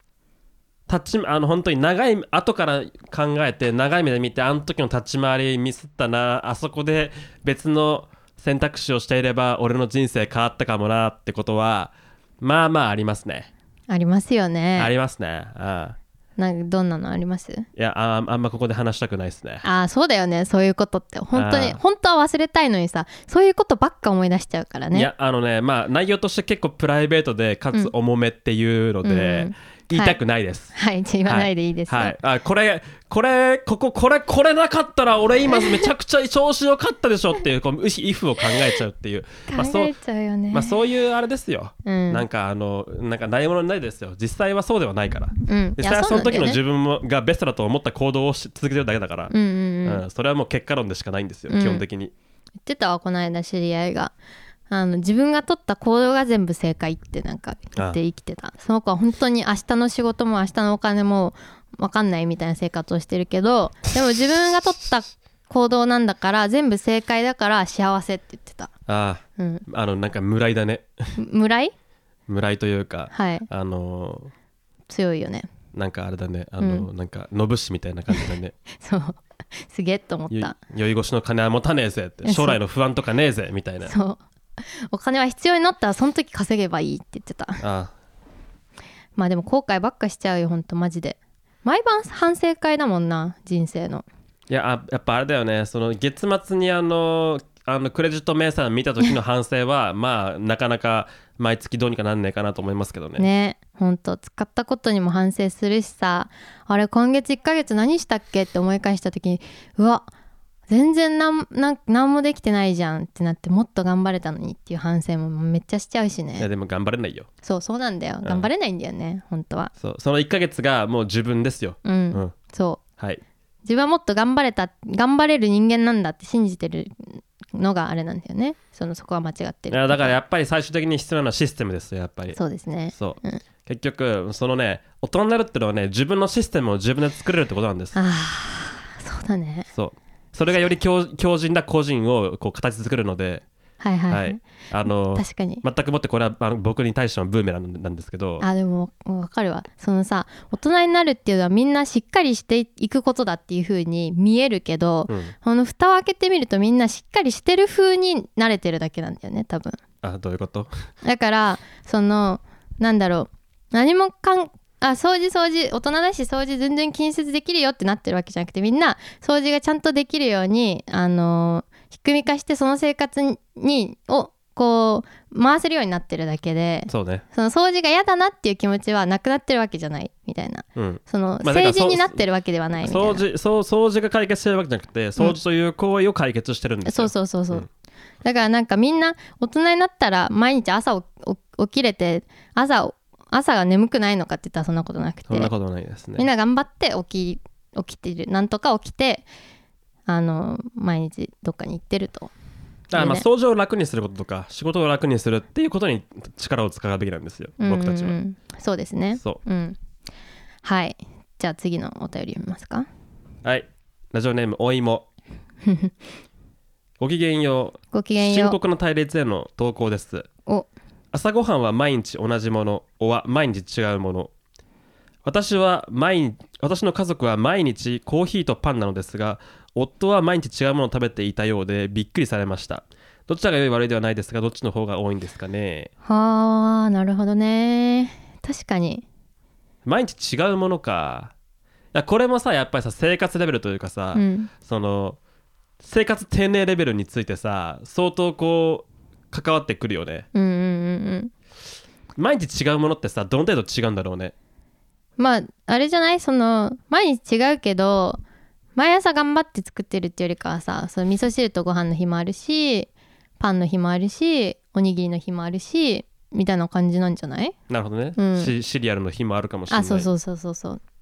本当に長い後から考えて長い目で見てあの時の立ち回りミスったな、あそこで別の選択肢をしていれば俺の人生変わったかもなってことはまあまあありますね。 ありますよね。 ありますね。 なんかどんなのあります？ いやあんまここで話したくないですね。 そうだよね。そういうことって本当に本当は忘れたいのにさ、そういうことばっか思い出しちゃうからね。 いやまあ内容として結構プライベートでかつ重めっていうので、言いたくないです。 はい、言わないでいいですよ。 はい、これなかったら俺今めちゃくちゃ調子よかったでしょっていうイフを考えちゃうっていう。 考えちゃうよね。 まあそういうあれですよ。なんかないものないですよ。実際はそうではないから。実際はその時の自分がベストだと思った行動を続けてるだけだから。それはもう結果論でしかないんですよ。基本的に。 言ってたわこの間知り合いが。自分が取った行動が全部正解ってなんか言って生きてた。その子は本当に明日の仕事も明日のお金も分かんないみたいな生活をしてるけど、でも自分が取った行動なんだから全部正解だから幸せって言ってた。 なんか無頼だね。 無頼というか、 はい、強いよね。 なんかあれだね、なんかのぶしみたいな感じだね。 そうすげえと思った。 酔い越しの金は持たねえぜって、将来の不安とかねえぜみたいな。 そうお金は必要になったらその時稼げばいいって言ってた。まあでも後悔ばっかしちゃうよほんとマジで。毎晩反省会だもんな人生の。 いややっぱあれだよね、その月末にクレジット明細見た時の反省はまあなかなか毎月どうにかなんねえかなと思いますけどね。ね、 ほんと使ったことにも反省するしさ、あれ今月1ヶ月何したっけって思い返した時に、うわ全然なんもできてないじゃんってなって、もっと頑張れたのにっていう反省もめっちゃしちゃうしね。 いやでも頑張れないよ。 そうなんだよ、頑張れないんだよね本当は。 その1ヶ月がもう自分ですよ。 そう、 はい、 自分はもっと頑張れる人間なんだって信じてるのがあれなんだよね。そこは間違ってる。 いやだからやっぱり最終的に必要なのはシステムですよやっぱり。 そうですね。 そう、結局そのね大人になるってのはね自分のシステムを自分で作れるってことなんです。 そうだね。 それがより強靭な個人をこう形作るので、確かに全くもってこれは僕に対してのブーメランなんですけど。 でも分かるわ。大人になるっていうのはみんなしっかりしていくことだっていう風に見えるけど、蓋を開けてみるとみんなしっかりしてる風に慣れてるだけなんだよね多分。 どういうこと？ だからなんだろう、何も掃除大人だし掃除全然気にせずできるよってなってるわけじゃなくて、みんな掃除がちゃんとできるように仕組み化してその生活をこう回せるようになってるだけで、 そうね、 その掃除が嫌だなっていう気持ちはなくなってるわけじゃないみたいな、成人になってるわけではないみたいな。 掃除が解決してるわけじゃなくて、掃除という行為を解決してるんですよ。 そう、だからなんかみんな大人になったら毎日朝起きれて朝が眠くないのかって言ったらそんなことなくて、 そんなことないですね。 みんな頑張って起きてる、なんとか起きて毎日どっかに行ってると。 だから掃除を楽にすることとか仕事を楽にするっていうことに力を使うべきなんですよ、僕たちは。 そうですね。 そう、 はい、じゃあ次のお便り読みますか。 はい、ラジオネームおいもごきげんよう。深刻な対立への投稿です。朝ごはんは毎日同じもの、おは毎日違うもの。私の家族は毎日コーヒーとパンなのですが、夫は毎日違うものを食べていたようでびっくりされました。どちらが良い悪いではないですが、どっちの方が多いんですかね。 はあ、なるほどね。確かに毎日違うものか。いやこれもさ、やっぱりさ、生活レベルというかさ、生活丁寧レベルについてさ、相当こう関わってくるよね。毎日違うものってさ、どの程度違うんだろうね。 まああれじゃない、毎日違うけど毎朝頑張って作ってるっていうよりかはさ、味噌汁とご飯の日もあるし、パンの日もあるし、おにぎりの日もあるしみたいな感じなんじゃない？ なるほどね、シリアルの日もあるかもしれない。 そう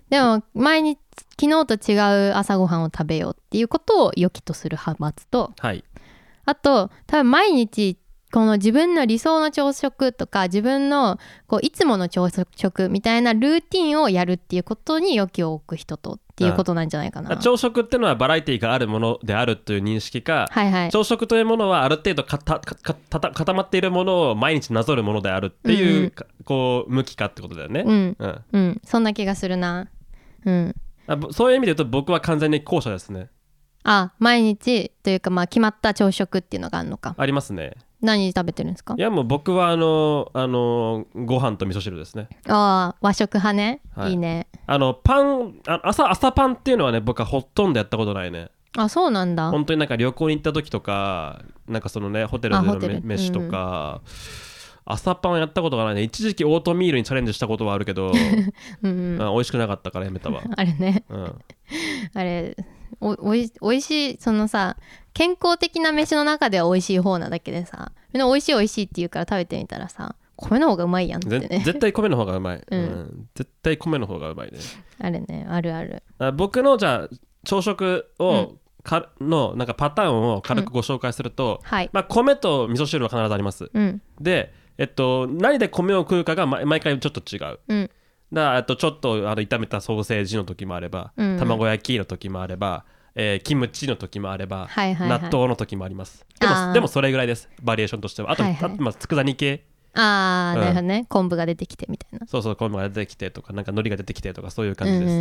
でも毎日昨日と違う朝ごはんを食べようっていうことを良きとする派閥と、 はい、 あと多分毎日この自分の理想の朝食とか自分のこういつもの朝食みたいなルーティンをやるっていうことに良きを置く人とっていうことなんじゃないかな。 朝食ってのはバラエティがあるものであるという認識か、 はいはい、 朝食というものはある程度固まっているものを毎日なぞるものであるっていう、うんうん、こう向きかってことだよね。 うんうん、うん、そんな気がするな。うん、 そういう意味で言うと僕は完全に後者ですね。 毎日というかまあ決まった朝食っていうのがあるのか。 ありますね。何食べてるんですか？ いやもう僕はご飯と味噌汁ですね。 和食派ね、はい、いいね。 朝パンっていうのはね僕はほとんどやったことないね。 そうなんだ。 本当になんか旅行に行った時とかなんかそのねホテルでの飯とか、朝パンやったことがないね。一時期オートミールにチャレンジしたことはあるけどうん、美味しくなかったからやめたわあれね、うん、あれおいしい、そのさ健康的な飯の中では美味しい方なだけでさ、みんな美味しいって言うから食べてみたらさ米の方がうまいやんってね。 絶対米の方がうまい、うんうん、絶対米の方がうまいね。 あれね、あるある。 僕のじゃあ朝食を、のなんかパターンを軽くご紹介すると、 はい、 まあ、米と味噌汁は必ずあります、で、何で米を食うかが毎回ちょっと違う、だちょっと炒めたソーセージの時もあれば、卵焼きの時もあれば、キムチの時もあれば、納豆の時もあります。でもそれぐらいです、バリエーションとしては。あと、佃煮系、 なるほどね、昆布が出てきてみたいな。 そう昆布が出てきてとかなんか海苔が出てきてとかそういう感じです、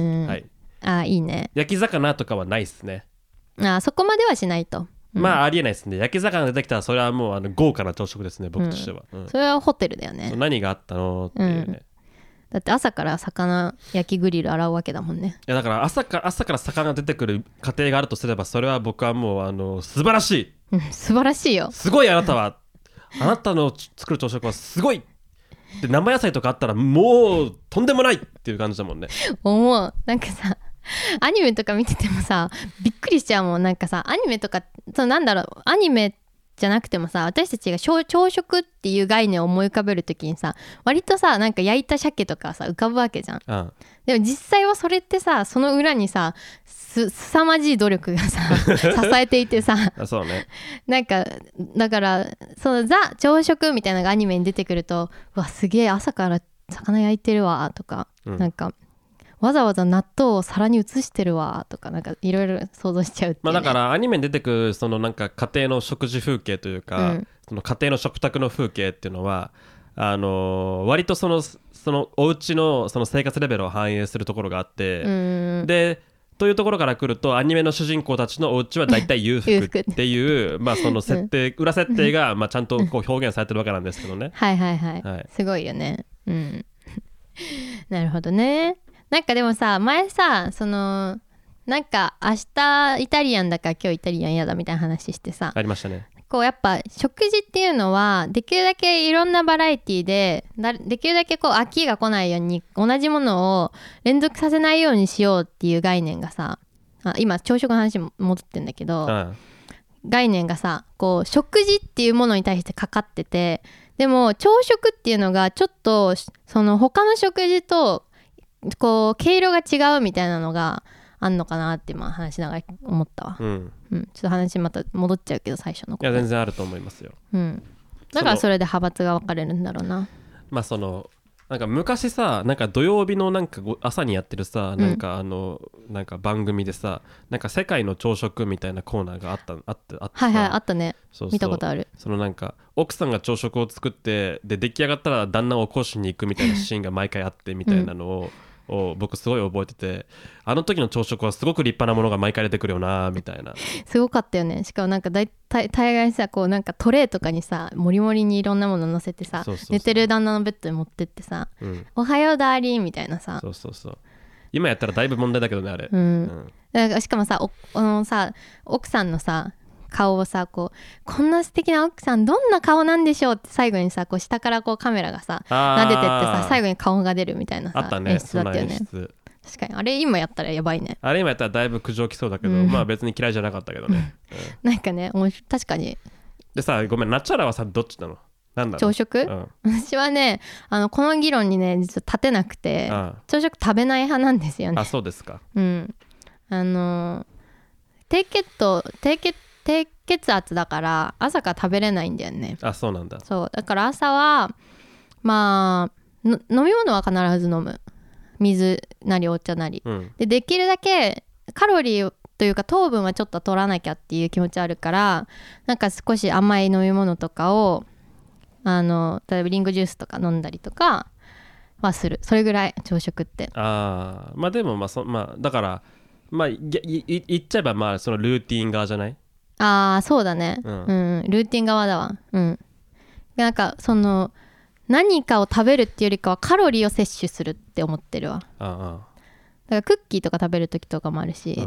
はい、 いいね。 焼き魚とかはないっすね。 そこまではしないと、 まあありえないですね。焼き魚出てきたらそれはもう豪華な朝食ですね、僕としては、 それはホテルだよね。 何があったのっていうね、 だって朝から魚焼きグリル洗うわけだもんね。 いやだから朝から魚が出てくる家庭があるとすればそれは僕はもう素晴らしい、 素晴らしいよ。 すごい、あなたの作る朝食はすごいで、生野菜とかあったらもうとんでもないっていう感じだもんね。 思う。なんかさアニメとか見ててもさびっくりしちゃうもん。なんかさアニメとかアニメじゃなくてもさ、私たちが朝食っていう概念を思い浮かべるときにさ割とさなんか焼いた鮭とかさ浮かぶわけじゃん、でも実際はそれってさその裏にさすさまじい努力がさ支えていてさそうね、 なんかだからそのザ朝食みたいなのがアニメに出てくると、うわすげえ朝から魚焼いてるわとか、なんかわざわざ納豆を皿に移してるわとかなんかいろいろ想像しちゃうっていう、ね。 だからアニメに出てくるそのなんか家庭の食事風景というか、その家庭の食卓の風景っていうのは割とそのお家のその生活レベルを反映するところがあって、でというところから来るとアニメの主人公たちのお家はだいたい裕福っていうまあその設定、裏設定がまあちゃんとこう表現されてるわけなんですけどね。 はいはいはい、すごいよね。なるほどね。なんかでもさ前さなんか明日イタリアンだから今日イタリアンやだみたいな話してさ、 ありましたね。 こうやっぱ食事っていうのはできるだけいろんなバラエティでできるだけこう飽きが来ないように同じものを連続させないようにしようっていう概念がさ、今朝食の話も戻ってんだけど、概念がさこう食事っていうものに対してかかってて、でも朝食っていうのがちょっとその他の食事とこう毛色が違うみたいなのがあんのかなって今話しながら思ったわ。ちょっと話また戻っちゃうけど最初のいや全然あると思いますよ。 だからそれで派閥が分かれるんだろうな。 まあなんか昔さなんか土曜日のなんか朝にやってるさなんかなんか番組でさなんか世界の朝食みたいなコーナーがあったはいはいあったね。見たことある。 なんか奥さんが朝食を作ってで出来上がったら旦那を起こしに行くみたいなシーンが毎回あってみたいなのを僕すごい覚えてて、あの時の朝食はすごく立派なものが毎回出てくるよなみたいな。 すごかったよね。しかもなんか大概さこうなんかトレーとかにさモリモリにいろんなもの乗せてさ、寝てる旦那のベッドに持ってってさ、おはようダーリンみたいなさ。 そう今やったらだいぶ問題だけどねあれ。 だからしかもさ奥さんのさ顔をさこんな素敵な奥さんどんな顔なんでしょうって最後にさこう下からこうカメラがさ撫でてってさ最後に顔が出るみたいなさ、演出だったよね。確かにあれ今やったらやばいね。 あれ今やったらだいぶ苦情きそうだけど、まあ別に嫌いじゃなかったけどね。 なんかね確かに。 でさごめんナチャラはさどっちなの？ なんだろう朝食、私はねこの議論にね実は立てなくて、朝食食べない派なんですよね。 あ、そうですか。 低血圧だから朝から食べれないんだよね。 あ、そうなんだ。 そうだから朝はまあ飲み物は必ず飲む。水なりお茶なり、できるだけカロリーというか糖分はちょっと取らなきゃっていう気持ちあるから、なんか少し甘い飲み物とかを例えばリンゴジュースとか飲んだりとかはする。それぐらい朝食って。 まあでもだから言っちゃえばそのルーティン側じゃない？ そうだね、ルーティン側だわ。なんかその何かを食べるっていうよりかはカロリーを摂取するって思ってるわ。だからクッキーとか食べる時とかもあるし、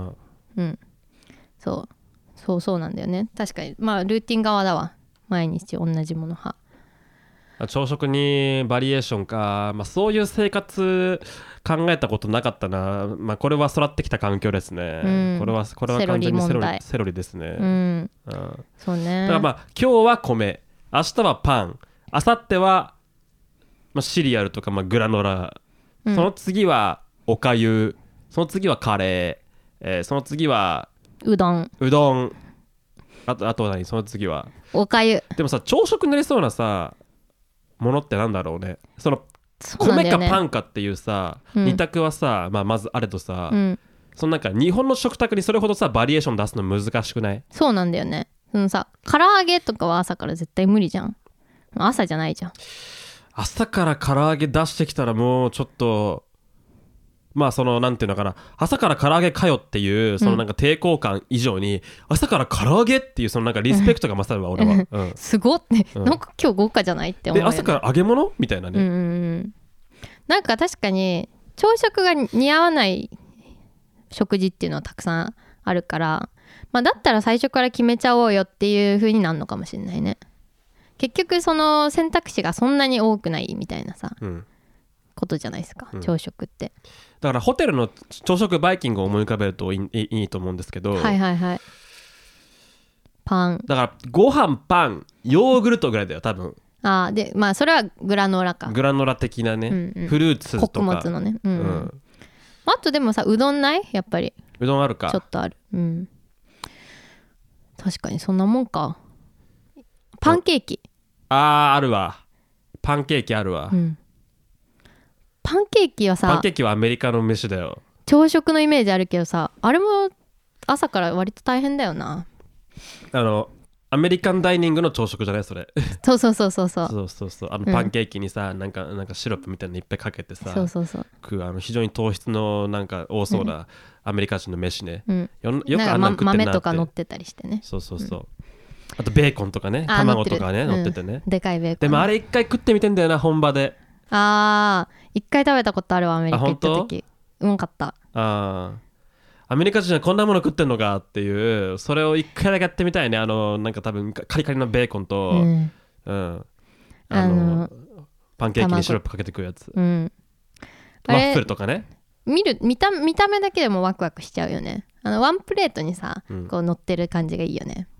そうなんだよね。確かにルーティン側だわ。毎日同じもの派。 朝食にバリエーションか、そういう生活考えたことなかったな。これは育ってきた環境ですね、これは完全にセロリですね、 そうね。 だから今日は米、明日はパン、明後日はシリアルとかグラノラ、その次はおかゆ、その次はカレー、その次はうどん、 あとは何、その次はおかゆ。 でもさ、朝食になりそうなさものってなんだろうね。その米かパンかっていうさ、二択はさ、まずあれとさ、そのなんか日本の食卓にそれほどさバリエーション出すの難しくない？そうなんだよね。そのさ、唐揚げとかは朝から絶対無理じゃん。朝じゃないじゃん。 朝から唐揚げ出してきたらもうちょっとそのなんていうのかな、朝から唐揚げかよっていうそのなんか抵抗感以上に、朝から唐揚げっていうそのなんかリスペクトが勝るわ、俺は、 すごって、なんか今日豪華じゃないって思うよね。 朝から揚げ物みたいなね、 なんか確かに朝食が似合わない食事っていうのはたくさんあるから、だったら最初から決めちゃおうよっていう風になるのかもしれないね。結局その選択肢がそんなに多くないみたいなさ、ことじゃないですか、朝食って。 だからホテルの朝食バイキングを思い浮かべるといいと思うんですけど、パンだからご飯、パン、ヨーグルトぐらいだよ多分。 でそれはグラノーラか。 グラノーラ的なね、フルーツとか穀物のね、あとでもさ、うどんない？やっぱりうどんあるか。 ちょっとある。確かにそんなもんか。パンケーキ。 あるわ。パンケーキあるわ、 パンケーキはさ、 パンケーキはアメリカの飯だよ。 朝食のイメージあるけどさ、あれも朝から割と大変だよな。 アメリカンダイニングの朝食じゃないそれ。 そうパンケーキにさ、なんかシロップみたいなのいっぱいかけてさ、食う非常に糖質のなんか多そうなアメリカ人の飯ね、よくあんな食ってんなって。 豆とか乗ってたりしてね。 あとベーコンとかね、卵とかね乗っててね、 でかいベーコン。 でもあれ一回食ってみてんだよな、本場で。 一回食べたことあるわ、アメリカ行った時。うまかった。 アメリカ人はこんなもの食ってんのかっていう、それを一回だけやってみたいね。なんか多分カリカリのベーコンと、パンケーキにシロップかけて食うやつ、ワッフルとかね。 見た目だけでもワクワクしちゃうよね。ワンプレートにさ、こう乗ってる感じがいいよね。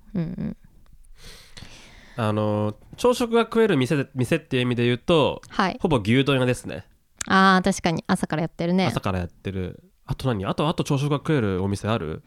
朝食が食える店っていう意味で言うと、ほぼ牛丼屋ですね。 確かに朝からやってるね。 朝からやってる。あと何？あと朝食が食えるお店ある？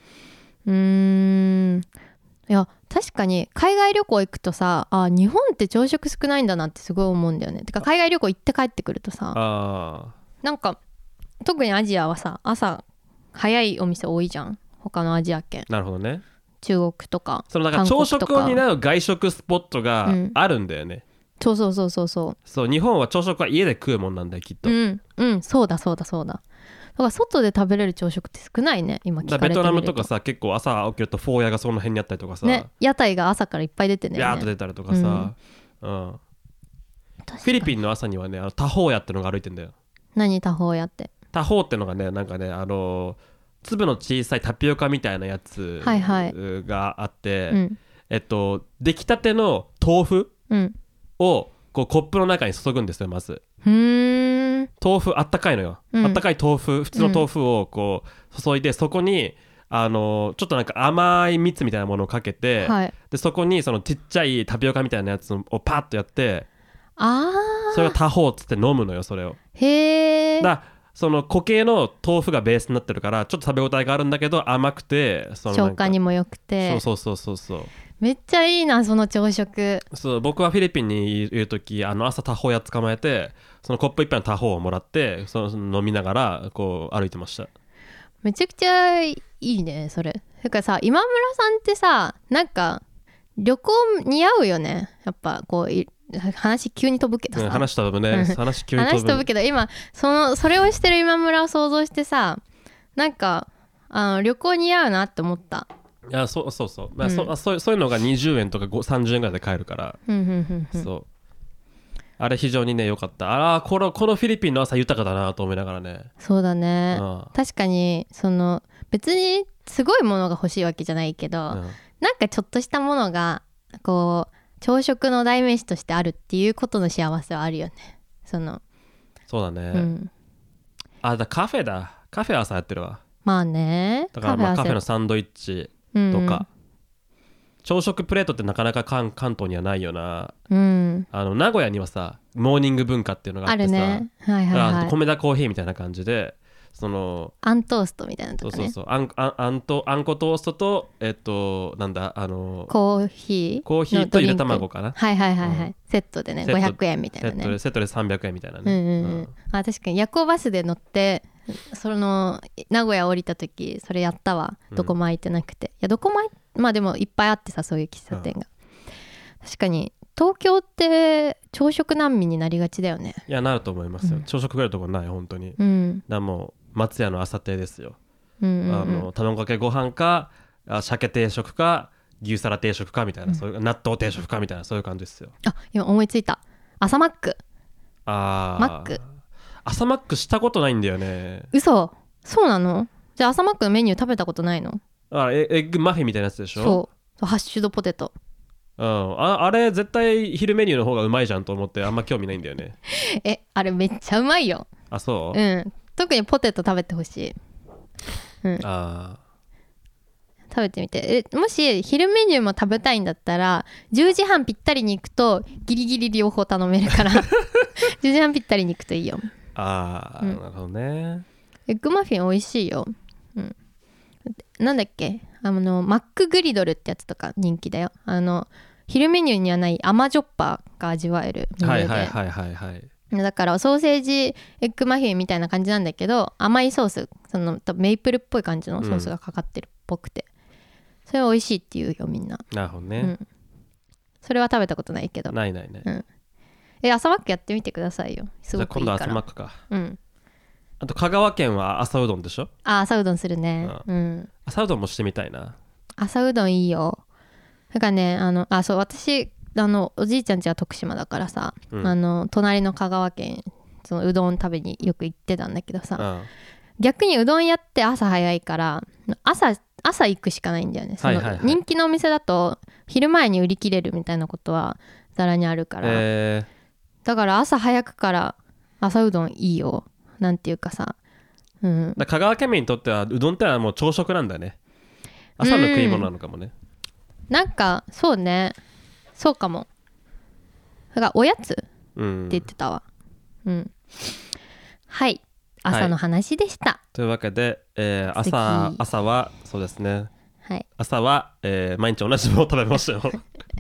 いや確かに海外旅行行くとさ、日本って朝食少ないんだなってすごい思うんだよね。てか海外旅行行って帰ってくるとさ、なんか特にアジアはさ、朝早いお店多いじゃん、他のアジア圏。 なるほどね。 中国とかそのだから朝食を担う外食スポットがあるんだよね、そう日本は朝食は家で食うもんなんだよきっと。 そうだだから外で食べれる朝食って少ないね、今聞かれてみると。 ベトナムとかさ、結構朝起きるとフォー屋がその辺にあったりとかさ、 屋台が朝からいっぱい出てね、 ビャーっと出たりとかさ、フィリピンの朝にはね、タホー屋ってのが歩いてんだよ。何タホー屋って？タホーってのがね、なんかね、粒の小さいタピオカみたいなやつがあって、出来たての豆腐をこうコップの中に注ぐんですよ。まず豆腐あったかいのよ、あったかい豆腐、普通の豆腐をこう注いで、そこにちょっとなんか甘い蜜みたいなものをかけて、 はい、 でそこにそのちっちゃいタピオカみたいなやつをパッとやって、それをタホーっつって飲むのよ、それを。 へえ。 だその固形の豆腐がベースになってるからちょっと食べ応えがあるんだけど甘くて、その消化にも良くて、 そうめっちゃいいなその朝食。 そう、僕はフィリピンにいる時朝タホーや捕まえて、そのコップ一杯のタホーをもらってその飲みながらこう歩いてました。 めちゃくちゃいいねそれ。だからさ、今村さんってさ、なんか旅行似合うよね。やっぱこう話急に飛ぶけどさ、 話飛ぶね話急に飛ぶ。 話飛ぶけど、今それをしてる今村を想像してさ、なんか旅行似合うなって思った。 いや、そう、まあそういうのが20円とか30円ぐらいで買えるから、そうあれ非常にね良かった。このフィリピンの朝豊かだなと思いながらね。 そうだね、確かに別にすごいものが欲しいわけじゃないけど、なんかちょっとしたものが朝食の代名詞としてあるっていうことの幸せはあるよね。 そうだね、カフェ朝やってるわ。 まあね、 だからカフェのサンドイッチとか、朝食プレートってなかなか関東にはないよな、名古屋にはさモーニング文化っていうのがあってさ、米田コーヒーみたいな感じで、 あんトーストみたいなとかね。 あんこトーストとなんだコーヒーとゆで卵かな。 セットでね、500円みたいなね。 セットで300円みたいなね。 確かに夜行バスで乗って名古屋降りた時それやったわ。どこも空いてなくて、いやどこもまあでもいっぱいあってさ、そういう喫茶店が、確かに東京って朝食難民になりがちだよね。 いや、なると思いますよ、朝食食えるとこない本当に。だもう松屋の朝定ですよ。卵かけご飯か鮭定食か牛皿定食かみたいな、そういう納豆定食かみたいな、そういう感じですよ。 今思いついた。朝マック。 マック朝マックしたことないんだよね。 嘘。そうなの？じゃあ朝マックのメニュー食べたことないの？ エッグマフィンみたいなやつでしょ。 そうハッシュドポテト。 あれ絶対昼メニューの方がうまいじゃんと思ってあんま興味ないんだよね。 あれめっちゃうまいよ。 そう？ 特にポテト食べてほしい。食べてみて。もし昼メニューも食べたいんだったら10時半ぴったりに行くとギリギリ両方頼めるから10時半ぴったりに行くといいよ。 なるほどね。 エッグマフィン美味しいよ。なんだっけ、マックグリドルってやつとか人気だよ。昼メニューにはない甘じょっぱが味わえるメニューで、だからソーセージエッグマフィンみたいな感じなんだけど、甘いソース、多分メイプルっぽい感じのソースがかかってるっぽくて、それは美味しいっていうよみんな。 なるほどね、 それは食べたことないけど。 ないね、 朝マックやってみてくださいよ。すごくいいから。 じゃあ今度朝マックか。あと香川県は朝うどんでしょ。 朝うどんするね。 朝うどんもしてみたいな。 朝うどんいいよ。だからね、そう、私おじいちゃん家は徳島だからさ、隣の香川県うどん食べによく行ってたんだけどさ、逆にうどんやって朝早いから朝行くしかないんだよね。人気のお店だと昼前に売り切れるみたいなことはざらにあるから、だから朝早くから朝うどんいいよ。なんていうかさ、香川県民にとってはうどんってのはもう朝食なんだよね。朝の食い物なのかもね。 なんかそうね、そうかも。だからおやつって言ってたわ。はい、朝の話でした。 というわけで、朝はそうですね、朝は、毎日同じものを食べましたよ。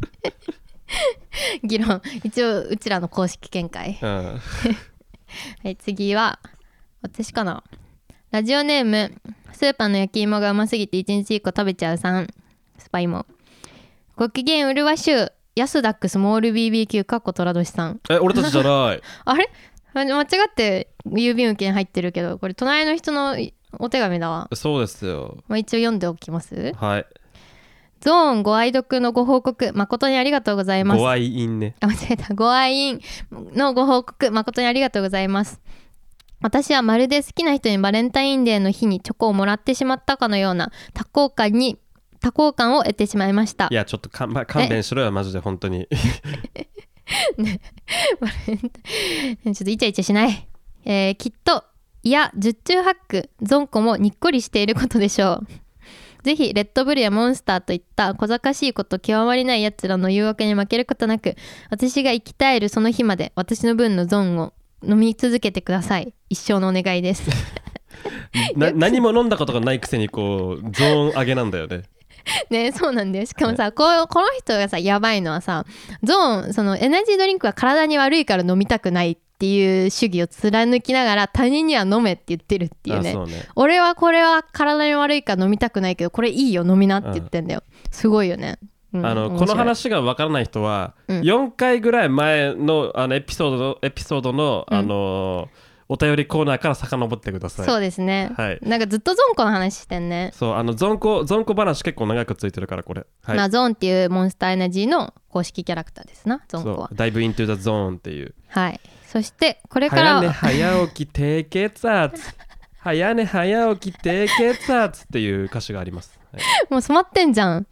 議論、一応うちらの公式見解。はい、次は私かな。ラジオネームスーパーの焼き芋がうますぎて1日1個食べちゃうさん。スパイモ。ご機嫌うるわしゅうヤスダックスモール BBQ かっこ虎年さん。 俺たちじゃないあれ間違って郵便受けに入ってるけど、これ隣の人のお手紙だわ。 そうですよ。 一応読んでおきます。 はい。 ゾーンご愛読のご報告誠にありがとうございます。 ご愛飲ね。 間違えた。ご愛飲のご報告誠にありがとうございます。私はまるで好きな人にバレンタインデーの日にチョコをもらってしまったかのような多幸感を得てしまいました。 いやちょっと勘弁しろよマジで本当に。 ね、ちょっとイチャイチャしない。きっといや十中八九ゾンコもにっこりしていることでしょう。 ぜひレッドブルやモンスターといった小賢しいこと極まりないやつらの誘惑に負けることなく、私が生き絶えるその日まで私の分のゾーンを飲み続けてください。一生のお願いです何も飲んだことがないくせにこうゾーン上げなんだよねね、そうなんだよ。しかもさ、この人がさやばいのはさ、ゾーン、そのエナジードリンクは体に悪いから飲みたくないっていう主義を貫きながら他人には飲めって言ってるっていうね。 そうね、 俺はこれは体に悪いから飲みたくないけどこれいいよ飲みなって言ってんだよ。すごいよね。 この話が分からない人は、4回ぐらい前のエピソードの、お便りコーナーから遡ってください。 そうですね、はい、なんかずっとゾンコの話してんね。 そうゾンコ話結構長くついてるからこれ、 はい、まあ、ゾーンっていうモンスターエナジーの公式キャラクターですな、ゾンコは。 ダイブイントゥザゾーンっていう。 はい。そしてこれから早寝早起き低血圧早寝早起き低血圧っていう歌詞があります、はい、 もう染まってんじゃん、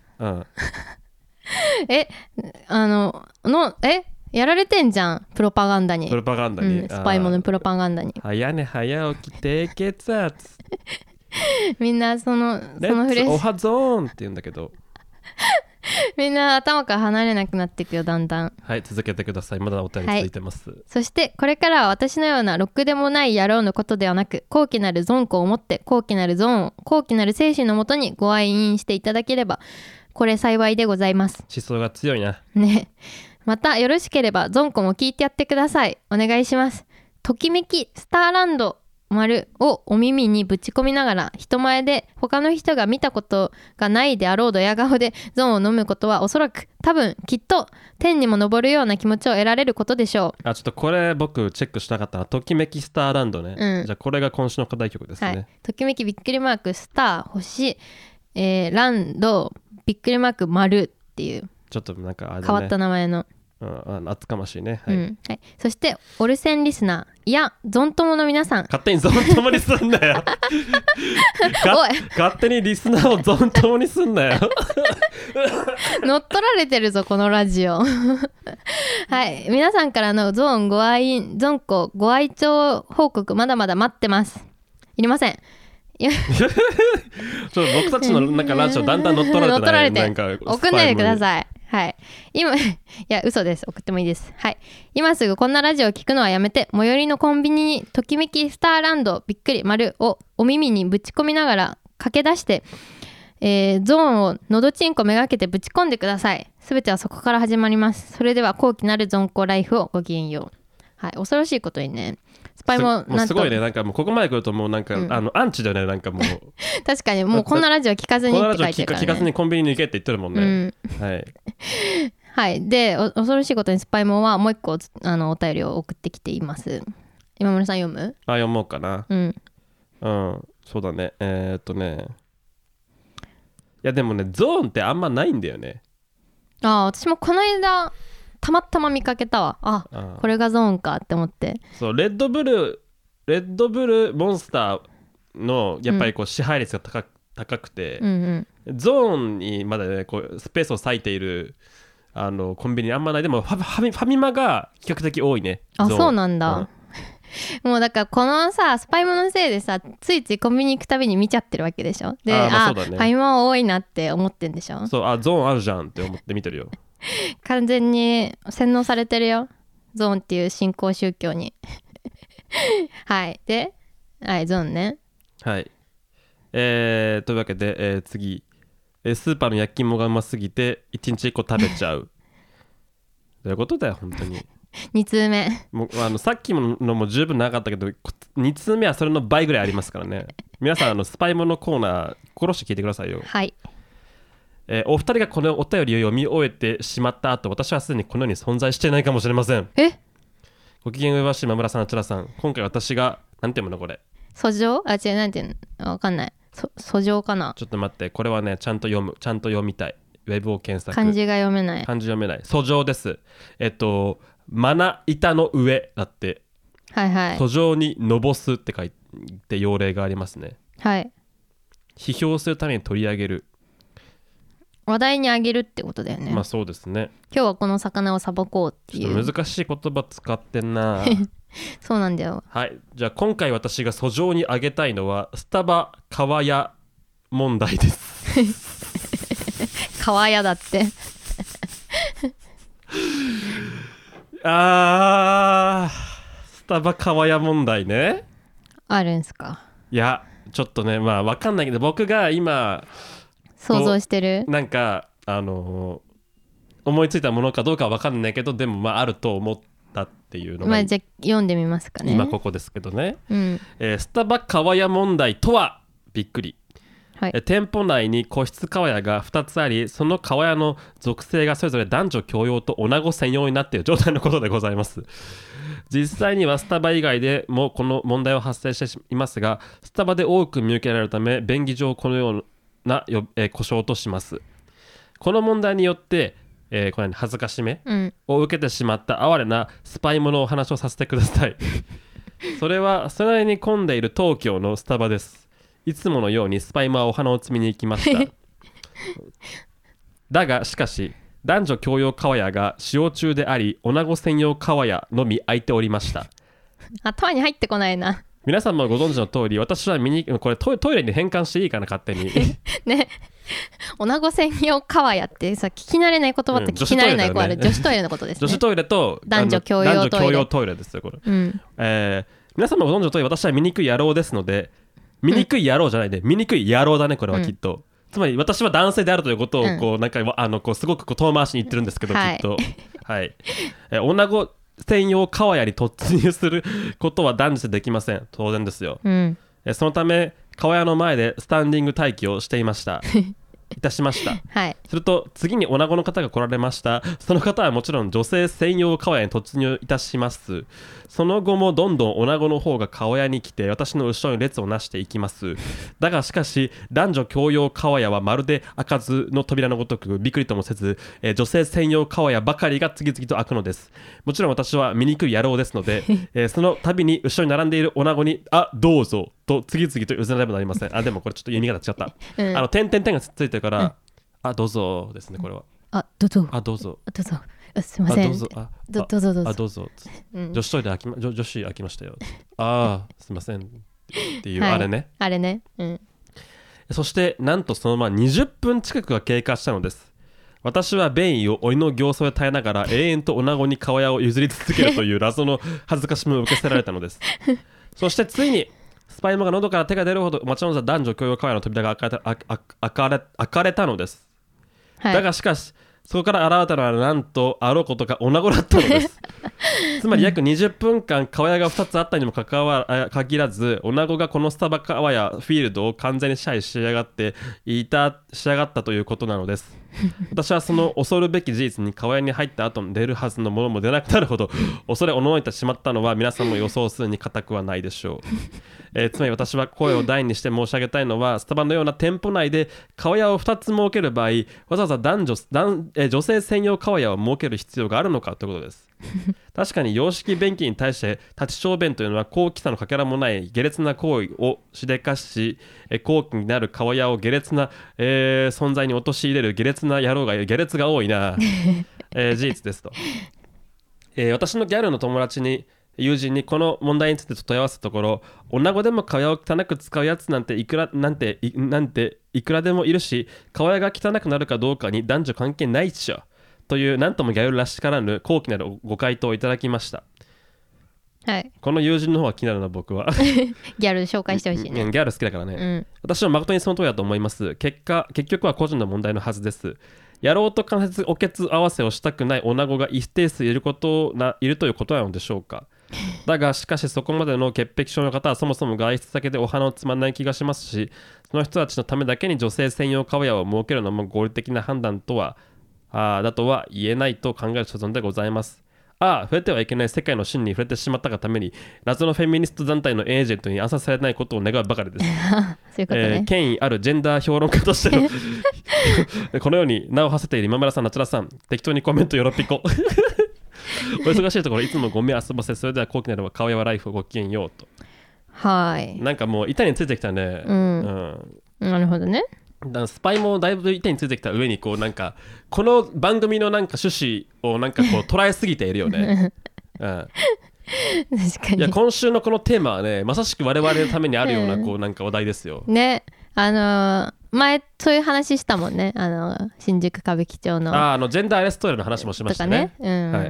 やられてんじゃん、プロパガンダに、 スパイモのプロパガンダに。 早寝早起き低血圧みんなそのフレーズオハゾーンって言うんだけどみんな頭から離れなくなっていくよ、だんだん。 はい、続けてください。まだお便り続いてます、はい、 そしてこれからは私のようなろくでもない野郎のことではなく、高貴なるゾンコを持って高貴なるゾーンを高貴なる精神のもとにご愛飲していただければこれ幸いでございます。 思想が強いなね。またよろしければゾンコも聞いてやってください。お願いします。ときめきスターランド丸をお耳にぶち込みながら、人前で他の人が見たことがないであろうドヤ顔でゾーンを飲むことはおそらく多分きっと天にも昇るような気持ちを得られることでしょう。 ちょっとこれ僕チェックしなかったな。ときめきスターランドね、じゃあこれが今週の課題曲ですね、はい、 ときめきびっくりマークスター星、ランドびっくりマーク丸っていうちょっとなんかあれ、ね、 変わった名前の厚かましいね、はいはい、そしてオルセンリスナー、いやゾン友の皆さん、 勝手にゾン友にすんなよ勝手にリスナーをゾン友にすんなよ乗っ取られてるぞこのラジオはい、皆さんからのゾーンコご愛聴報告まだまだ待ってます。いりませんちょっと僕たちのなんかラジオだんだん乗っ取られてない？なんか送んないでください。はい、いや嘘です、送ってもいいです。はい、今すぐこんなラジオを聞くのはやめて、最寄りのコンビニにときめきスターランドびっくり丸をお耳にぶち込みながら駆け出して、ゾーンをのどちんこめがけてぶち込んでください。すべてはそこから始まります。それでは高貴なるゾンコライフをごきげんよう。はい、恐ろしいことにね、スパイもすごいね。なんかもうここまで来るともうなんか、アンチだよね。なんかもう確かにもうこんなラジオ聞かずにって書いてるからね。 聞かずにコンビニに行けって言ってるもんね、はいはい。で恐ろしいことにスパイモンはもう一個お便りを送ってきています。今村さん読む？ 読もうかな。そうだね。いやでもね、ゾーンってあんまないんだよね。 私もこの間たまたま見かけたわ。これがゾーンかって思って。 そうレッドブルモンスターのやっぱりこう支配率が高くて、ゾーンにまだねこうスペースを割いているコンビニあんまない。でもファミマが比較的多いね。 そうなんだ、もうだからこのさスパイモのせいでさ、ついついコンビニ行くたびに見ちゃってるわけでしょ。でそうだね、ファミマ多いなって思ってんでしょ。 そうゾーンあるじゃんって思って見てるよ完全に洗脳されてるよ、ゾーンっていう新興宗教にはいで、はい、ゾーンね。 はい、というわけで、次、スーパーの焼き芋がうますぎて1日1個食べちゃうどういうことだよ本当に 2通目もうさっきのも十分なかったけど2通目はそれの倍ぐらいありますからね。皆さんスパイモのコーナー心して聞いてくださいよ。 はい。 お二人がこのお便りを読み終えてしまった後、私はすでにこの世に存在していないかもしれません。ご機嫌うばしい今村さん、あちらさん、今回私がなんていうのこれ、 訴状？違う、なんていうのわかんない。訴状かな。 ちょっと待って、これはねちゃんと読みたい。ウェブを検索。 漢字が読めない。 訴状です。まな板の上だって。 はいはい。 訴状にのぼすって書いて要例がありますね。 はい。 批評するために取り上げる、 話題にあげるってことだよね。 まあそうですね。 今日はこの魚をさばこうっていう。 難しい言葉使ってんなそうなんだよ。 はい、じゃあ今回私が訴状にあげたいのはスタバ川屋問題です川屋だってスタバ川屋問題ね。 あるんすか。 いやちょっとねまあ分かんないけど、僕が今想像してるなんか思いついたものかどうかは分かんないけど、でもまああると思ったっていうのが、 じゃあ読んでみますかね。 今ここですけどね、 スタバ川屋問題とはびっくり、 はい、 店舗内に個室川屋が2つあり、その川屋の属性がそれぞれ男女共用と女子専用になっている状態のことでございます。実際にはスタバ以外でもこの問題は発生していますが、スタバで多く見受けられるため便宜上このような故障とします。この問題によって、これ恥ずかしめを受けてしまった哀れなスパイものお話をさせてください。それはそれなりに混んでいる東京のスタバです。いつものようにスパイマーお花を摘みに行きましただがしかし男女共用川屋が使用中であり、女子専用川屋のみ空いておりました。 頭に入ってこないな。 皆さんもご存知の通り、私はこれトイレに変換していいかな勝手にね、女子専用川屋ってさ、聞き慣れない言葉って聞き慣れない子ある、女子トイレのことですね。 女子トイレと男女共用トイレですよこれ、皆さんもご存知の通り、私は醜い野郎ですので、醜い野郎じゃないで、醜い野郎だねこれはきっと、つまり私は男性であるということをこう、なんかこうすごく遠回しに言ってるんですけど、きっとはい、女子専用川屋に突入することは断じてできません。当然ですよ、そのため川屋の前でスタンディング待機をしていましたいたしました、すると次に女子の方が来られました。その方はもちろん女性専用川屋に突入いたします。その後もどんどん女子の方が川屋に来て私の後ろに列をなしていきます。だがしかし男女共用川屋はまるで開かずの扉のごとくびっくりともせず、女性専用川屋ばかりが次々と開くのです。もちろん私は醜い野郎ですので、その度に後ろに並んでいる女子にどうぞと次々と譲らねばなりません。でもこれちょっと読み方違った、点々点がついてるから、どうぞですねこれは。 どうぞどうぞどうぞ、すいません、どうぞどうぞ、女子トイレ女子開きましたよすいませんっていう、あれね、そしてなんとそのまま20分近くが経過したのです。私は便意を鬼の形相で耐えながら永遠と女子に川屋を譲り続けるという謎の恥ずかしみを受けせられたのですそしてついにスパイマが喉から手が出るほど待ち望んだ男女共用川屋の扉が開かれたのです、だがしかしそこから現れたのはなんとあろうことか女子だったのですつまり約20分間川屋が2つあったにも限らず、女子がこのスタバ川屋フィールドを完全に支配しやがったということなのです。私はその恐るべき事実に川屋に入った後に出るはずのものも出なくなるほど恐れおののいてしまったのは皆さんも予想するに固くはないでしょう、つまり私は声を大にして申し上げたいのは、スタバのような店舗内で川屋を2つ設ける場合、わざわざ女性専用川屋を設ける必要があるのかということです確かに洋式便器に対して立ち小便というのは高貴さのかけらもない下劣な行為をしでかし、高貴になる川屋を下劣な、存在に陥れる下劣な野郎が下劣が多いな、事実ですと、私のギャルの友人にこの問題について問い合わせたところ、女子でも川屋を汚く使うやつなんていくらでもいるし、川屋が汚くなるかどうかに男女関係ないっしょというなんともギャルらしからぬ高貴なるご回答をいただきました。この友人の方が気になるな僕はギャル紹介してほしいね。 ギャル好きだからね、私は誠にその通りだと思います。結局は個人の問題のはずです。やろうと関節おけつ合わせをしたくない女子が一定数いるということなのでしょうか。だがしかしそこまでの潔癖症の方はそもそも外出先でお花をつまんない気がしますし、その人たちのためだけに女性専用川屋を設けるのも合理的な判断だとは言えないと考える所存でございます。触れてはいけない世界の真に触れてしまったがために謎のフェミニスト団体のエージェントに暗殺されないことを願うばかりですそういうことね、 権威あるジェンダー評論家としてのこのように名を馳せている今村さん、なちらさん、適当にコメントよろぴこお忙しいところいつもごめん遊ばせ、それでは高貴なる川屋ライフごきげんようと。なんかもう板についてきたね。 なるほどね。 だからスパイもだいぶ板についてきた上にこうなんかこの番組のなんか趣旨をなんかこう捉えすぎているよね、 確かに。 いや今週のこのテーマはね、まさしく我々のためにあるようなこうなんかお題ですよね。 前そういう話したもんね、新宿歌舞伎町のジェンダーレストイレの話もしましたね。 とかね、はい、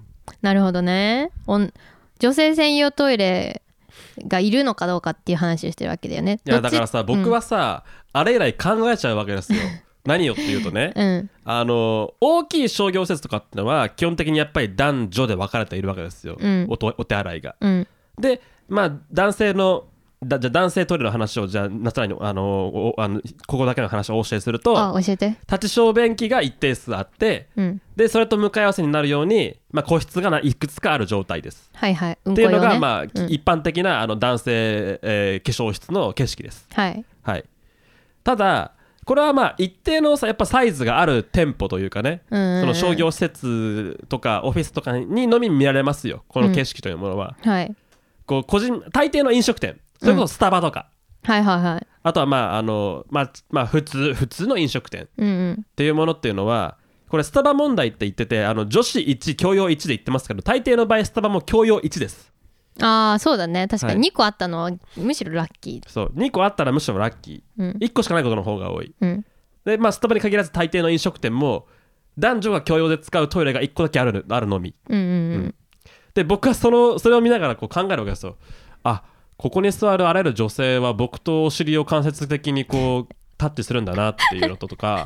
なるほどね。女性専用トイレがいるのかどうかっていう話をしてるわけだよね。 いやだからさ、僕はさ、あれ以来考えちゃうわけですよ何よっていうとね、大きい商業施設とかってのは基本的にやっぱり男女で分かれているわけですよ、お手洗いが、でまあ男性のじゃあ男性トイレの話をじゃあなさらにここだけの話をお教えすると、 教えて。 立ち小便器が一定数あって、でそれと向かい合わせになるように、個室がいくつかある状態です。 はいはい。 っていうのが、一般的な男性、化粧室の景色です。 はいはい。ただこれは一定のやっぱサイズがある店舗というかね、その商業施設とかオフィスとかにのみ見られますよ、この景色というものは。 はい。 こう大抵の飲食店、それこそスタバとか、 はいはいはい。 あとは普通の飲食店っていうものっていうのは、これスタバ問題って言ってて、女子1教養1で言ってますけど、大抵の場合スタバも教養1です。 そうだね、確かに2個あったのはむしろラッキー。 そう2個あったらむしろラッキー、1個しかないことの方が多い、でスタバに限らず大抵の飲食店も男女が共用で使うトイレが1個だけあるのみ、で僕はそれを見ながらこう考えるわけですよ。ここに座るあらゆる女性は僕とお尻を間接的にこうタッチするんだなっていうのとか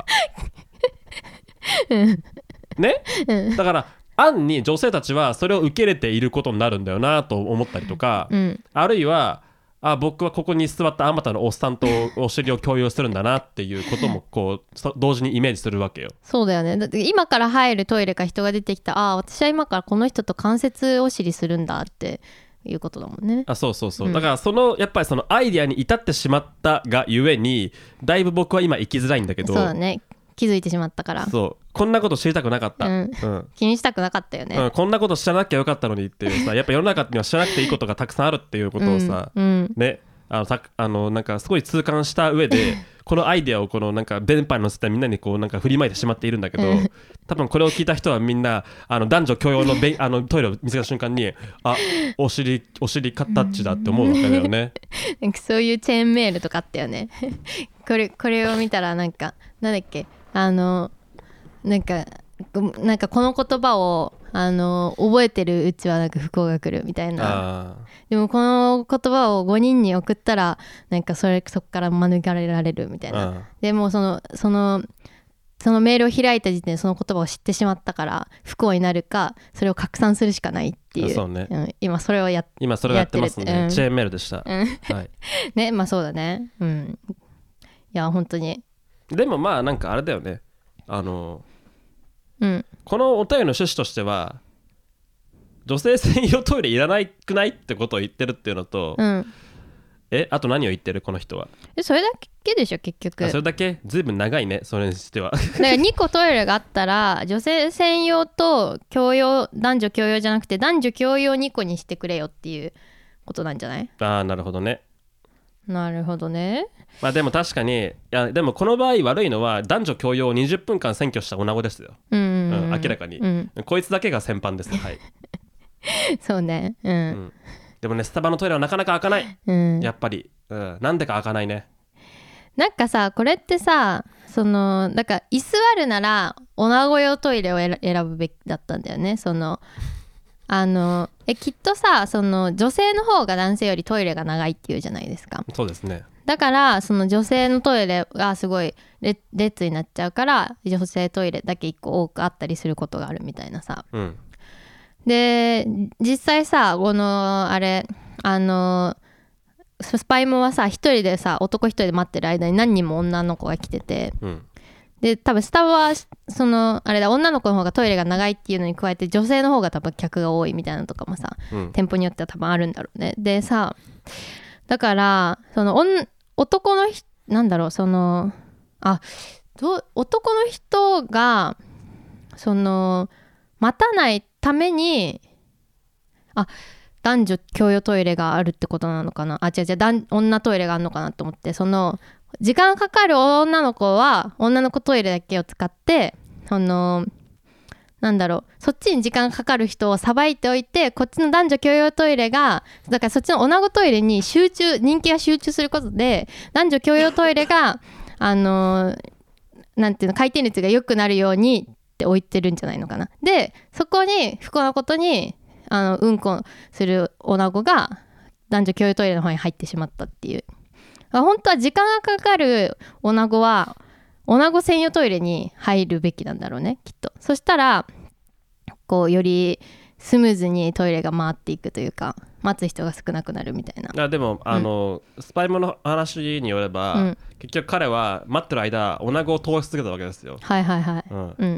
ね、だから暗に女性たちはそれを受け入れていることになるんだよなと思ったりとか、あるいは僕はここに座ったあまたのおっさんとお尻を共有するんだなっていうこともこう同時にイメージするわけよ。 そうだよね。だって今から入るトイレか人が出てきた私は今からこの人と間接お尻するんだっていうことだもんね。 そう、だからやっぱりそのアイデアに至ってしまったがゆえにだいぶ僕は今生きづらいんだけど。 そうだね、気づいてしまったから。 こんなこと知りたくなかった、 気にしたくなかったよね、 こんなこと知らなきゃよかったのにっていうさやっぱ世の中には知らなくていいことがたくさんあるっていうことをさ、ね、なんかすごい痛感した上でこのアイデアをこのなんか電波に乗せてみんなにこうなんか振りまいてしまっているんだけど、多分これを聞いた人はみんな男女共用のトイレを見つけた瞬間にお尻タッチだって思うわけだよねなんかそういうチェーンメールとかあったよねこれを見たらなんだっけなんかこの言葉を覚えてるうちはなんか不幸が来るみたいな。でもこの言葉を5人に送ったらなんかそこから免れられるみたいな。でもそのメールを開いた時点でその言葉を知ってしまったから不幸になるかそれを拡散するしかないっていう。 そうね、 今それをやってますね、チェーンメールでした、はいね、そうだね、いや本当に。 でもなんかあれだよね、このお便りの趣旨としては女性専用トイレいらないくないってことを言ってるっていうのと、あと何を言ってるこの人は。 それだけでしょ結局。 それだけ？ずいぶん長いねそれにしては。 だから2個トイレがあったら女性専用と男女共用じゃなくて男女共用2個にしてくれよっていうことなんじゃない？ なるほどね。 なるほどね。 でも確かにでもこの場合悪いのは男女共用を20分間占拠した女子ですよ。明らかに、こいつだけが先般です。はいそうね、 でもねスタバのトイレはなかなか開かない、やっぱり、なんでか開かないね。 なんかさこれってさだから居座るなら女子用トイレを選ぶべきだったんだよね。きっとさ女性の方が男性よりトイレが長いっていうじゃないですか。 そうですね。 だから女性のトイレがすごい列になっちゃうから女性トイレだけ1個多くあったりすることがあるみたいなさ、で実際さスパイモはさ1人でさ男1人で待ってる間に何人も女の子が来てて、で多分スタバは女の子の方がトイレが長いっていうのに加えて女性の方が多分客が多いみたいなのとかもさ、店舗によっては多分あるんだろうね。でさだから男の人男の人が待たないために男女共用トイレがあるってことなのかな。女トイレがあるのかなと思って、時間かかる女の子は女の子トイレだけを使ってなんだろう、そっちに時間かかる人をさばいておいて、こっちの男女共用トイレが、だからそっちの女子トイレに人気が集中することで、男女共用トイレがなんていうの、回転率が良くなるようにって置いてるんじゃないのかな。でそこに不幸なことにうんこする女子が男女共用トイレの方に入ってしまったっていう。本当は時間がかかる女子は女子専用トイレに入るべきなんだろうね、きっと。そしたらこうよりスムーズにトイレが回っていくというか、待つ人が少なくなるみたいな。 でもスパイモの話によれば、結局彼は待ってる間女子を通し続けたわけですよ。 はいはいはい、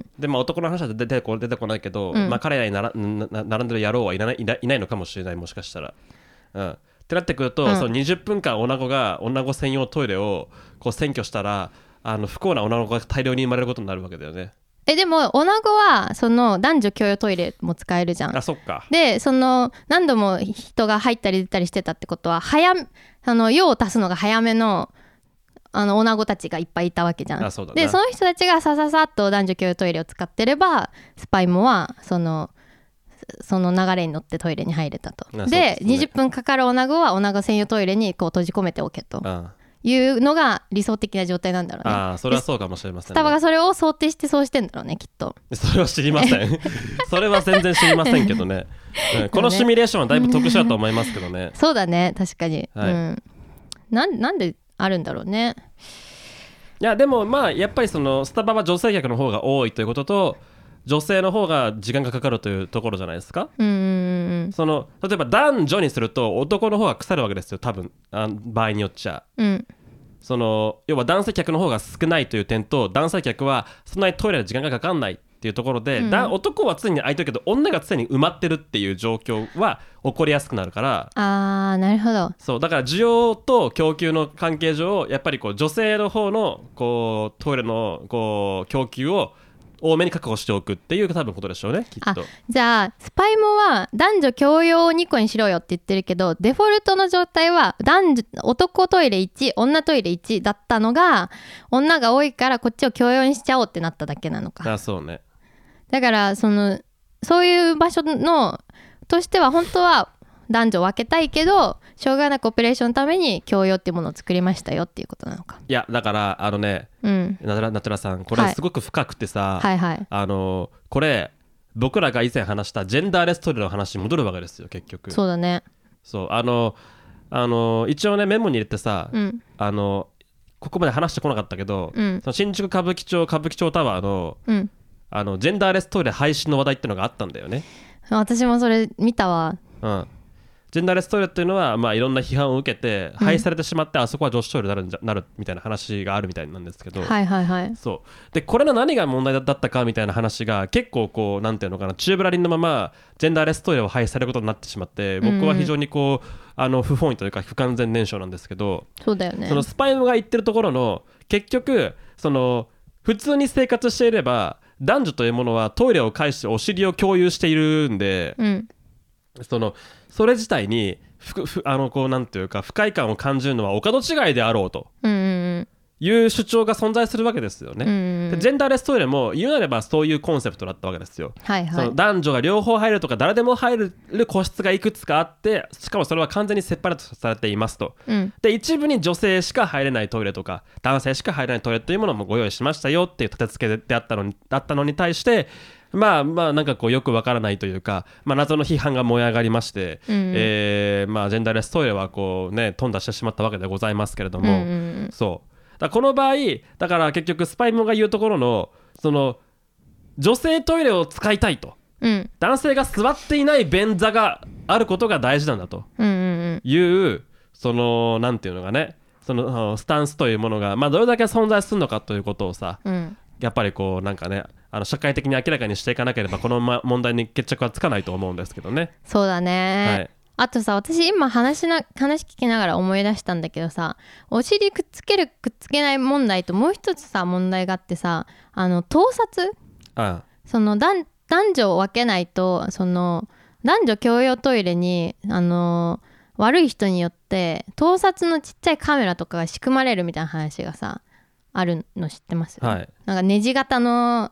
で男の話は出てこないけど、彼らに並んでる野郎はいないのかもしれない、もしかしたら。ってなってくると、その20分間女子が女子専用トイレをこう占拠したら、不幸な女の子が大量に生まれることになるわけだよね。でも女子はその男女共用トイレも使えるじゃん。 そっか。 でその何度も人が入ったり出たりしてたってことは、用を足すのが早めの女子たちがいっぱいいたわけじゃん。 そうだね。 でその人たちがさっと男女共用トイレを使ってれば、スパイモはその流れに乗ってトイレに入れたと。で20分かかる女子は女子専用トイレにこう閉じ込めておけというのが理想的な状態なんだろうね。 それはそうかもしれませんね。 スタバがそれを想定してそうしてんだろうね、きっと。 それは知りませんそれは全然知りませんけどねこのシミュレーションはだいぶ特殊だと思いますけどねそうだね、確かに、なんであるんだろうね。 いやでもやっぱりそのスタバは女性客の方が多いということと、女性の方が時間がかかるというところじゃないですか。その例えば男女にすると男の方が腐るわけですよ、多分場合によっちゃ。その要は男性客の方が少ないという点と、男性客はそんなにトイレで時間がかかんないっていうところで、男は常に空いてるけど女が常に埋まってるっていう状況は起こりやすくなるから。 なるほど。 そうだから需要と供給の関係上、やっぱりこう女性の方のこうトイレのこう供給を多めに確保しておくっていう多分ことでしょうね、きっと。 じゃあスパイモは男女共用を2個にしろよって言ってるけど、デフォルトの状態は男トイレ1女トイレ1だったのが、女が多いからこっちを共用にしちゃおうってなっただけなのか。 そうね。 だからそういう場所のとしては本当は男女分けたいけど、しょうがなくオペレーションのために共用っていうものを作りましたよっていうことなのか。 いやだからナトラさん、これすごく深くてさ、これ僕らが以前話したジェンダーレストイレの話に戻るわけですよ、結局。 そうだね。 そう一応ねメモに入れてさ、ここまで話してこなかったけど、その新宿歌舞伎町タワーの、ジェンダーレストイレ廃止の話題ってのがあったんだよね。 私もそれ見たわ。 ジェンダーレストイレっていうのは、いろんな批判を受けて廃止されてしまって、あそこは女子トイレになるみたいな話があるみたいなんですけど、そうでこれの何が問題だったかみたいな話が結構こうなんていうのかな、宙ぶらりんのままジェンダーレストイレを廃止されることになってしまって、僕は非常にこう不本意というか不完全燃焼なんですけど、 そうだよね。 そのスパイムが言ってるところの結局その普通に生活していれば男女というものはトイレを介してお尻を共有しているんで、それ自体にこうなんていうか不快感を感じるのはお門違いであろうという主張が存在するわけですよね。でジェンダーレストイレも言うなればそういうコンセプトだったわけですよ。その男女が両方入るとか誰でも入る個室がいくつかあって、しかもそれは完全にセパレートされていますと、で一部に女性しか入れないトイレとか男性しか入れないトイレというものもご用意しましたよっていう立て付けであったのに対して、なんかこうよくわからないというか、謎の批判が燃え上がりまして、ジェンダーレストイレはこうね頓挫してしまったわけでございますけれども、そうだこの場合だから結局スパイモが言うところのその女性トイレを使いたいと、男性が座っていない便座があることが大事なんだという、そのなんていうのがね、そのスタンスというものがどれだけ存在するのかということをさ、やっぱりこうなんかね社会的に明らかにしていかなければこの問題に決着はつかないと思うんですけどね。 そうだね、あとさ、私今話聞きながら思い出したんだけどさ、お尻くっつけるくっつけない問題ともう一つさ問題があってさ、盗撮、その男女を分けないと、その男女共用トイレに悪い人によって盗撮のちっちゃいカメラとかが仕組まれるみたいな話がさあるの知ってます？なんかネジ型の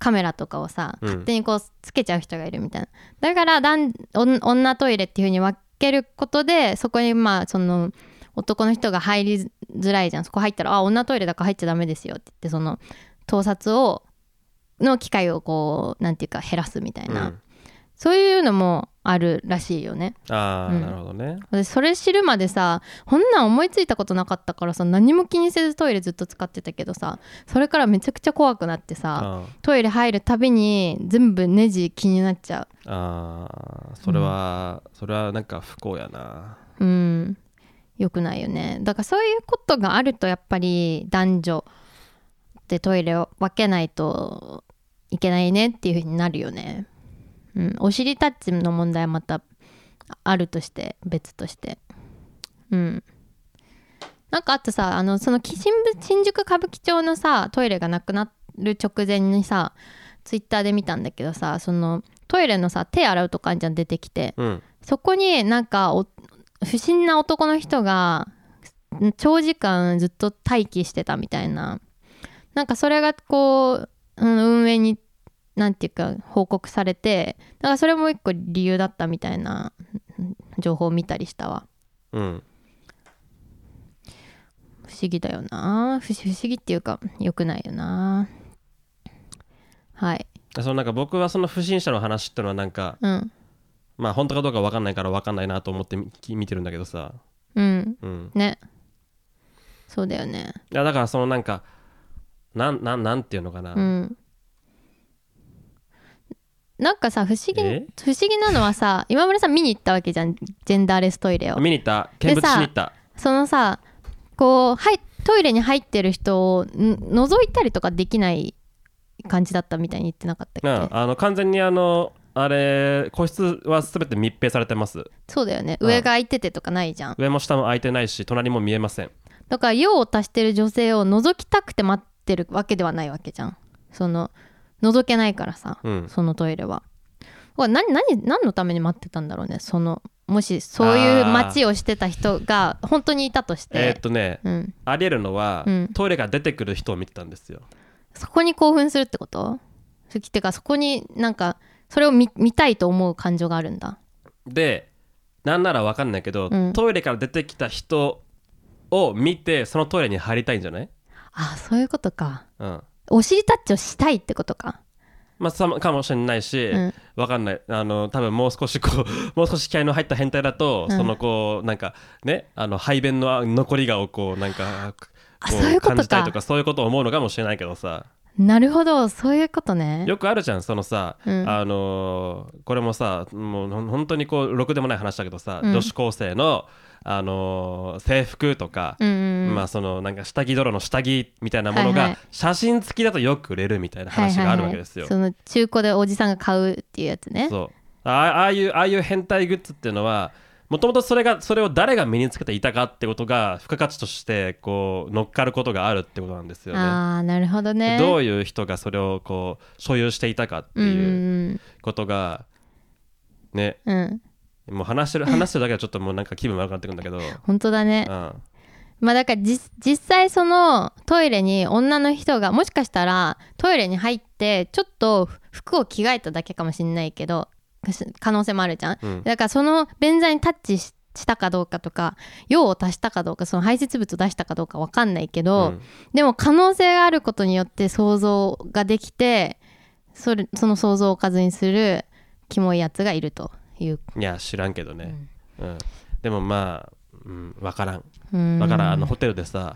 カメラとかをさ勝手にこうつけちゃう人がいるみたいな。だから女トイレっていう風に分けることで、そこにまあその男の人が入りづらいじゃん。そこ入ったら女トイレだから入っちゃダメですよって言って、その盗撮の機会をこうなんていうか減らすみたいな、そういうのもあるらしいよね。 なるほどね。 私それ知るまでさ、こんなん思いついたことなかったからさ、何も気にせずトイレずっと使ってたけどさ、それからめちゃくちゃ怖くなってさ、トイレ入るたびに全部ネジ気になっちゃう。 それはなんか不幸やな。 よくないよね。だからそういうことがあるとやっぱり男女でトイレを分けないといけないねっていう風になるよね。お尻タッチの問題はまたあるとして、別として、なんかあとさ、その新宿歌舞伎町のさトイレがなくなる直前にさツイッターで見たんだけどさ、そのトイレのさ手洗うとかあんじゃん、出てきて、そこになんか不審な男の人が長時間ずっと待機してたみたいな、なんかそれがこう、運営になんていうか報告されて、だからそれも一個理由だったみたいな情報を見たりしたわ。不思議だよな。不思議っていうか良くないよな。はい。 そのなんか僕はその不審者の話ってのはなんか、まあ本当かどうか分かんないから分かんないなと思って見てるんだけどさ。 ね。そうだよね。 いやだからそのなんかなんていうのかな。 なんかさ不思議なのはさ、今村さん見に行ったわけじゃん、ジェンダーレストイレを。 見に行った。見物しに行った。 そのさこうトイレに入ってる人を覗いたりとかできない感じだったみたいに言ってなかったっけ？ 完全にあれ個室は全て密閉されてます。 そうだよね。上が空いててとかないじゃん。 上も下も空いてないし隣も見えません。 だから用を足してる女性を覗きたくて待ってるわけではないわけじゃん。その覗けないからさ、そのトイレは何のために待ってたんだろうね。もしそういう待ちをしてた人が本当にいたとして、 ありえるのは、トイレが出てくる人を見てたんですよ。 そこに興奮するってこと？てかそこになんかそれを見たいと思う感情があるんだ。 でなんなら分かんないけど、トイレから出てきた人を見てそのトイレに入りたいんじゃない？ そういうことか。お尻タッチをしたいってことか。 まあ、かもしれないし、分かんない。多分もう少し気合の入った変態だと、そのこうなんかね排便の残りがをこうなんかこう感じたりとか、そういうことを思うのかもしれないけどさ。 なるほど、そういうことね。 よくあるじゃん、そのさ、これもさもう本当にこうろくでもない話だけどさ、女子高生の制服とか、まあそのなんか下着泥の下着みたいなものが写真付きだとよく売れるみたいな話があるわけですよ。 その中古でおじさんが買うっていうやつね。 そうああいう変態グッズっていうのはもともとそれを誰が身につけていたかってことが付加価値としてこう乗っかることがあるってことなんですよね。 なるほどね。 どういう人がそれをこう所有していたかっていうことがね、もう話してるだけはちょっともうなんか気分悪くなってくるんだけど。 本当だね。まあだから実際そのトイレに女の人がもしかしたらトイレに入ってちょっと服を着替えただけかもしれないけど、可能性もあるじゃん、だからその便座にタッチしたかどうかとか用を足したかどうか、その排泄物を出したかどうか分かんないけど、でも可能性があることによって想像ができて、その想像をおかずにするキモいやつがいるという。 いや知らんけどね、でもまあ分からん。ホテルでさ、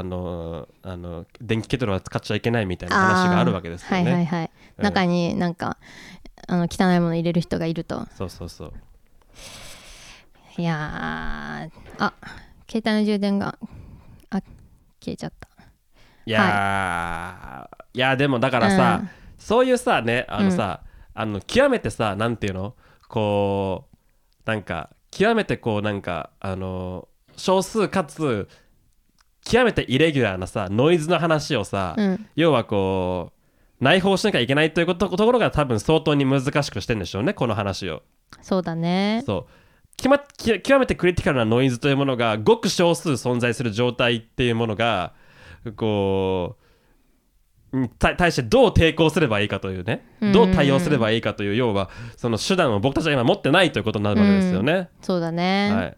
電気ケトルは使っちゃいけないみたいな話があるわけですよね。 中になんか汚いもの入れる人がいると。 そういや携帯の充電が消えちゃった。 いやでもだからさ、そういうさね極めてさなんていうのこうなんか極めてこうなんか少数かつ極めてイレギュラーなさノイズの話をさ、要はこう内包しなきゃいけないというところが多分相当に難しくしてるんでしょうね、この話を。 そうだね。 極めてクリティカルなノイズというものがごく少数存在する状態っていうものがこに対してどう抵抗すればいいかというね、どう対応すればいいかという、要はその手段を僕たちは今持ってないということになるわけですよね。 そうだね、 はい、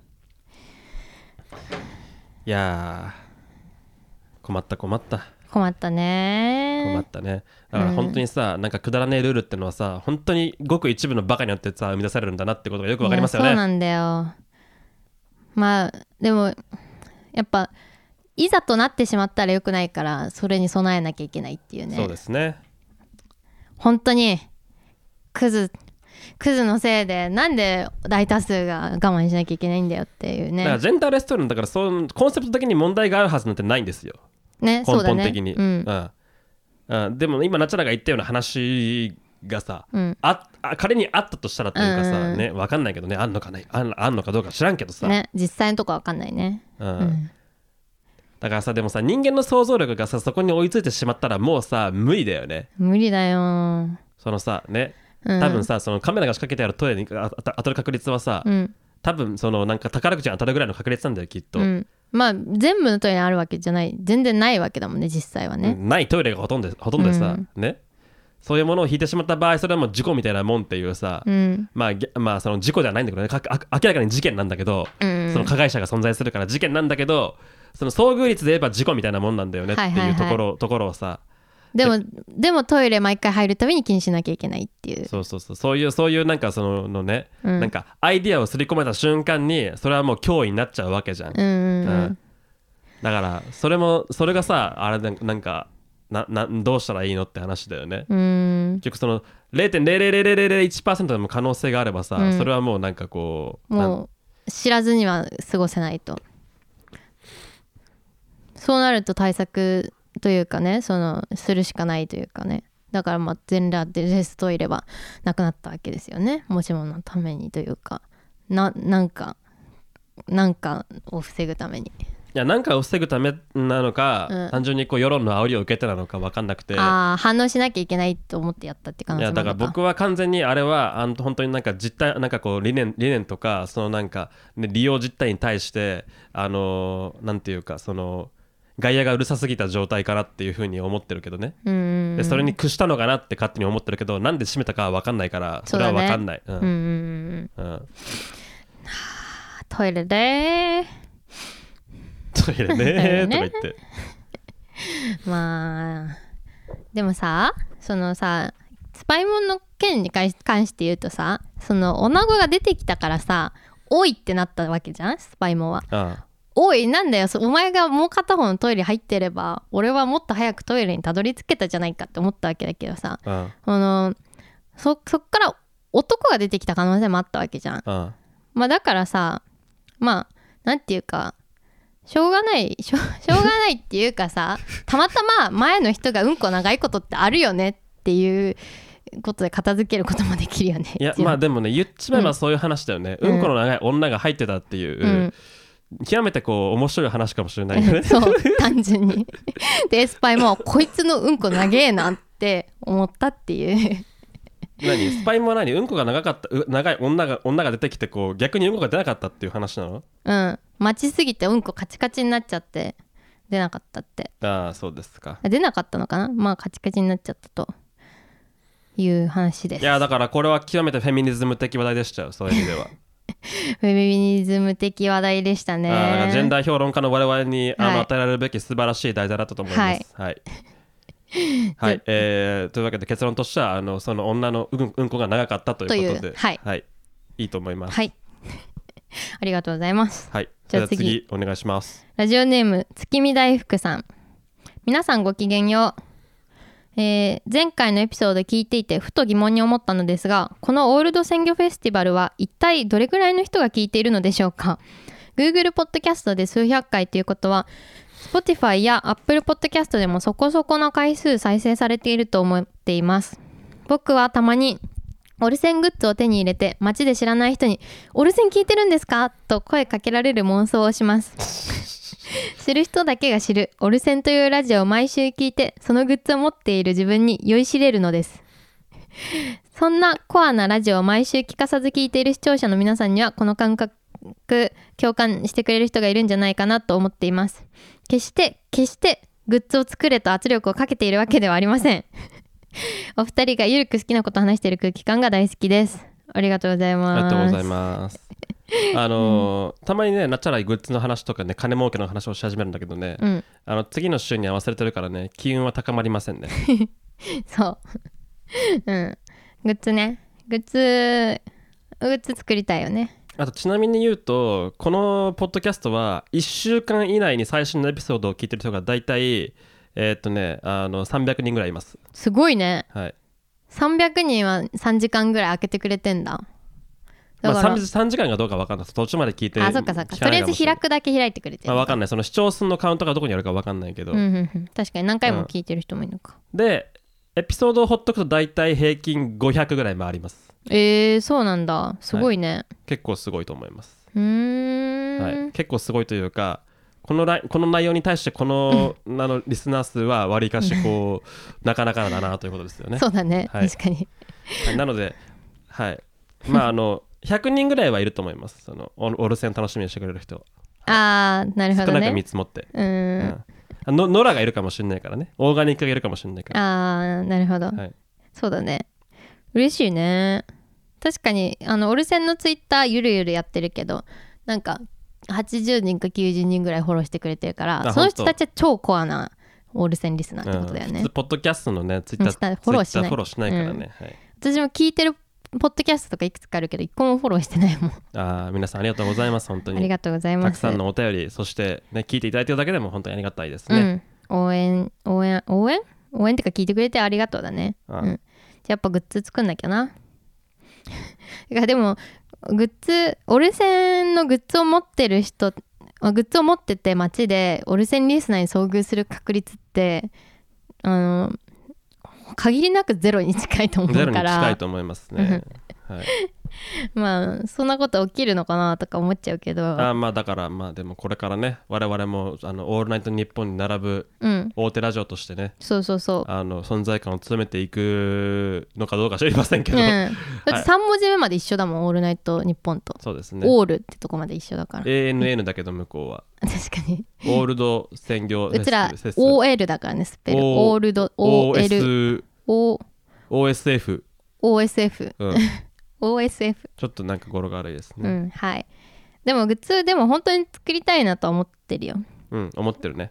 いや困ったね。困ったね。だから本当にさ、なんかくだらねえルールってのはさ、本当にごく一部のバカによってさ生み出されるんだなってことがよくわかりますよね。 そうなんだよ。まあでもやっぱいざとなってしまったらよくないから、それに備えなきゃいけないっていうね。 そうですね。 本当にクズのせいでなんで大多数が我慢しなきゃいけないんだよっていうね。 だからジェンダーレストランだから、そのコンセプト的に問題があるはずなんてないんですよね。 根本的に。でも今ナチャラが言ったような話がさ、仮にあったとしたらというかさ、ね、分かんないけどね、あんのかどうか知らんけどさ、 ね、実際のとこ分かんないね。 だからさ、でもさ、人間の想像力がさそこに追いついてしまったらもうさ無理だよね。 無理だよ。 そのさね、多分さ、そのカメラが仕掛けてあるトイレに当たる確率はさ、多分そのなんか宝くじに当たるぐらいの確率なんだよきっと。 まあ全部のトイレにあるわけじゃない、全然ないわけだもんね実際はね。 ないトイレがほとんどでさ、ね、そういうものを引いてしまった場合、それはもう事故みたいなもんっていうさ、まあその事故じゃないんだけどね、明らかに事件なんだけど、その加害者が存在するから事件なんだけど、その遭遇率で言えば事故みたいなもんなんだよねっていうところをさ、 でもトイレ毎回入るたびに気にしなきゃいけないっていう。 そういうなんかそのね、なんかアイディアを刷り込めた瞬間にそれはもう脅威になっちゃうわけじゃん。だからそれがさ、あれなんかどうしたらいいのって話だよね。結局その 0.00001% でも可能性があればさ、それはもうなんかこうもう知らずには過ごせないと。そうなると対策というかね、そのするしかないというかね。だからまあ全裸でレストイレはなくなったわけですよね。もしものためにというか、なんかを防ぐために。 いや、なんかを防ぐためなのか、単純にこう世論の煽りを受けてなのか分かんなくて、 反応しなきゃいけないと思ってやったって感じ。 いやだから僕は完全にあれは本当になんか実態、なんかこう理念とか、そのなんか、ね、利用実態に対してなんていうか、その外野がうるさすぎた状態かなっていう風に思ってるけどね。でそれに屈したのかなって勝手に思ってるけど、なんで閉めたかは分かんないから、それは分かんない。 トイレでトイレねとか言ってまあでもさ、そのさスパイモンの件に関して言うとさ、その女子が出てきたからさ、おいってなったわけじゃん、スパイモンは。おいなんだよ、お前がもう片方のトイレ入ってれば俺はもっと早くトイレにたどり着けたじゃないかって思ったわけだけどさ、そっから男が出てきた可能性もあったわけじゃん。まあだからさ、まあなんていうかしょうがないっていうかさ、たまたま前の人がうんこ長いことってあるよねっていうことで片付けることもできるよね。 いやまあでもね、言っちまえばそういう話だよね。うんこの長い女が入ってたっていう、極めてこう面白い話かもしれないよね。 そう単純にでスパイもこいつのうんこ長えなって思ったっていうスパイもうんこが長い女が出てきて、こう逆にうんこが出なかったっていう話なの？ 待ちすぎてうんこカチカチになっちゃって出なかったって。 ああそうですか。 出なかったのかな、まあカチカチになっちゃったという話です。 いやだからこれは極めてフェミニズム的話題でしたよ、そういう意味では。 フェミニズム的話題でしたね。 だからジェンダー評論家の我々に与えられるべき素晴らしい題材だったと思います。はいはい、というわけで結論としてはその女のうんこが長かったということで、はい、いいと思います。 はいありがとうございます。 はい、じゃあ次お願いします。 ラジオネーム月見大福さん、皆さんごきげんよう。前回のエピソード聞いていてふと疑問に思ったのですが、このオールド鮮魚フェスティバルは一体どれくらいの人が聞いているのでしょうか。 Google ポッドキャストで数百回ということは Spotify や Apple ポッドキャストでもそこそこの回数再生されていると思っています。僕はたまにオルセングッズを手に入れて街で知らない人にオルセン聞いてるんですかと声かけられる妄想をします。知る人だけが知るオルセンというラジオを毎週聞いて、そのグッズを持っている自分に酔いしれるのです。そんなコアなラジオを毎週聞かさず聞いている視聴者の皆さんにはこの感覚共感してくれる人がいるんじゃないかなと思っています。決してグッズを作れと圧力をかけているわけではありませんお二人がゆるく好きなことを話している空気感が大好きです。ありがとうございます。 ありがとうございますたまにね、なっちゃらいグッズの話とかね、金儲けの話をし始めるんだけどね、次の週には忘れてるからね、機運は高まりませんねそうグッズね、グッズ作りたいよね。 あとちなみに言うと、このポッドキャストは1週間以内に最新のエピソードを聞いてる人がだいたい300人ぐらいいます。 すごいね。 はい。 300人は3時間ぐらい空けてくれてんだ。だから 3時間がどうか分かんない。途中まで聞いて。 そっか。とりあえず開くだけ開いてくれてる。 分かんない。その視聴数のカウントがどこにあるか分かんないけど。 確かに何回も聞いてる人もいるのか。 で、エピソードをほっとくとだいたい平均500ぐらい回ります。 そうなんだ。すごいね。はい、 結構すごいと思います。はい、結構すごいというか、この内容に対してこのリスナー数はわりかしこうなかなかだなということですよね。 そうだね、はい、確かに、 はい、なので、はい、まあ100人ぐらいはいると思います。オルセン楽しみにしてくれる人。 なるほどね。 少なく見積もって。ノラがいるかもしれないからね。オーガニックがいるかもしれないから。 なるほど、はい、そうだね。嬉しいね。確かにオルセンのツイッターゆるゆるやってるけど、なんか80人か90人ぐらいフォローしてくれてるから、その人たちは超コアなオールセンリスナーってことだよね。 ポッドキャストのねツイッターフォローしないからね、はい、 私も聞いてるポッドキャストとかいくつかあるけど一個もフォローしてないもん。 皆さんありがとうございます。本当にありがとうございます。 たくさんのお便り、そして、ね、聞いていただいてるだけでも本当にありがたいですね、 応援ってか聞いてくれてありがとうだね。じゃあやっぱグッズ作んなきゃな。でもオルセンのグッズを持ってる人、グッズを持ってて街でオルセンリスナーに遭遇する確率って限りなくゼロに近いと思うから。ゼロに近いと思いますね、はい、 まあそんなこと起きるのかなとか思っちゃうけど、 だからでもこれからね、我々もオールナイトニッポンに並ぶ大手ラジオとしてね、 そう存在感を強めていくのかどうか知りませんけど、 だって3文字目まで一緒だもん、オールナイトニッポンと。 そうですね、 オールってとこまで一緒だから。 ANN だけど向こうは確かにオールド専業、 うちら OL だからね、スペルオールド OL OSF OSF OSF ちょっとなんか語呂が悪いですね、 はい。でもグッズでも本当に作りたいなとは思ってるよ。 思ってるね。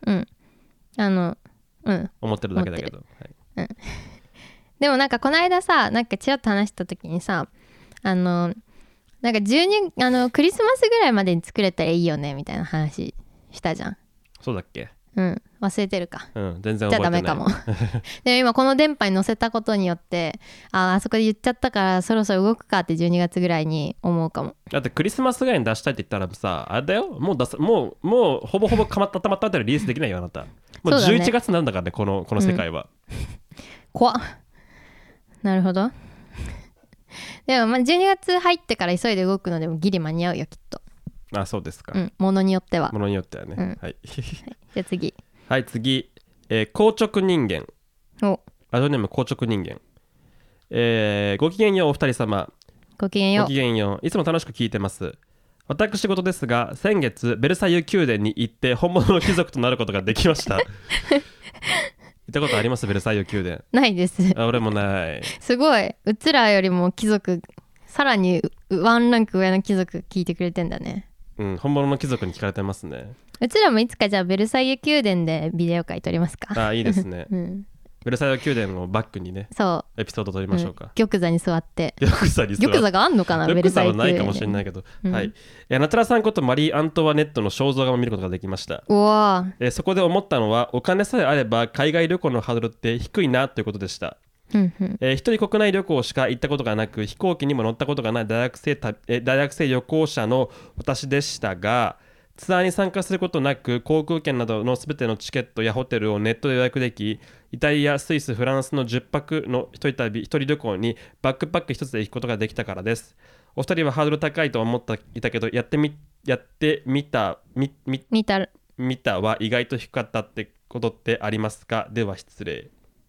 思ってるだけだけど、はい、 でもなんかこの間さ、なんかちらっと話した時にさ、なんかクリスマスぐらいまでに作れたらいいよねみたいな話したじゃん。 そうだっけ？ 忘れてるか。 全然覚えてない。じゃあダメかもでも今この電波に乗せたことによってあそこで言っちゃったからそろそろ動くかって12月ぐらいに思うかも。 だってクリスマスぐらいに出したいって言ったらさ、あれだよ、もうほぼほぼ固まったらリリースできないよあなた。もう11月なんだからね、この世界は、 怖っ。なるほど。でも12月入ってから急いで動くのでもギリ間に合うよきっと。 そうですか。 ものによってはね、はいじゃあ次。 はい、次、硬直人間。ラジオネーム硬直人間。ごきげんようお二人様。 ごきげんよう。いつも楽しく聞いてます。私事ですが、先月ベルサイユ宮殿に行って本物の貴族となることができました。行ったことあります？ベルサイユ宮殿。 ないです。 俺もない。 すごい、うちらよりも貴族、さらにワンランク上の貴族聞いてくれてんだね。 本物の貴族に聞かれてますね。 うちらもいつかじゃあベルサイユ宮殿でビデオ会撮りますか。 いいですね、ベルサイユ宮殿をバックにね、エピソード撮りましょうか。 玉座に座って。 玉座があんのかな。 ベルサイユ宮殿。玉座はないかもしれないけど、はい。ナトラさんことマリー・アントワネットの肖像画を見ることができました。そこで思ったのは、お金さえあれば海外旅行のハードルって低いなということでした。一人国内旅行しか行ったことがなく、飛行機にも乗ったことがない大学生旅行者の私でしたが、ツアーに参加することなく航空券などのすべてのチケットやホテルをネットで予約でき、イタリア、スイス、フランスの10泊の一人旅行にバックパック一つで行くことができたからです。お二人はハードル高いと思っていたけど、やってみたは意外と低かったってことってありますか？では失礼。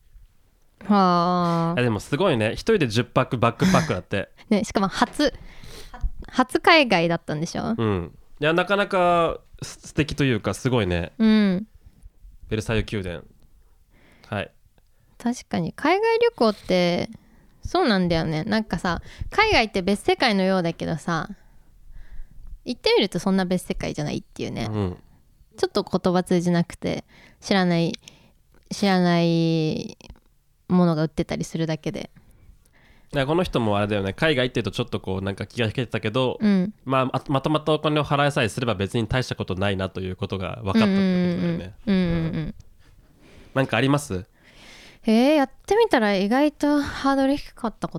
でもすごいね、一人で10泊バックパックだってね、しかも初海外だったんでしょ。 いやなかなか素敵というかすごいね。 ベルサイユ宮殿。はい。 確かに海外旅行ってそうなんだよね。なんかさ、海外って別世界のようだけどさ、行ってみるとそんな別世界じゃないっていうね、 うん、 ちょっと言葉通じなくて知らないものが売ってたりするだけで。 この人もあれだよね、海外っていうとちょっとこうなんか気が引けてたけど、 うん、 まとまったお金を払いさえすれば別に大したことないなということが分かったってことだよね。なんかあります？ やってみたら意外とハードル低かったこと、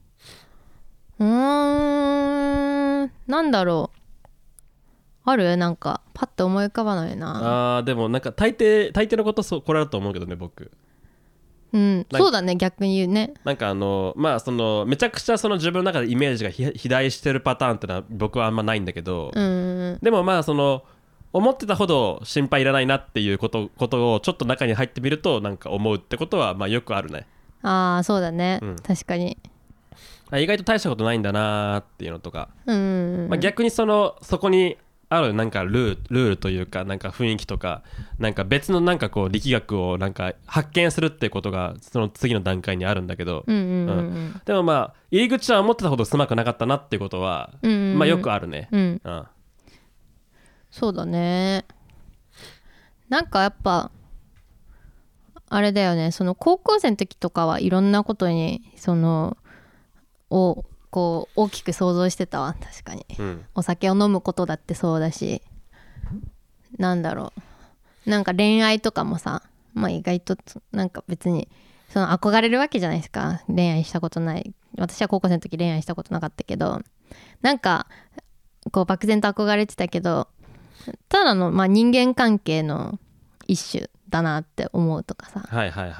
なんだろう、ある？なんかパッと思い浮かばないな。 でもなんか大抵のことこれだと思うけどね、僕。 そうだね、逆に言うね。 なんかそのめちゃくちゃその自分の中でイメージが肥大してるパターンってのは僕はあんまないんだけど、でもその思ってたほど心配いらないなっていうことをちょっと中に入ってみるとなんか思うってことはよくあるね。 そうだね、確かに意外と大したことないんだなっていうのとか、逆にそこにあるなんかルールというかなんか雰囲気とかなんか別のなんかこう力学をなんか発見するっていうことがその次の段階にあるんだけど、でも入り口は思ってたほど狭くなかったなっていうことはよくあるね。 そうだね。なんかやっぱあれだよね、その高校生の時とかはいろんなことにこう大きく想像してたわ。確かに、お酒を飲むことだってそうだし、なんだろう、なんか恋愛とかもさ、意外となんか別にその憧れるわけじゃないですか。恋愛したことない、私は高校生の時恋愛したことなかったけど、なんかこう漠然と憧れてたけど、ただの人間関係の一種だなって思うとかさ。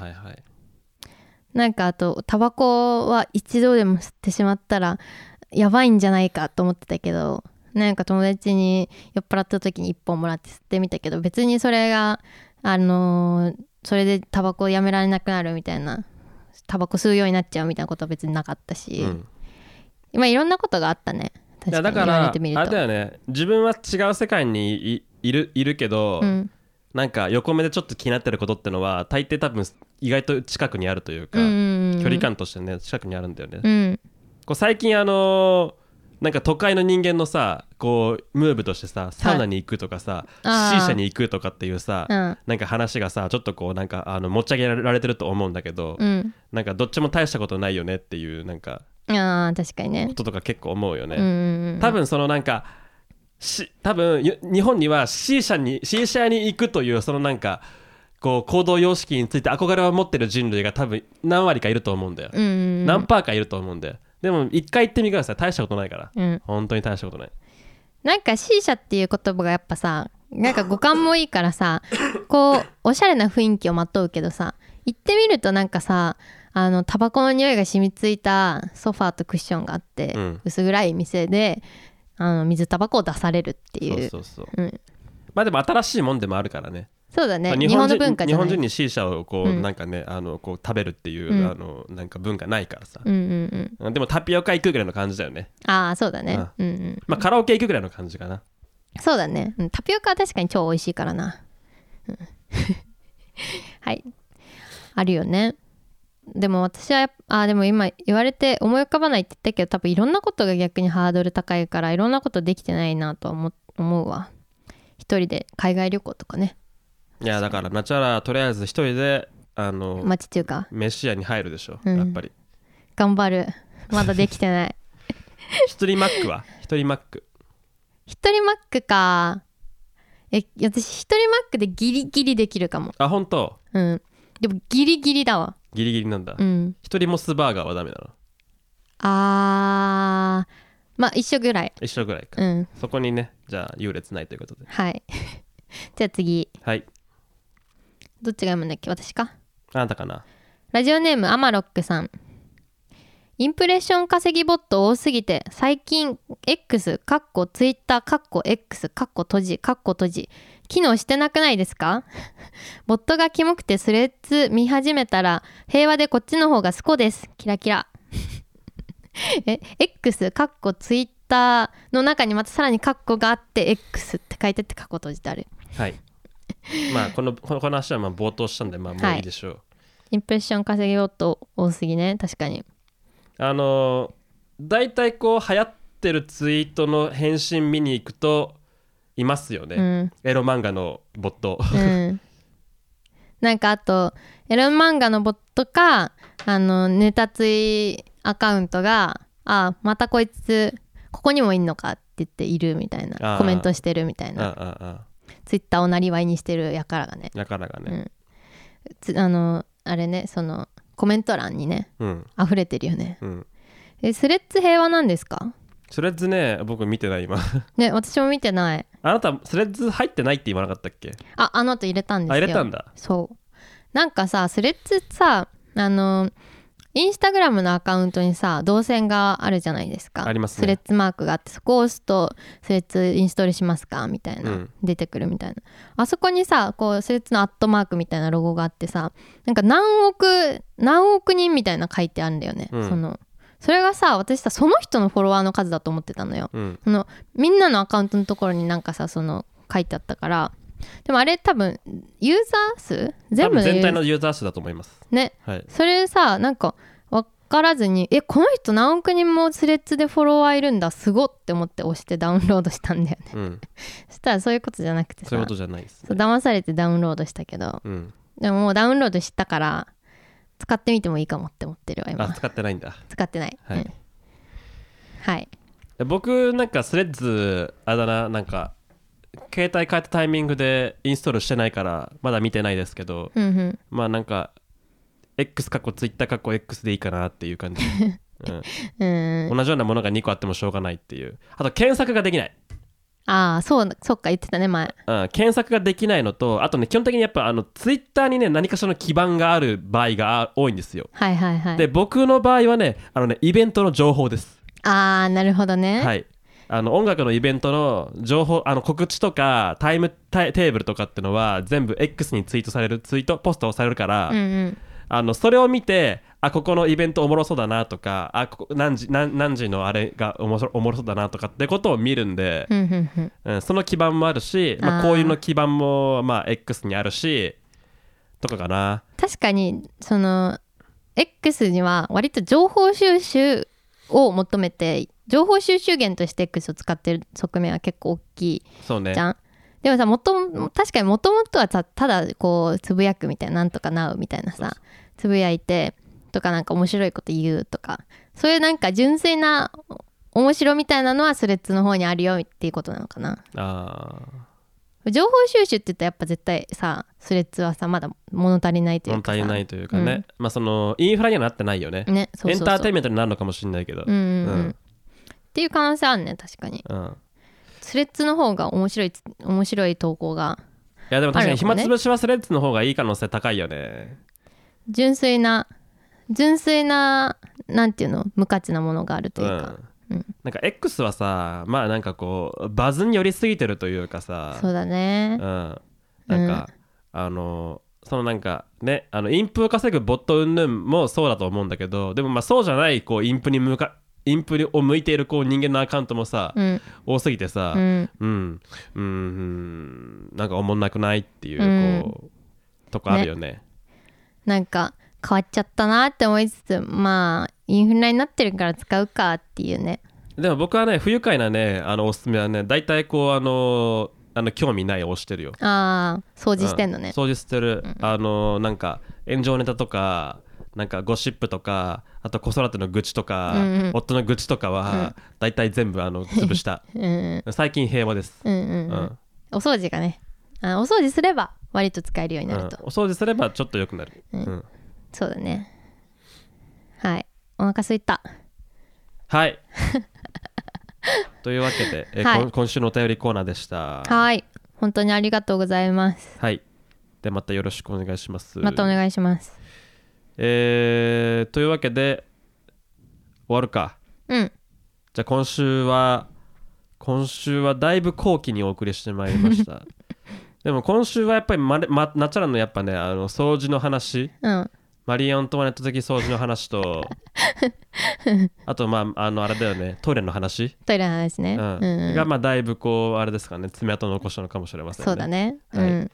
なんかあとタバコは一度でも吸ってしまったらやばいんじゃないかと思ってたけど、なんか友達に酔っ払った時に1本もらって吸ってみたけど、別にそれがそれでタバコをやめられなくなるみたいな、タバコ吸うようになっちゃうみたいなことは別になかったし、いろんなことがあったね。確かに言われてみると。 だからあれだよね、自分は違う世界にいるけど、なんか横目でちょっと気になってることってのは大抵多分意外と近くにあるというか、距離感としてね近くにあるんだよね。こう最近なんか都会の人間のさこうムーブとしてさ、サウナに行くとかさ、C 社に行くとかっていうさ、なんか話がさちょっとこうなんか持ち上げられてると思うんだけど、なんかどっちも大したことないよねっていうなんか確かにねこととか結構思うよね。多分そのなんか多分日本には C 社に行くというそのなんかこう行動様式について憧れを持ってる人類が多分何割かいると思うんだよ。何パーかいると思うんだよ。でも一回行ってみてください。大したことないから、本当に大したことない。 なんか C 社っていう言葉がやっぱさ、なんか五感もいいからさこうおしゃれな雰囲気をまとうけどさ、行ってみるとなんかさタバコの匂いが染みついたソファーとクッションがあって、薄暗い店で水タバコを出されるっていう。 でも新しいもんでもあるからね。 そうだね、日本の文化じゃない。 日本人に C 社をこう、なんかねこう食べるっていう、なんか文化ないからさ、でもタピオカ行くぐらいの感じだよね。 そうだね、 カラオケ行くぐらいの感じかな。 そうだね、タピオカは確かに超美味しいからな、はいあるよね。でも私はでも今言われて思い浮かばないって言ったけど、多分いろんなことが逆にハードル高いからいろんなことできてないなとは思うわ。一人で海外旅行とかね。 いやだからナチャラとりあえず一人で町中華飯屋に入るでしょ、やっぱり頑張る。まだできてない一人マックは一人マックか。私一人マックでギリギリできるかも。 本当？ でもギリギリだわ。 ギリギリなんだ。一人モスバーガーはダメなの？一緒ぐらいか。 そこにね、じゃあ優劣ないということで。 はいじゃあ次。 はい。 どっちが読むんだっけ？私か？ あなたかな。 ラジオネームアマロックさん。インプレッション稼ぎボット多すぎて最近 X かっこ Twitter かっこ X かっこ閉じ機能してなくないですか？ボットがキモくてスレッズ見始めたら平和でこっちの方がスコです。キラキラX かっこ Twitter の中にまたさらにカッコがあって X って書いてってカッコ閉じてある。 はいまあこの話はまあ冒頭したんでまあもういいでしょう、はい、 インプレッション稼げようと多すぎね。確かにだいたいこう流行ってるツイートの返信見に行くといますよね、うん、エロ漫画のボット、うん、 なんかあとエロ漫画のボットかネタツイアカウントがまたこいつここにもいんのかって言っているみたいなコメントしてるみたいなツイッターをなりわいにしてるやからがね、うん、あれね、そのコメント欄にね、うん、溢れてるよね、うん、スレッズ平和なんですか？ スレッズね、僕見てない今ね、私も見てない。 あなたスレッズ入ってないって言わなかったっけ？ あの後入れたんですよ。 入れたんだ。 そう、なんかさ、スレッズさ、インスタグラムのアカウントにさ動線があるじゃないですか。 ありますね。 スレッズマークがあって、そこを押すとスレッズインストールしますかみたいな、うん、出てくるみたいな。あそこにさこうスレッズのアットマークみたいなロゴがあってさ、なんか何億人みたいな書いてあるんだよね、うん、それがさ、私さその人のフォロワーの数だと思ってたのよ、うん、みんなのアカウントのところになんかさ書いてあったから。でもあれ多分ユーザー数全部の全体のユーザー数だと思いますね、はい、それさなんか分からずにこの人何億人もスレッズでフォロワーいるんだすごって思って押してダウンロードしたんだよね、うん、そしたらそういうことじゃなくてさ、 そういうことじゃないです、ね、 騙されてダウンロードしたけど、うん、でももうダウンロードしたから使ってみてもいいかもって思ってるわ今。 使ってないんだ。 使ってない、はい、うん、はい、 僕なんかスレッズあれだな、なんか携帯変えたタイミングでインストールしてないからまだ見てないですけど、うんうん、まあなんか X かっこ Twitter かっこ X でいいかなっていう感じ、うん、同じようなものが2個あってもしょうがないっていう。あと検索ができない。 そっか言ってたね前、 うん、検索ができないのと、あとね基本的にやっぱTwitter にね何かしらの基盤がある場合が多いんですよ。 はいはいはい。 で僕の場合はねイベントの情報です。 なるほどね。 はい、音楽のイベントの情報、告知とかタイムテーブルとかってのは全部 X にツイートポストされるから、うんうん、それを見てここのイベントおもろそうだなとか何時のあれがおもろそうだなとかってことを見るんで、うん、その基盤もあるし、まあ、こういうの基盤も、まあ、X にあるしとかかな。 確かにX には割と情報収集を求めて情報収集源として X を使ってる側面は結構大きいじゃん。そうね。でもさ確かにもともとはさただこうつぶやくみたいな、なんとかなうみたいなさ、つぶやいてとかなんか面白いこと言うとか、そういうなんか純粋な面白みたいなのはスレッズの方にあるよっていうことなのかな。情報収集って言ったらやっぱ絶対さスレッズはさまだ物足りないというか物足りないというかね、うん、まあインフラにはなってないよね。ね、そうそうそう、エンターテインメントになるのかもしれないけど、 っていう可能性あるね。確かに、うん、スレッズの方が面白い投稿が、 いやでも確かに暇つぶしはスレッズの方がいい可能性高いよね。 純粋ななんていうの、無価値なものがあるというか、うん、 なんか X はさまあなんかこうバズに寄りすぎてるというかさ、 そうだね、 うん、なんか、なんかねインプを稼ぐボット云々もそうだと思うんだけど、でもまあそうじゃないこうインプを向いているこう人間のアカウントもさ、うん、多すぎてさ、なんかおもんなくないっていうこう、とこあるよね。 なんか変わっちゃったなって思いつつ、まあインフラになってるから使うかっていうね。 でも僕はね不愉快なねおすすめはね大体こう興味ないを押してるよ。 掃除してんのね、 掃除してる、なんか炎上ネタとかなんかゴシップとか、あと子育ての愚痴とか、夫の愚痴とかは大体全部潰した、最近平和です、お掃除がね、お掃除すれば割と使えるようになると、 お掃除すればちょっと良くなる、 そうだね。はい、お腹すいた。 はいというわけで、今週のお便りコーナーでした。 はい、本当にありがとうございます。 はい、でまたよろしくお願いします。 またお願いします。 というわけで終わるか。じゃあ今週はだいぶ後期にお送りしてまいりましたでも今週はやっぱりなっちゃらのやっぱね掃除の話、マリー・アントワネット的掃除の話とあとまああれだよね、トイレの話ね、 がまあだいぶこうあれですかね、爪痕残したのかもしれませんね。 そうだね、 はい、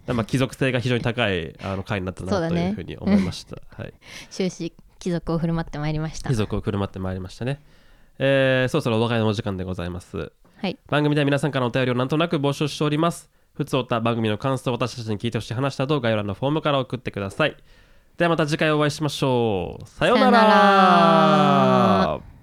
まあ貴族性が非常に高い回になったなというふうに思いました、はい、 終始貴族を振る舞ってまいりました。 貴族を振る舞ってまいりましたね。そろそろお別れのお時間でございます、 はい、 番組では皆さんからのお便りをなんとなく募集しております。ふつおた番組の感想を私たちに聞いてほしい話など概要欄のフォームから送ってください。ではまた次回お会いしましょう。さようなら。